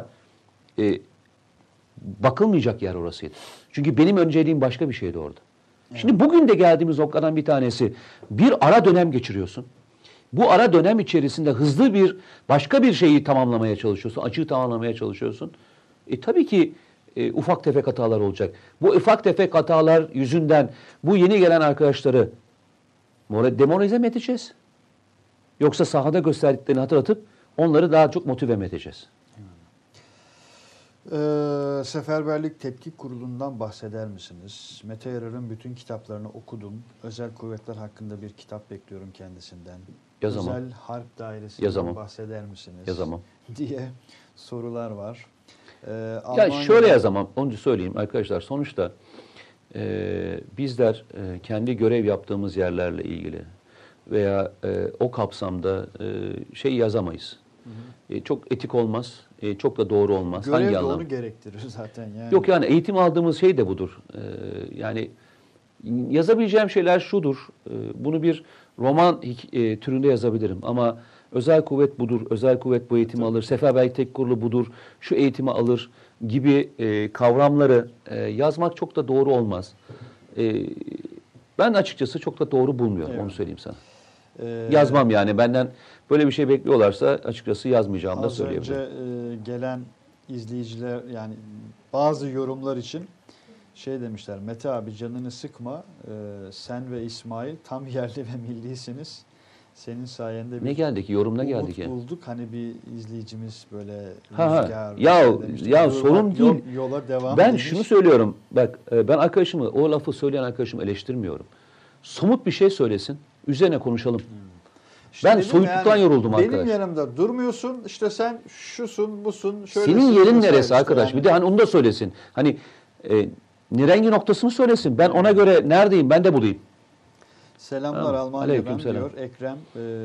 Bakılmayacak yer orasıydı. Çünkü benim önceliğim başka bir şeydi orada. Evet. Şimdi bugün de geldiğimiz noktadan bir tanesi. Bir ara dönem geçiriyorsun. Bu ara dönem içerisinde hızlı bir başka bir şeyi tamamlamaya çalışıyorsun. Açığı tamamlamaya çalışıyorsun. Tabii ki ufak tefek hatalar olacak. Bu ufak tefek hatalar yüzünden bu yeni gelen arkadaşları demoralize mi edeceğiz? Yoksa sahada gösterdiklerini hatırlatıp onları daha çok motive mi edeceğiz? Seferberlik Tetkik Kurulu'ndan bahseder misiniz? Mete Yarar'ın bütün kitaplarını okudum. Özel kuvvetler hakkında bir kitap bekliyorum kendisinden. Yazamam. Özel Harp Dairesi'nden bahseder misiniz? Yazamam. Diye sorular var. Ya şöyle yazamam. Onu söyleyeyim arkadaşlar. Sonuçta bizler kendi görev yaptığımız yerlerle ilgili veya o kapsamda şey yazamayız. Çok etik olmaz. Çok da doğru olmaz. Görev hangi de anlam? onu gerektirir zaten. Yani. Yok yani eğitim aldığımız şey de budur. Yani yazabileceğim şeyler şudur. Bunu bir roman türünde yazabilirim ama özel kuvvet budur. Özel kuvvet bu eğitimi alır. Seferberlik Tetkik Kurulu budur. Şu eğitimi alır gibi kavramları yazmak çok da doğru olmaz. Ben açıkçası çok da doğru bulmuyorum. Evet. Onu söyleyeyim sana. Yazmam yani. Benden böyle bir şey bekliyorlarsa açıkçası yazmayacağımı da söyleyebilirim. Az önce gelen izleyiciler yani bazı yorumlar için şey demişler. Mete abi canını sıkma. Sen ve İsmail tam yerli ve millisiniz. Senin sayende bir ne geldi ki? Yorum ne geldi ki? bulduk. Hani bir izleyicimiz böyle ya sorun değil. Yola devam ben demiş. Şunu söylüyorum. Bak ben arkadaşımı, o lafı söyleyen arkadaşımı eleştirmiyorum. Somut bir şey söylesin. Üzerine konuşalım. İşte ben soyutluktan yoruldum benim arkadaş. Benim yanımda durmuyorsun. İşte sen şusun, busun. Senin yerin neresi arkadaş? Yani. Bir de hani onu da söylesin. Hani rengi noktasını söylesin. Ben ona göre neredeyim? Ben de bulayım. Selamlar tamam. Almanya'dan diyor Ekrem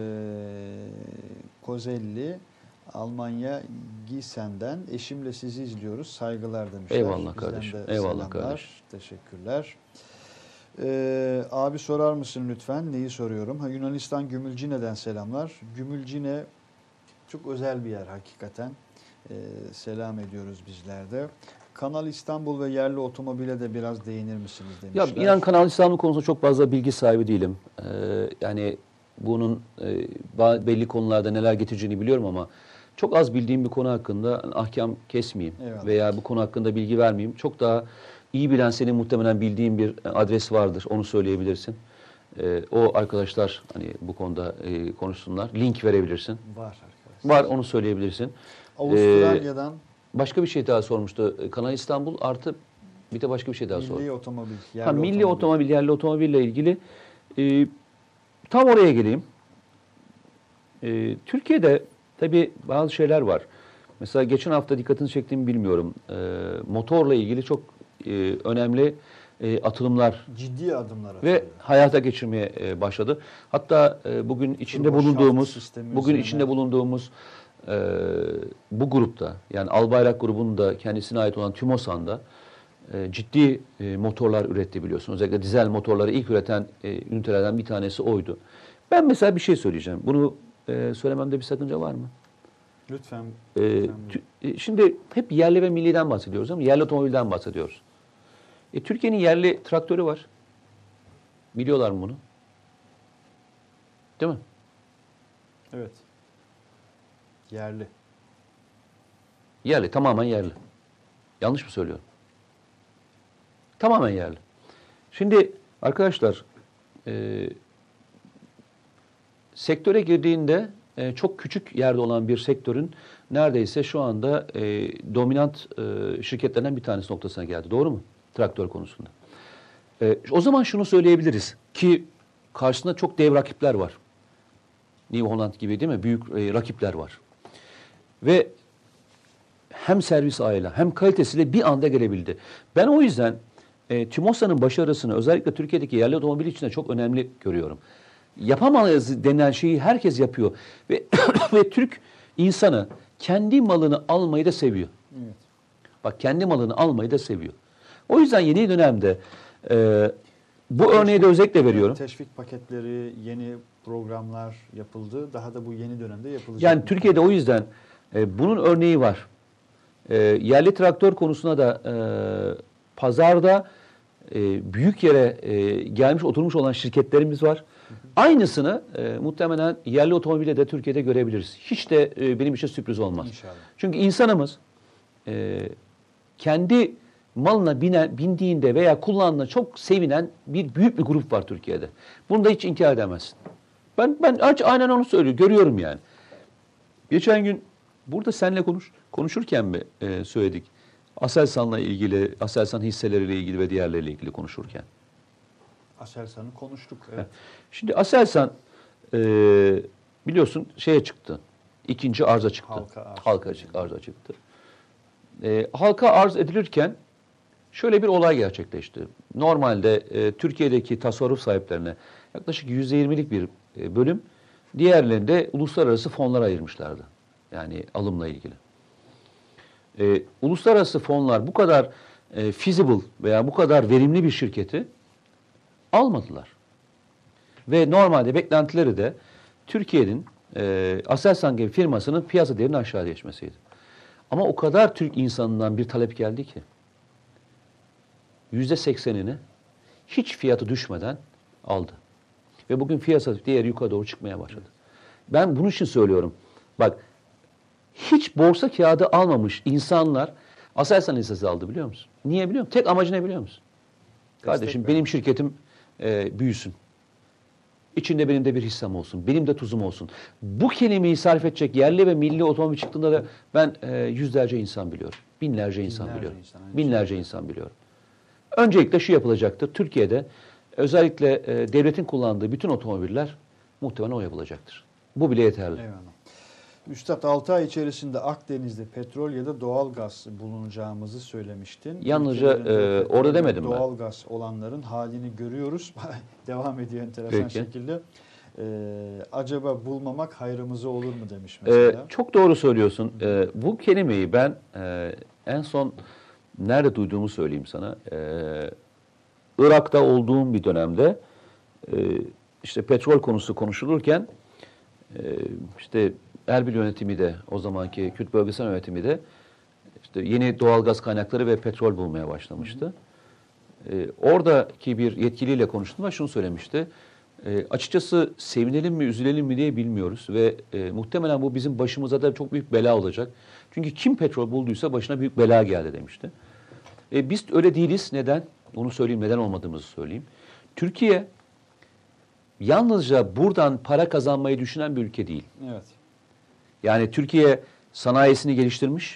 Kozelli. Almanya Giesen'den. Eşimle sizi izliyoruz. Saygılar demişler. Eyvallah kardeşim. Eyvallah kardeşim. Teşekkürler. Abi sorar mısın lütfen? Neyi soruyorum? Yunanistan Gümülcine'den selamlar. Gümülcine çok özel bir yer hakikaten. Selam ediyoruz bizler de. Kanal İstanbul ve yerli otomobile de biraz değinir misiniz demişler. Ya inan Kanal İstanbul konusunda çok fazla bilgi sahibi değilim. Yani bunun belli konularda neler getireceğini biliyorum ama çok az bildiğim bir konu hakkında ahkam kesmeyeyim. Eyvallah. Veya bu konu hakkında bilgi vermeyeyim. Çok daha iyi bilen senin muhtemelen bildiğin bir adres vardır. Onu söyleyebilirsin. O arkadaşlar hani bu konuda konuşsunlar. Link verebilirsin. Var arkadaşlar. Var onu söyleyebilirsin. Avustralya'dan başka bir şey daha sormuştu. Kanal İstanbul artı bir de başka bir şey daha sordu. Milli otomobil. Milli otomobil, yerli otomobille ilgili tam oraya geleyim. Türkiye'de tabii bazı şeyler var. Mesela geçen hafta dikkatini çektiğimi bilmiyorum. Motorla ilgili çok önemli atılımlar, ciddi adımlar ve atılıyor. Hayata geçirmeye başladı. Hatta bugün içinde bulunduğumuz bu grupta yani Albayrak grubunun da kendisine ait olan TÜMOSAN'da ciddi motorlar üretti biliyorsunuz. Özellikle dizel motorları ilk üreten ünitelerden bir tanesi oydu. Ben mesela bir şey söyleyeceğim. Bunu söylememde bir sakınca var mı? Lütfen. Şimdi hep yerli ve milliden bahsediyoruz ama yerli otomobilden bahsediyoruz. Türkiye'nin yerli traktörü var. Biliyorlar mı bunu? Değil mi? Evet. Yerli. Yerli, tamamen yerli. Yanlış mı söylüyorum? Tamamen yerli. Şimdi arkadaşlar sektöre girdiğinde çok küçük yerde olan bir sektörün neredeyse şu anda dominant şirketlerinden bir tanesi noktasına geldi. Doğru mu? Traktör konusunda. O zaman şunu söyleyebiliriz ki karşısında çok dev rakipler var. New Holland gibi değil mi? Büyük rakipler var. Ve hem servis ayıyla hem kalitesiyle bir anda gelebildi. Ben o yüzden TÜMOSA'nın başarısını özellikle Türkiye'deki yerli otomobil içinde çok önemli görüyorum. Yapamayız denilen şeyi herkes yapıyor. Ve, ve Türk insanı kendi malını almayı da seviyor. Evet. Bak kendi malını almayı da seviyor. O yüzden yeni dönemde bu örneği de özellikle veriyorum. Teşvik paketleri, yeni programlar yapıldı. Daha da bu yeni dönemde yapılacak. Yani Türkiye'de o yüzden bunun örneği var. Yerli traktör konusuna da pazarda büyük yere gelmiş oturmuş olan şirketlerimiz var. Aynısını muhtemelen yerli otomobilde de Türkiye'de görebiliriz. Hiç de benim için sürpriz olmaz. İnşallah. Çünkü insanımız kendi malına bindiğinde veya kullandığında çok sevinen büyük bir grup var Türkiye'de. Bunu da hiç inkar edemezsin. Ben aynen onu söylüyorum. Görüyorum yani. Geçen gün burada seninle konuşurken mi söyledik? Aselsan'la ilgili, Aselsan hisseleriyle ilgili ve diğerleriyle ilgili konuşurken. Aselsan'ı konuştuk. Evet. Şimdi Aselsan biliyorsun şeye çıktı. İkinci arza çıktı. Halka arza çıktı. Halka arz edilirken şöyle bir olay gerçekleşti. Normalde Türkiye'deki tasarruf sahiplerine yaklaşık %20'lik bir bölüm, diğerlerinde uluslararası fonlar ayırmışlardı. Yani alımla ilgili. Uluslararası fonlar bu kadar feasible veya bu kadar verimli bir şirketi almadılar. Ve normalde beklentileri de Türkiye'nin Aselsan gibi firmasının piyasa değerinin aşağı geçmesiydi. Ama o kadar Türk insanından bir talep geldi ki %80'ini hiç fiyatı düşmeden aldı. Ve bugün piyasa değeri yukarı doğru çıkmaya başladı. Ben bunun için söylüyorum. Bak hiç borsa kağıdı almamış insanlar Aselsan hissesi aldı biliyor musun? Niye biliyor musun? Tek amacı ne biliyor musun? Kardeşim benim şirketim büyüsün. İçinde benim de bir hissem olsun. Benim de tuzum olsun. Bu kelimeyi sarf edecek yerli ve milli otomobil çıktığında da ben yüzlerce insan biliyorum. Binlerce insan biliyorum. Binlerce insan biliyorum. Öncelikle şu yapılacaktır. Türkiye'de özellikle devletin kullandığı bütün otomobiller muhtemelen o yapılacaktır. Bu bile yeterli. Eyvallah. Üstad 6 ay içerisinde Akdeniz'de petrol ya da doğal gaz bulunacağımızı söylemiştin. Yalnızca orada demedim ben. Doğal gaz olanların halini görüyoruz. Devam ediyor enteresan şekilde. Acaba bulmamak hayrımıza olur mu demiş mesela. Çok doğru söylüyorsun. Bu kelimeyi ben en son nerede duyduğumu söyleyeyim sana. Irak'ta olduğum bir dönemde işte petrol konusu konuşulurken işte Erbil yönetimi de o zamanki Kürt bölgesel yönetimi de işte yeni doğal gaz kaynakları ve petrol bulmaya başlamıştı. Oradaki bir yetkiliyle konuştum ve şunu söylemişti. Açıkçası sevinelim mi üzülelim mi diye bilmiyoruz ve muhtemelen bu bizim başımıza da çok büyük bela olacak. Çünkü kim petrol bulduysa başına büyük bela geldi demişti. Biz öyle değiliz. Neden? Onu söyleyeyim. Neden olmadığımızı söyleyeyim. Türkiye yalnızca buradan para kazanmayı düşünen bir ülke değil. Evet. Yani Türkiye sanayisini geliştirmiş,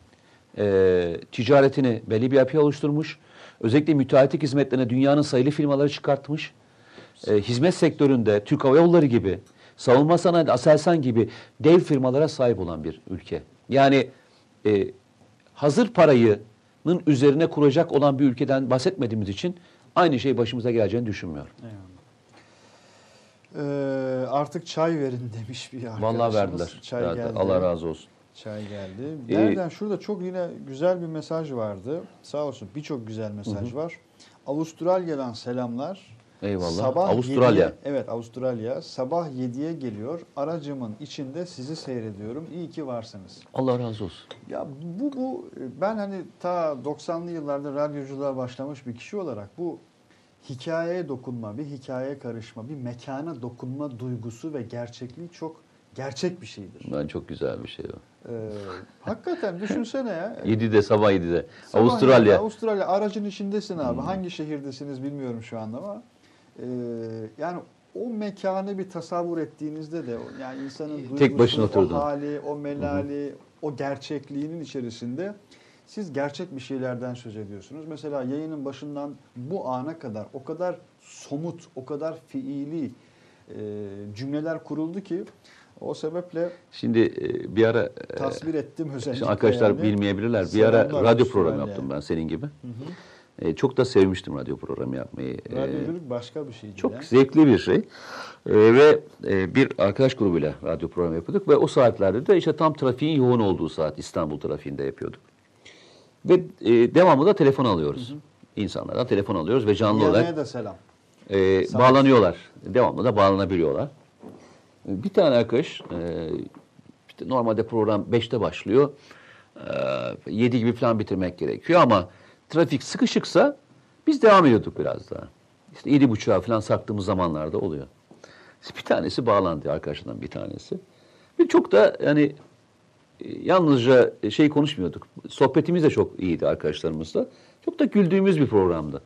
ticaretini belli bir yapıya oluşturmuş, özellikle müteahhitlik hizmetlerine dünyanın sayılı firmaları çıkartmış, hizmet sektöründe Türk Hava Yolları gibi, savunma sanayide Aselsan gibi dev firmalara sahip olan bir ülke. Yani hazır parayının üzerine kuracak olan bir ülkeden bahsetmediğimiz için aynı şey başımıza geleceğini düşünmüyorum. Eyvallah. Artık çay verin demiş bir arkadaşımız. Vallahi verdiler. Çay geldi. Allah razı olsun. Çay geldi. Nereden? Şurada çok yine güzel bir mesaj vardı. Sağ olsun birçok güzel mesaj var. Avustralya'dan selamlar. Eyvallah. Sabah Avustralya. 7'ye, evet Avustralya. Sabah 7'ye geliyor. Aracımın içinde sizi seyrediyorum. İyi ki varsınız. Allah razı olsun. Ya bu ben hani ta 90'lı yıllarda radyoculuğa başlamış bir kişi olarak bu hikayeye dokunma, bir hikayeye karışma, bir mekana dokunma duygusu ve gerçekliği çok gerçek bir şeydir. Ben çok güzel bir şey o. Hakikaten düşünsene ya. 7'de sabah 7'de. Sabah Avustralya. Avustralya aracın içindesin abi. Hangi şehirdesiniz bilmiyorum şu anda ama yani o mekanı bir tasavvur ettiğinizde de yani insanın duygusu, tek başına oturdun. o hali, o melali, o gerçekliğinin içerisinde siz gerçek bir şeylerden söz ediyorsunuz. Mesela yayının başından bu ana kadar o kadar somut, o kadar fiili cümleler kuruldu ki o sebeple şimdi bir ara tasvir ettim özellikle. arkadaşlar yani. bilmeyebilirler. Bir Selamlar ara radyo programı yani. yaptım ben senin gibi. Çok da sevmiştim radyo programı yapmayı. Radyoculuk başka bir şeydi Çok ya. zevkli bir şey. Ve bir arkadaş grubuyla radyo programı yapıyorduk ve o saatlerde de işte tam trafiğin yoğun olduğu saat İstanbul trafiğinde yapıyorduk. Ve devamlı da telefon alıyoruz. İnsanlardan telefon alıyoruz ve canlı olarak Yemeğe de selam. bağlanıyorlar. Devamlı da bağlanabiliyorlar. Bir tane arkadaş, işte normalde program 5'te başlıyor. 7 gibi falan bitirmek gerekiyor ama trafik sıkışıksa biz devam ediyorduk biraz daha. İşte 7.30'a falan sarktığımız zamanlarda oluyor. Bir tanesi bağlandı, arkadaşlardan bir tanesi. Ve çok da yani yalnızca şey konuşmuyorduk. Sohbetimiz de çok iyiydi arkadaşlarımızla. Çok da güldüğümüz bir programdı.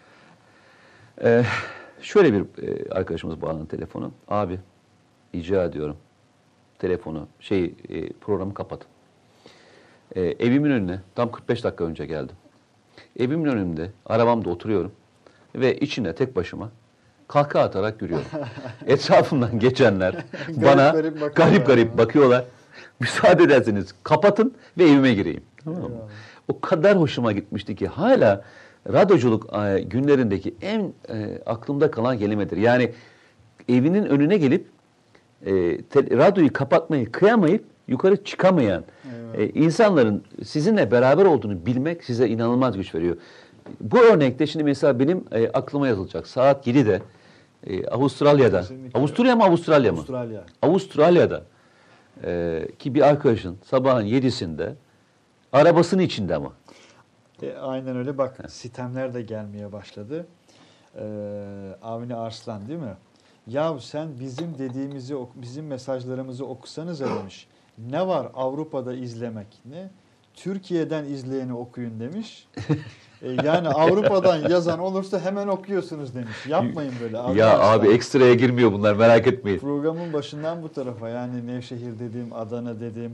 Şöyle bir arkadaşımız bağlandı telefonu. Abi rica ediyorum telefonu programı kapatın. Evimin önüne tam 45 dakika önce geldim. Evimin önünde arabamda oturuyorum ve içine tek başıma kahkaha atarak gülüyorum. Etrafımdan geçenler bana garip bakıyorlar. Müsaade ederseniz kapatın ve evime gireyim. Tamam mı? O kadar hoşuma gitmişti ki hala radyoculuk günlerindeki en aklımda kalan kelimedir. Yani evinin önüne gelip radyoyu kapatmayı kıyamayıp yukarı çıkamayan insanların sizinle beraber olduğunu bilmek size inanılmaz güç veriyor. Bu örnekte şimdi mesela benim aklıma yazılacak. Saat 7'de Avustralya'da. Kesinlikle. Avusturya mı Avustralya mı? Avustralya. Avustralya'da ki bir arkadaşın sabahın 7'sinde arabasının içinde ama. Aynen öyle. Bak sitemler de gelmeye başladı. Avni Arslan değil mi? Ya sen bizim dediğimizi, bizim mesajlarımızı okusanız demiş. Ne var Avrupa'da izlemek? Ne? Türkiye'den izleyeni okuyun demiş. Yani Avrupa'dan yazan olursa hemen okuyorsunuz demiş. Yapmayın böyle. Ya abi ekstraya girmiyor bunlar, merak etmeyin. Programın başından bu tarafa yani Nevşehir dedim, Adana dedim.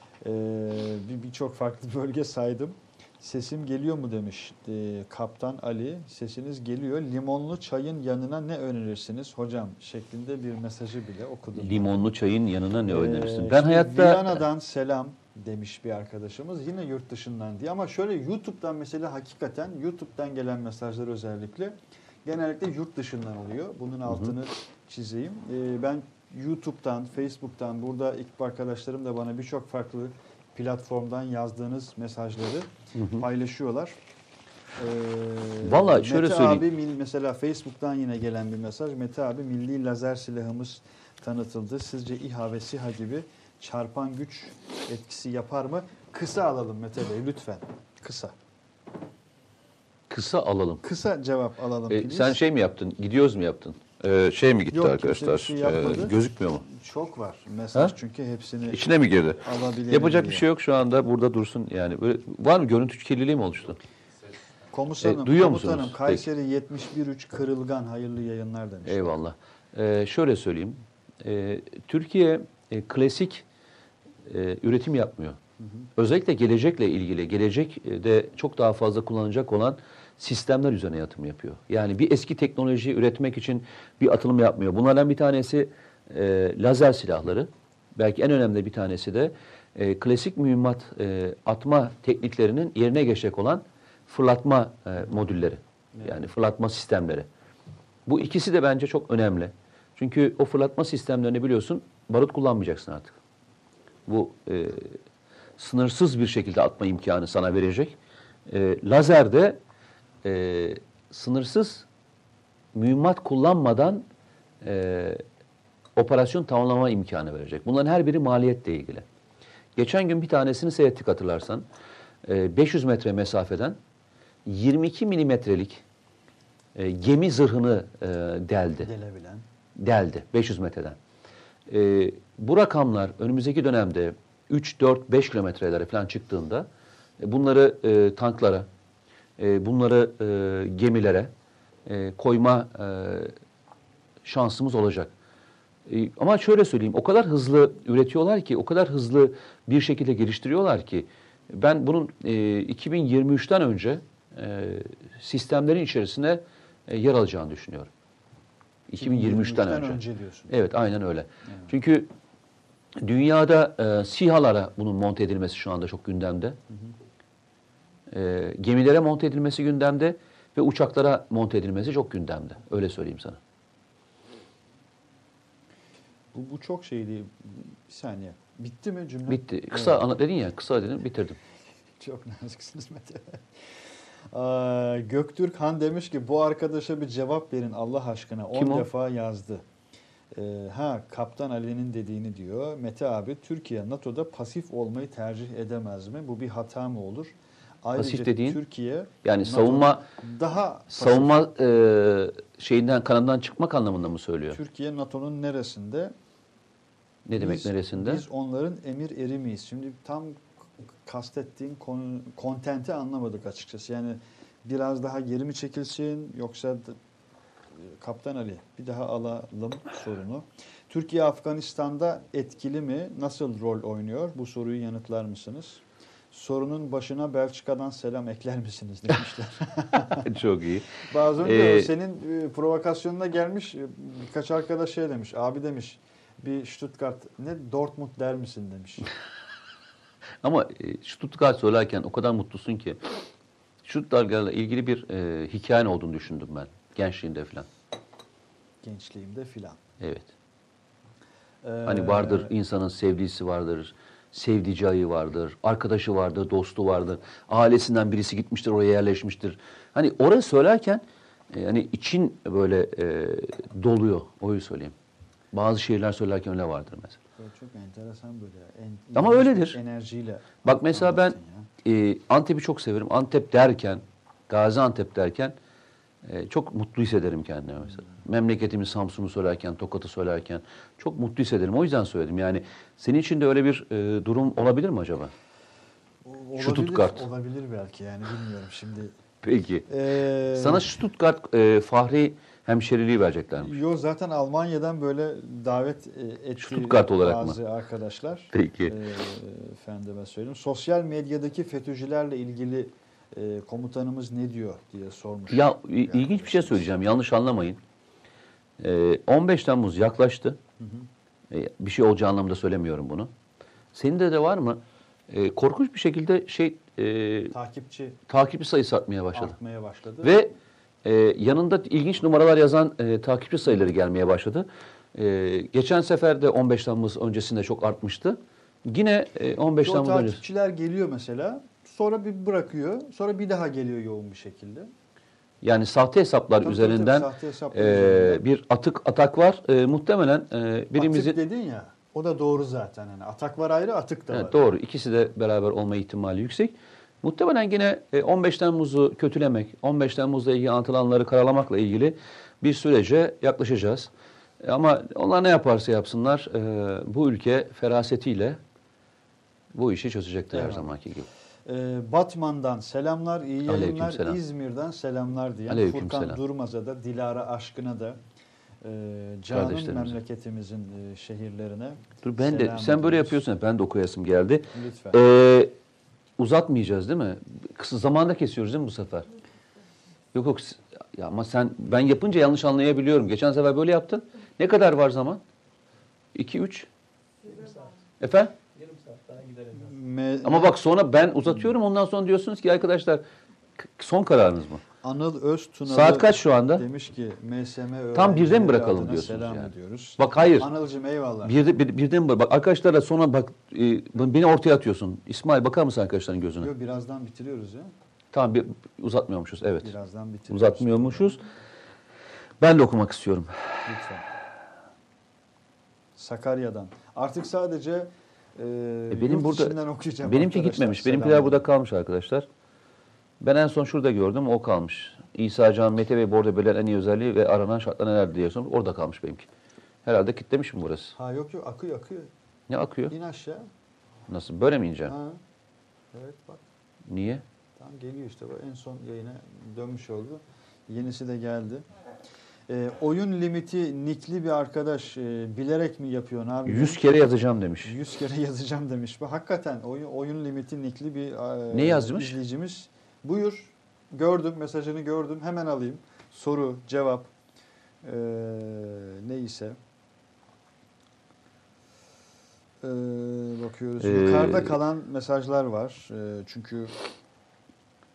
Birçok farklı bölge saydım. Sesim geliyor mu demiş Kaptan Ali. Sesiniz geliyor. Limonlu çayın yanına ne önerirsiniz hocam şeklinde bir mesajı bile okudum. Limonlu çayın yanına ne önerirsin? Ben hayatta... Viyana'dan selam demiş bir arkadaşımız. Yine yurt dışından diye ama şöyle YouTube'dan mesela hakikaten YouTube'dan gelen mesajlar özellikle genellikle yurt dışından oluyor. Bunun altını çizeyim. Ben YouTube'dan, Facebook'tan burada ekip arkadaşlarım da bana birçok farklı platformdan yazdığınız mesajları paylaşıyorlar. Vallahi şöyle Mete söyleyeyim. abi mesela Facebook'tan yine gelen bir mesaj. Mete abi milli lazer silahımız tanıtıldı. Sizce İHA ve SİHA gibi çarpan güç etkisi yapar mı? Kısa alalım Mete Bey lütfen. Kısa. Kısa alalım. Kısa cevap alalım. Sen şey mi yaptın? Gidiyoruz mu yaptın? Şey mi gitti Yok, arkadaşlar? Şey yapmadı. Gözükmüyor mu? Çok var mesaj çünkü hepsini İçine mi girdi? alabilirim Yapacak diye. bir şey yok şu anda. Burada dursun yani. Böyle, var mı görüntü kirliliği mi oluştu? Komutanım, duyuyor komutanım musunuz? Kayseri 71.3 Kırılgan hayırlı yayınlar demiş. Eyvallah. Şöyle söyleyeyim. Türkiye klasik üretim yapmıyor. Özellikle gelecekle ilgili, gelecekte çok daha fazla kullanılacak olan sistemler üzerine yatırım yapıyor. Yani bir eski teknolojiyi üretmek için bir atılım yapmıyor. Bunlardan bir tanesi lazer silahları. Belki en önemli bir tanesi de klasik mühimmat atma tekniklerinin yerine geçecek olan fırlatma modülleri. Yani fırlatma sistemleri. Bu ikisi de bence çok önemli. Çünkü o fırlatma sistemlerini biliyorsun barut kullanmayacaksın artık. Bu sınırsız bir şekilde atma imkanı sana verecek. Lazer de sınırsız mühimmat kullanmadan operasyon tamamlama imkanı verecek. Bunların her biri maliyetle ilgili. Geçen gün bir tanesini seyrettik hatırlarsan. 500 metre mesafeden 22 milimetrelik gemi zırhını deldi. Deldi 500 metreden. Bu rakamlar önümüzdeki dönemde 3, 4, 5 kilometrelere falan çıktığında bunları tanklara, bunları gemilere koyma şansımız olacak. Ama şöyle söyleyeyim, o kadar hızlı üretiyorlar ki, o kadar hızlı bir şekilde geliştiriyorlar ki ben bunun 2023'ten önce sistemlerin içerisine yer alacağını düşünüyorum. 2023'ten önce diyorsun. Evet, aynen öyle. Evet. Çünkü dünyada SİHA'lara bunun monte edilmesi şu anda çok gündemde. Gemilere monte edilmesi gündemde ve uçaklara monte edilmesi çok gündemde. Öyle söyleyeyim sana. Bu çok şeydi. Bir saniye. Bitti mi cümle? Bitti. Kısa Evet. anlat dedin ya, kısa dedim, bitirdim. Çok naziksiniz Mete. Göktürk Han demiş ki bu arkadaşa bir cevap verin Allah aşkına. 10 Kim o? defa yazdı. Kaptan Ali'nin dediğini diyor. Mete abi, Türkiye NATO'da pasif olmayı tercih edemez mi? Bu bir hata mı olur? Ayrıca Pasif dediğin? Türkiye Yani NATO'da daha pasif. savunma şeyinden, kanından çıkmak anlamında mı söylüyor? Türkiye NATO'nun neresinde? Ne demek neresinde? Biz onların emir eri miyiz? Şimdi tam kastettiğin kontenti anlamadık açıkçası. Yani biraz daha geri mi çekilsin yoksa Kaptan Ali bir daha alalım sorunu. Türkiye Afganistan'da etkili mi? Nasıl rol oynuyor? Bu soruyu yanıtlar mısınız? Sorunun başına Belçika'dan selam ekler misiniz demişler. Çok iyi. Bazı önce senin provokasyonuna gelmiş birkaç arkadaş şey demiş. Abi demiş bir Stuttgart ne Dortmund der misin demiş. Ama Stuttgart söylerken o kadar mutlusun ki Stuttgart'la ilgili bir hikayen olduğunu düşündüm ben. Gençliğinde falan. Gençliğimde filan. Evet. Hani vardır, insanın sevgilisi vardır, sevdiceği vardır, arkadaşı vardır, dostu vardır. Ailesinden birisi gitmiştir, oraya yerleşmiştir. Hani orayı söylerken hani için böyle doluyor. Oyu söyleyeyim. Bazı şehirler söylerken öyle vardır mesela. Çok enteresan böyle. Ama öyledir. Enerjiyle. Bak mesela ben ya. Antep'i çok severim. Antep derken, Gaziantep derken çok mutlu hissederim kendime mesela. Memleketimi Samsun'u söylerken, Tokat'ı söylerken çok mutlu hissederim. O yüzden söyledim. Yani senin için de öyle bir durum olabilir mi acaba? Olabilir, Stuttgart. Olabilir belki yani bilmiyorum şimdi. Peki. Sana Stuttgart Fahri hemşeriliği verecekler mi? Yo zaten Almanya'dan böyle davet etti Stuttgart olarak bazı arkadaşlar. Peki. Efendime söyleyeyim. Sosyal medyadaki FETÖ'cülerle ilgili komutanımız ne diyor diye sormuş. Ya ilginç bir şey söyleyeceğim. Yanlış anlamayın. 15 Temmuz yaklaştı. Bir şey olacağı anlamda söylemiyorum bunu. Senin de var mı? Korkunç bir şekilde takipçi sayısı artmaya başladı. Ve yanında ilginç numaralar yazan takipçi sayıları gelmeye başladı. Geçen sefer de 15 Temmuz öncesinde çok artmıştı. Yine 15 Temmuz öncesi. Takipçiler geliyor mesela. Sonra bir bırakıyor. Sonra bir daha geliyor yoğun bir şekilde. Yani sahte hesaplar üzerinden bir atak var. Muhtemelen birimizin... Atık dedin ya, o da doğru zaten. Yani atak var ayrı, atık da var. Evet, doğru. İkisi de beraber olma ihtimali yüksek. Muhtemelen yine 15 Temmuz'u kötülemek, 15 Temmuz'la ilgili anlatılanları karalamakla ilgili bir sürece yaklaşacağız. Ama onlar ne yaparsa yapsınlar, bu ülke ferasetiyle bu işi çözecektir her zamanki gibi. Batman'dan selamlar, iyi yayınlar. Aleykümselam. İzmir'den selamlar diyen Aleykümselam. Furkan Durmaz'a da, Dilara Aşkın'a da, canım memleketimizin şehirlerine Dur ben de, sen böyle yapıyorsun, ben de okuyasım geldi. Lütfen. Uzatmayacağız değil mi? Kısa zamanda kesiyoruz değil mi bu sefer? Yok ya ama ben yapınca yanlış anlayabiliyorum. Geçen sefer böyle yaptın. Ne kadar var zaman? 2-3? Yarım saat. Efendim? Yarım saat daha gidelim. Ama bak sonra ben uzatıyorum, ondan sonra diyorsunuz ki arkadaşlar son kararınız mı? Anıl Öztunalı saat kaç şu anda? Demiş ki MSM öğrencileri tam birde mi bırakalım diyorsunuz selam yani? ediyoruz. Bak hayır. Anılcığım eyvallah. Birde mi bak arkadaşlara sonra bak beni ortaya atıyorsun. İsmail bakar mısın arkadaşların gözüne? Yok, birazdan bitiriyoruz ya. Tamam uzatmıyormuşuz evet. Birazdan bitiriyoruz. Uzatmıyormuşuz. Ben de okumak istiyorum. Lütfen. Sakarya'dan. Artık sadece benim burada okuyacağım. Benimki gitmemiş. Benimkiler burada kalmış arkadaşlar. Ben en son şurada gördüm, o kalmış. İsa Can, Mete ve Bordo Belen en iyi özelliği ve aranan şartlar neler diye sormuş. Orada kalmış benimki. Herhalde kitlemiş mi burası? Ha yok akıyor. Ne akıyor? İn aşağı. Nasıl? Böyle mi ineceğim? Ha. Evet bak. Niye? Tamam geliyor işte. En son yayına dönmüş oldu. Yenisi de geldi. Oyun limiti nickli bir arkadaş bilerek mi yapıyor abi? 100 kere yazacağım demiş. 100 kere yazacağım demiş. Hakikaten oyun limiti nickli bir ne yazmış? İzleyicimiz. Buyur. Gördüm. Mesajını gördüm. Hemen alayım. Soru, cevap neyse. Bakıyoruz. Yukarıda kalan mesajlar var. Çünkü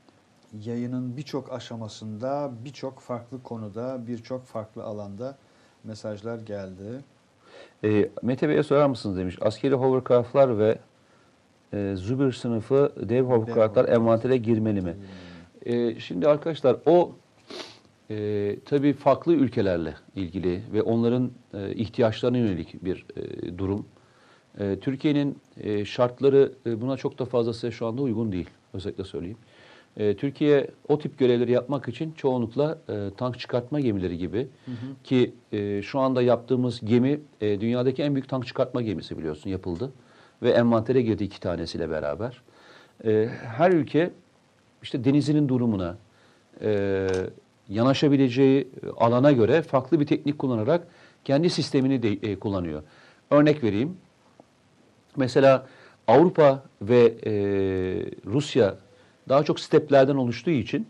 yayının birçok aşamasında, birçok farklı konuda, birçok farklı alanda mesajlar geldi. Mete Bey'e sorar mısınız demiş. Askeri hovercraftlar ve Zubir sınıfı dev hovercraftlar envantere girmeli mi? Şimdi arkadaşlar o tabii farklı ülkelerle ilgili ve onların ihtiyaçlarına yönelik bir durum. Türkiye'nin şartları buna çok da fazlası şu anda uygun değil. Özellikle söyleyeyim. Türkiye o tip görevleri yapmak için çoğunlukla tank çıkartma gemileri gibi ki şu anda yaptığımız gemi dünyadaki en büyük tank çıkartma gemisi biliyorsun yapıldı ve envantere girdi 2 tanesiyle beraber. Her ülke işte denizinin durumuna, yanaşabileceği alana göre farklı bir teknik kullanarak kendi sistemini de kullanıyor. Örnek vereyim. Mesela Avrupa ve Rusya daha çok steplerden oluştuğu için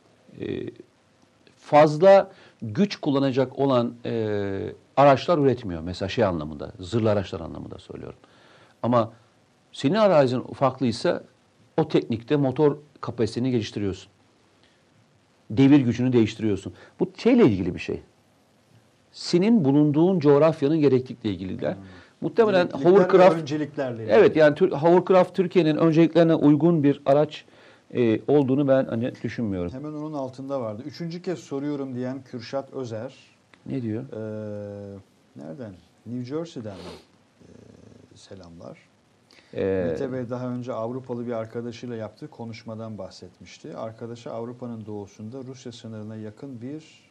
fazla güç kullanacak olan araçlar üretmiyor. Mesela şey anlamında, zırhlı araçlar anlamında söylüyorum. Ama senin arazin farklıysa o teknikte motor kapasitesini geliştiriyorsun. Devir gücünü değiştiriyorsun. Bu şeyle ilgili bir şey. Senin bulunduğun coğrafyanın gereklilikle ilgililer. Muhtemelen hovercraft önceliklerle ilgili. Evet yani hovercraft Türkiye'nin önceliklerine uygun bir araç olduğunu ben hani düşünmüyorum. Hemen onun altında vardı. 3. kez soruyorum diyen Kürşat Özer. Ne diyor? Nereden? New Jersey'den selamlar. Ee, Mete Bey daha önce Avrupalı bir arkadaşıyla yaptığı konuşmadan bahsetmişti. Arkadaşı Avrupa'nın doğusunda Rusya sınırına yakın bir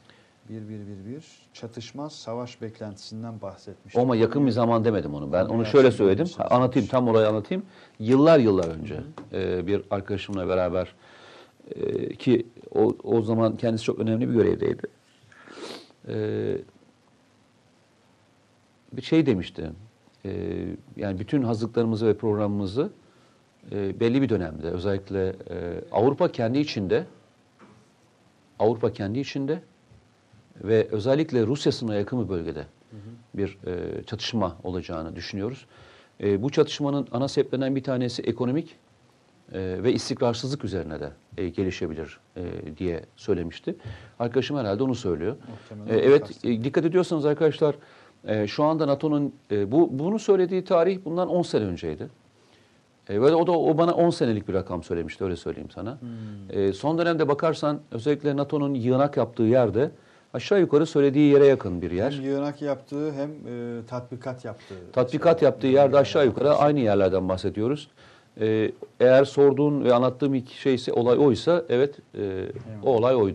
çatışma, savaş beklentisinden bahsetmişti. Ama yakın bir zaman demedim onu. Ben Onu onu şöyle yaşlı söyledim. demişsiniz. Anlatayım, tam orayı anlatayım. Yıllar önce bir arkadaşımla beraber ki o zaman kendisi çok önemli bir görevdeydi. Bir şey demişti. Yani bütün hazırlıklarımızı ve programımızı belli bir dönemde özellikle Avrupa kendi içinde ve özellikle Rusya sınırına yakın bir bölgede bir çatışma olacağını düşünüyoruz. Bu çatışmanın ana sebeplerinden bir tanesi ekonomik ve istikrarsızlık üzerine de gelişebilir diye söylemişti. Arkadaşım herhalde onu söylüyor. Evet, dikkat ediyorsanız arkadaşlar şu anda NATO'nun bunu söylediği tarih bundan 10 sene önceydi. Ve o bana 10 senelik bir rakam söylemişti, öyle söyleyeyim sana. Son dönemde bakarsan özellikle NATO'nun yığınak yaptığı yerde aşağı yukarı söylediği yere yakın bir yer. Hem yığınak yaptığı hem tatbikat yaptığı. Tatbikat yaptığı yerde aşağı yukarı aynı yerlerden bahsediyoruz. Eğer sorduğun ve anlattığım ilk şeyse olay oysa evet o olay oydu.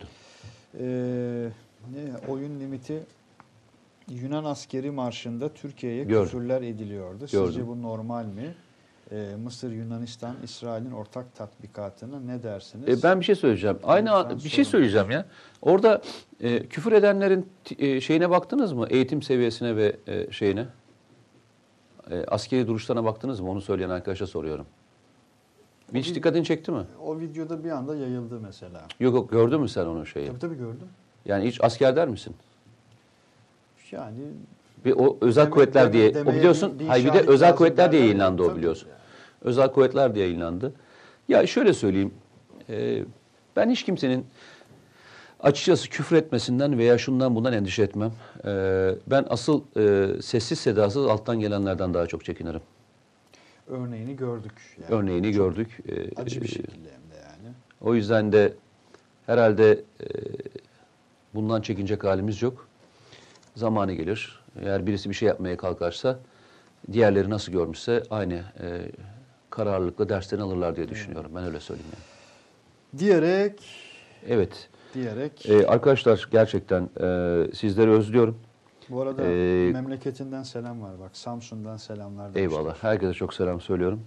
Oyun limiti Yunan askeri marşında Türkiye'ye Gördüm. küfürler ediliyordu. Gördüm. Sizce bu normal mi? Mısır, Yunanistan, İsrail'in ortak tatbikatına ne dersiniz? Ben bir şey söyleyeceğim. Bir şey söyleyeceğim ya. Orada küfür edenlerin şeyine baktınız mı? Eğitim seviyesine ve şeyine? Askeri duruşlarına baktınız mı? Onu söyleyen arkadaşa soruyorum. Hiç dikkatini çekti mi? O videoda bir anda yayıldı mesela. Yok gördün mü sen onu şeyi? Tabii gördüm. Yani hiç asker der misin? Yani O özel kuvvetler diye o biliyorsun. Hayır bir de özel kuvvetler diye yayınlandı o biliyorsun. Yani. Özel kuvvetler diye yayınlandı. Ya şöyle söyleyeyim. Ben hiç kimsenin açıkçası küfür etmesinden veya şundan bundan endişe etmem. Ben asıl sessiz sedasız alttan gelenlerden daha çok çekinirim. Örneğini gördük. Yani. Örneğini gördük. Acı bir şekilde hem de yani. O yüzden de herhalde bundan çekinecek halimiz yok. Zamanı gelir. Eğer birisi bir şey yapmaya kalkarsa diğerleri nasıl görmüşse aynı kararlılıkla derslerini alırlar diye düşünüyorum. Ben öyle söyleyeyim yani. Diyerek arkadaşlar gerçekten sizleri özlüyorum. bu arada memleketinden selam var bak. Samsun'dan selamlar. Eyvallah. Herkese çok selam söylüyorum.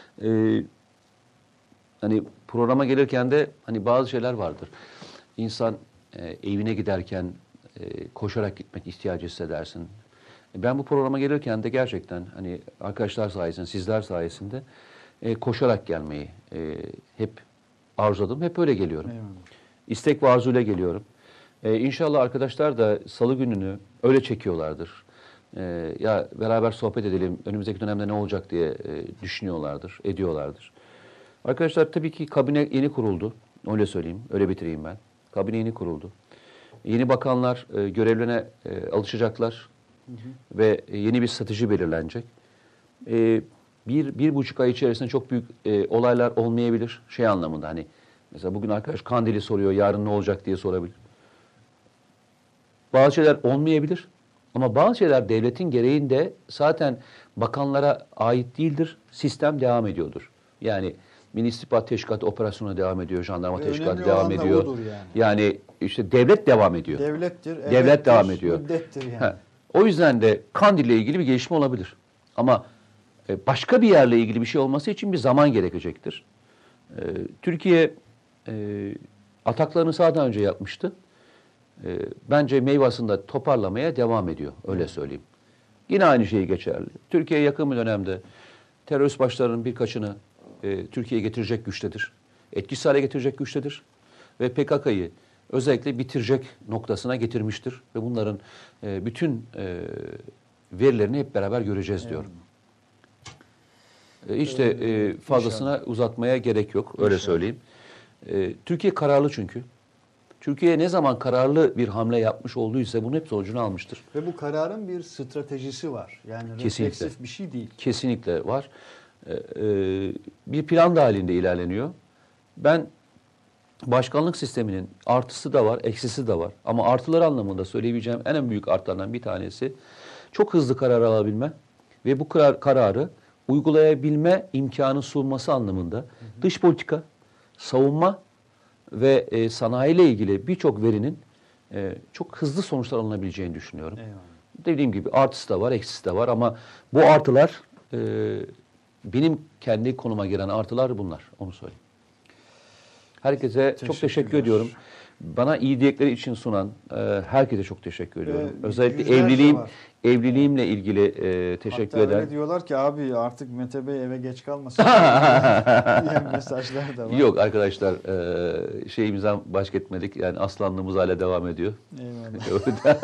Hani programa gelirken de hani bazı şeyler vardır. İnsan evine giderken koşarak gitmek ihtiyacı hissedersin. Ben bu programa gelirken de gerçekten hani arkadaşlar sayesinde, sizler sayesinde koşarak gelmeyi hep arzuladım. Hep öyle geliyorum. Eyvallah. İstek ve arzuyla geliyorum. İnşallah arkadaşlar da salı gününü öyle çekiyorlardır. Ya beraber sohbet edelim, önümüzdeki dönemde ne olacak diye düşünüyorlardır, ediyorlardır. Arkadaşlar tabii ki kabine yeni kuruldu. Öyle söyleyeyim. Öyle bitireyim ben. Kabine yeni kuruldu. Yeni bakanlar görevlerine alışacaklar. Ve yeni bir strateji belirlenecek. Bir buçuk ay içerisinde çok büyük olaylar olmayabilir. Şey anlamında hani mesela bugün arkadaş Kandil'i soruyor, yarın ne olacak diye sorabilir. Bazı şeyler olmayabilir. Ama bazı şeyler devletin gereğinde zaten bakanlara ait değildir. Sistem devam ediyordur. Yani Milli İstihbarat Teşkilatı operasyona devam ediyor, jandarma teşkilatı devam ediyor. Yani işte devlet devam ediyor. Devlettir, devlet devam ediyor. Müddettir yani. Ha. O yüzden de Kandil'le ilgili bir gelişme olabilir. Ama başka bir yerle ilgili bir şey olması için bir zaman gerekecektir. Türkiye ataklarını daha önce yapmıştı. Bence meyvasını da toparlamaya devam ediyor. Öyle söyleyeyim. Yine aynı şey geçerli. Türkiye yakın bir dönemde terörist başlarının birkaçını Türkiye'ye getirecek güçtedir. Etkisiz hale getirecek güçtedir. Ve PKK'yı özellikle bitirecek noktasına getirmiştir. Ve bunların bütün verilerini hep beraber göreceğiz diyorum. Hiç de fazlasına uzatmaya gerek yok. Öyle söyleyeyim. Türkiye kararlı çünkü. Türkiye ne zaman kararlı bir hamle yapmış olduysa bunun hep sonucunu almıştır. Ve bu kararın bir stratejisi var. Yani refleksif bir şey değil. Kesinlikle var. Bir plan halinde ilerleniyor. Ben başkanlık sisteminin artısı da var, eksisi de var. Ama artıları anlamında söyleyebileceğim en büyük artılardan bir tanesi çok hızlı karar alabilme ve bu kararı uygulayabilme imkanı sunması anlamında dış politika, savunma ve sanayiyle ilgili birçok verinin çok hızlı sonuçlar alınabileceğini düşünüyorum. Eyvallah. Dediğim gibi artısı da var, eksisi de var ama bu artılar benim kendi konuma giren artılar bunlar. Onu söyleyeyim. Herkese çok teşekkür ediyorum. Bana iyi dilekleri için sunan herkese çok teşekkür ediyorum. Özellikle evliliğimle ilgili teşekkür ederim. Hatta öyle diyorlar ki abi artık Mete Bey eve geç kalmasın diye mesajlar da var. Yok arkadaşlar şeyimizden başketmedik. Yani aslanlığımız hala devam ediyor. Eyvallah.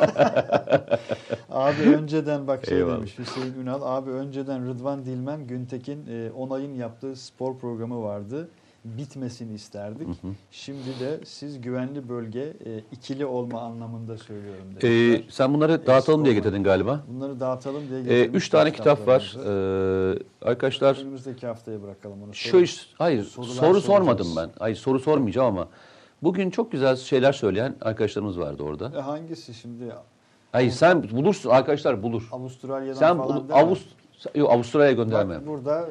Abi önceden bak şey Eyvallah. demiş Hüseyin Ünal. Abi önceden Rıdvan Dilmen Güntekin Onay'ın yaptığı spor programı vardı. Bitmesini isterdik. Şimdi de siz güvenli bölge ikili olma anlamında söylüyorum demişler. Sen bunları dağıtalım diye getirdin galiba. Bunları dağıtalım diye getirdik. 3 tane kitap var. Arkadaşlar önümüzdeki haftaya bırakalım onu. Soru sormadım ben. Hayır soru sormayacağım ama bugün çok güzel şeyler söyleyen arkadaşlarımız vardı orada. Hangisi şimdi? Hayır sen bulursun, arkadaşlar bulur. Avustralya'dan sen falan Avustralya'ya gönderme. Bak burada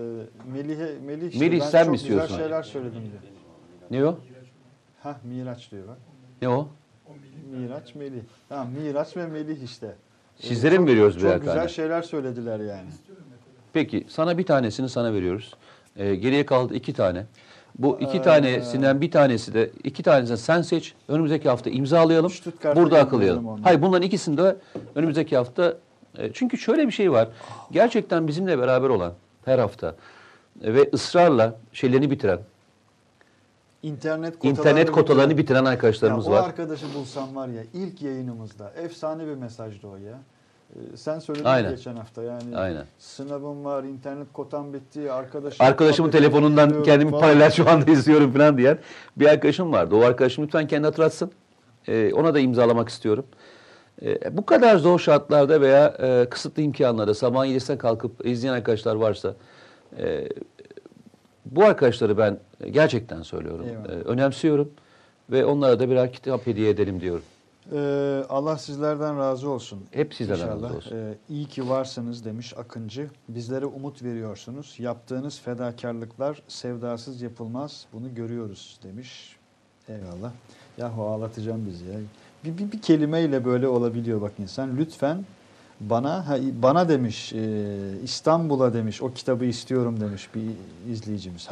Melih sen mi çok istiyorsun? güzel şeyler söyledim diyor. Ne o? Miraç diyor bak. Ne o? Miraç, Melih. Tamam, Miraç ve Melih işte. Sizlere mi veriyoruz birer tane? tane? Çok güzel şeyler söylediler yani. Peki sana bir tanesini sana veriyoruz. Geriye kaldı 2 tane. Bu 2 tanesinden bir tanesi de 2 tanesini sen seç. Önümüzdeki hafta imzalayalım. Burada akıllayalım. Hayır bunların ikisini de önümüzdeki hafta çünkü şöyle bir şey var. Gerçekten bizimle beraber olan her hafta ve ısrarla şeylerini bitiren internet kotalarını bitiren arkadaşlarımız var. O arkadaşı bulsam var ya ilk yayınımızda efsane bir mesajdı o ya. Sen söyledin geçen hafta yani sınavım var, internet kotam bitti, arkadaşımın telefonundan kendimi paralel şu anda izliyorum falan diyen bir arkadaşım vardı. O arkadaşım lütfen kendi hatırlatsın. Ona da imzalamak istiyorum. Bu kadar zor şartlarda veya kısıtlı imkanlarda sabahın 7'sine kalkıp izleyen arkadaşlar varsa bu arkadaşları ben gerçekten söylüyorum. Önemsiyorum ve onlara da birer kitap hediye edelim diyorum. Allah sizlerden razı olsun. Hep sizlerden razı olsun. İyi ki varsınız demiş Akıncı. Bizlere umut veriyorsunuz. Yaptığınız fedakarlıklar sevdasız yapılmaz. Bunu görüyoruz demiş. Eyvallah. Yahu ağlatacağım bizi ya. Bir kelimeyle böyle olabiliyor bak insan. Lütfen bana demiş İstanbul'a demiş o kitabı istiyorum demiş bir izleyicimiz.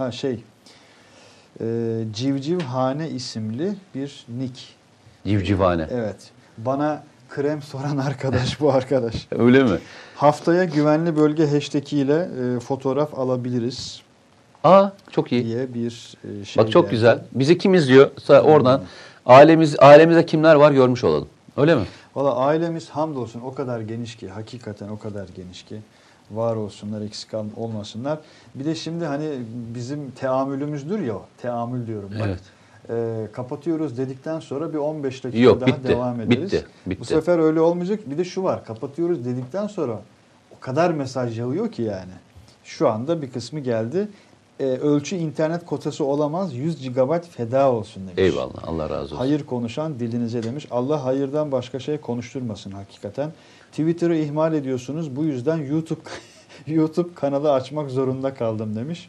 Civcivhane isimli bir nick. Civcivhane. Evet. Bana krem soran arkadaş bu arkadaş. Öyle mi? Haftaya güvenli bölge hashtag ile fotoğraf alabiliriz. Çok iyi. Diye bir şey. Bak çok güzel. Bizi kim izliyorsa oradan ailemizde kimler var görmüş olalım. Öyle mi? Valla ailemiz hamdolsun o kadar geniş ki, hakikaten o kadar geniş ki. Var olsunlar, eksik olmasınlar. Bir de şimdi hani bizim teamülümüzdür ya, teamül diyorum bak. Evet. Kapatıyoruz dedikten sonra bir 15 dakika Yok, daha bitti. devam ederiz. Bitti. Bu sefer öyle olmayacak. Bir de şu var. Kapatıyoruz dedikten sonra o kadar mesaj yağıyor ki yani. Şu anda bir kısmı geldi. Ölçü internet kotası olamaz. 100 GB feda olsun demiş. Eyvallah. Allah razı olsun. Hayır konuşan dilinize demiş. Allah hayırdan başka şey konuşturmasın hakikaten. Twitter'ı ihmal ediyorsunuz. Bu yüzden YouTube kanalı açmak zorunda kaldım demiş.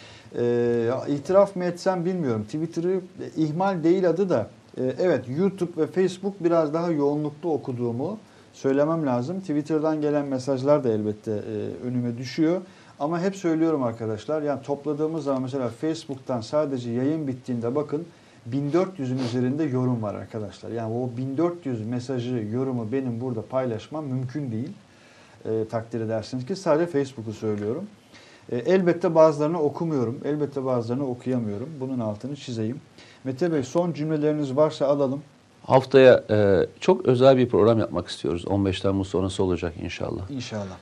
İtiraf mı etsem bilmiyorum. Twitter'ı ihmal değil adı da. Evet, YouTube ve Facebook biraz daha yoğunluklu okuduğumu söylemem lazım. Twitter'dan gelen mesajlar da elbette önüme düşüyor. Ama hep söylüyorum arkadaşlar. Yani topladığımız zaman mesela Facebook'tan sadece yayın bittiğinde bakın 1400'ün üzerinde yorum var arkadaşlar. Yani o 1400 mesajı, yorumu benim burada paylaşmam mümkün değil. Takdir edersiniz ki sadece Facebook'u söylüyorum. Elbette bazılarını okumuyorum. Elbette bazılarını okuyamıyorum. Bunun altını çizeyim. Mete Bey, son cümleleriniz varsa alalım. Haftaya çok özel bir program yapmak istiyoruz. 15 Temmuz sonrası olacak inşallah. İnşallah.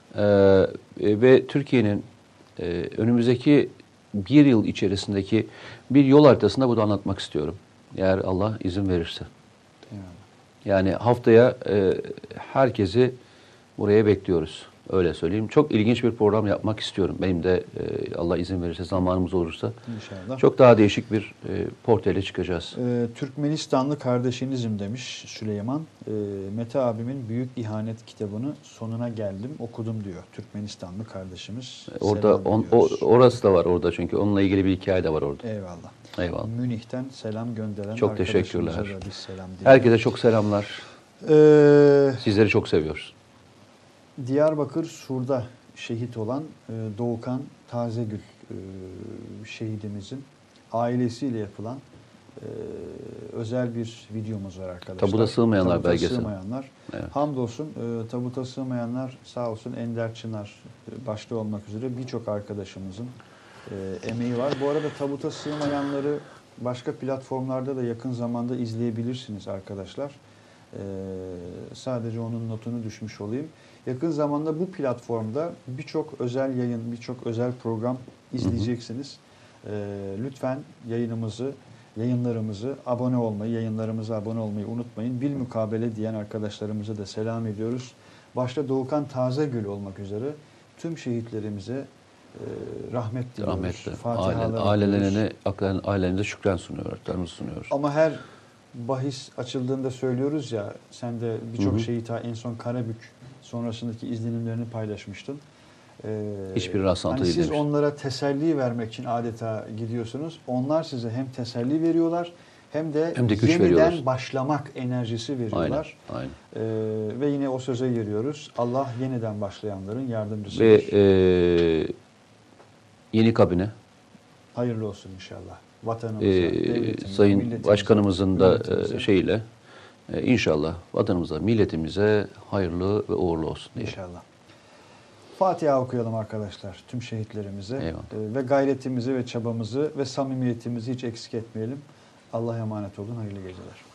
Ve Türkiye'nin önümüzdeki bir yıl içerisindeki bir yol haritasında bunu anlatmak istiyorum. Eğer Allah izin verirse. Eyvallah. Yani haftaya herkesi buraya bekliyoruz. Öyle söyleyeyim. Çok ilginç bir program yapmak istiyorum. Benim de Allah izin verirse, zamanımız olursa. İnşallah. Çok daha değişik bir portreyle çıkacağız. Türkmenistanlı kardeşinizim demiş Süleyman. Mete abimin Büyük İhanet kitabını sonuna geldim, okudum diyor. Türkmenistanlı kardeşimiz. Orada orası da var orada çünkü onunla ilgili bir hikaye de var orada. Eyvallah. Eyvallah. Münih'ten selam gönderen Çok arkadaşımıza teşekkürler. da bir selam diyelim. Herkese çok selamlar. Sizleri çok seviyoruz. Diyarbakır Sur'da şehit olan Doğukan Tazegül şehidimizin ailesiyle yapılan özel bir videomuz var arkadaşlar. Tabuta sığmayanlar Tabuta belgesel. Sığmayanlar. Evet. Hamdolsun tabuta sığmayanlar sağ olsun Ender Çınar başta olmak üzere birçok arkadaşımızın emeği var. Bu arada tabuta sığmayanları başka platformlarda da yakın zamanda izleyebilirsiniz arkadaşlar. Sadece onun notunu düşmüş olayım. Yakın zamanda bu platformda birçok özel yayın, birçok özel program izleyeceksiniz. Lütfen yayınlarımızı abone olmayı, yayınlarımıza abone olmayı unutmayın. Bilmukabele diyen arkadaşlarımıza da selam ediyoruz. Başta Doğukan Tazegül olmak üzere tüm şehitlerimize rahmet diliyoruz. Rahmetle. Fatihalar Ailelerine şükran sunuyoruz. Ama her bahis açıldığında söylüyoruz ya, sen de birçok şehit, en son Karabük sonrasındaki izlenimlerini paylaşmıştın. Hiçbir rastlantı değil siz demiş. onlara teselli vermek için adeta gidiyorsunuz. Onlar size hem teselli veriyorlar hem de güç yeniden veriyoruz. Başlamak enerjisi veriyorlar. Aynen. Ve yine o söze giriyoruz. Allah yeniden başlayanların yardımcısıdır. Ve yeni kabine hayırlı olsun inşallah. Vatanımıza, devletimize, Sayın milletimize, Başkanımızın da milletimize. şeyiyle inşallah vatanımıza, milletimize hayırlı ve uğurlu olsun diye. İnşallah. Fatiha okuyalım arkadaşlar tüm şehitlerimize. Eyvallah. Ve gayretimizi ve çabamızı ve samimiyetimizi hiç eksik etmeyelim. Allah'a emanet olun. Hayırlı geceler.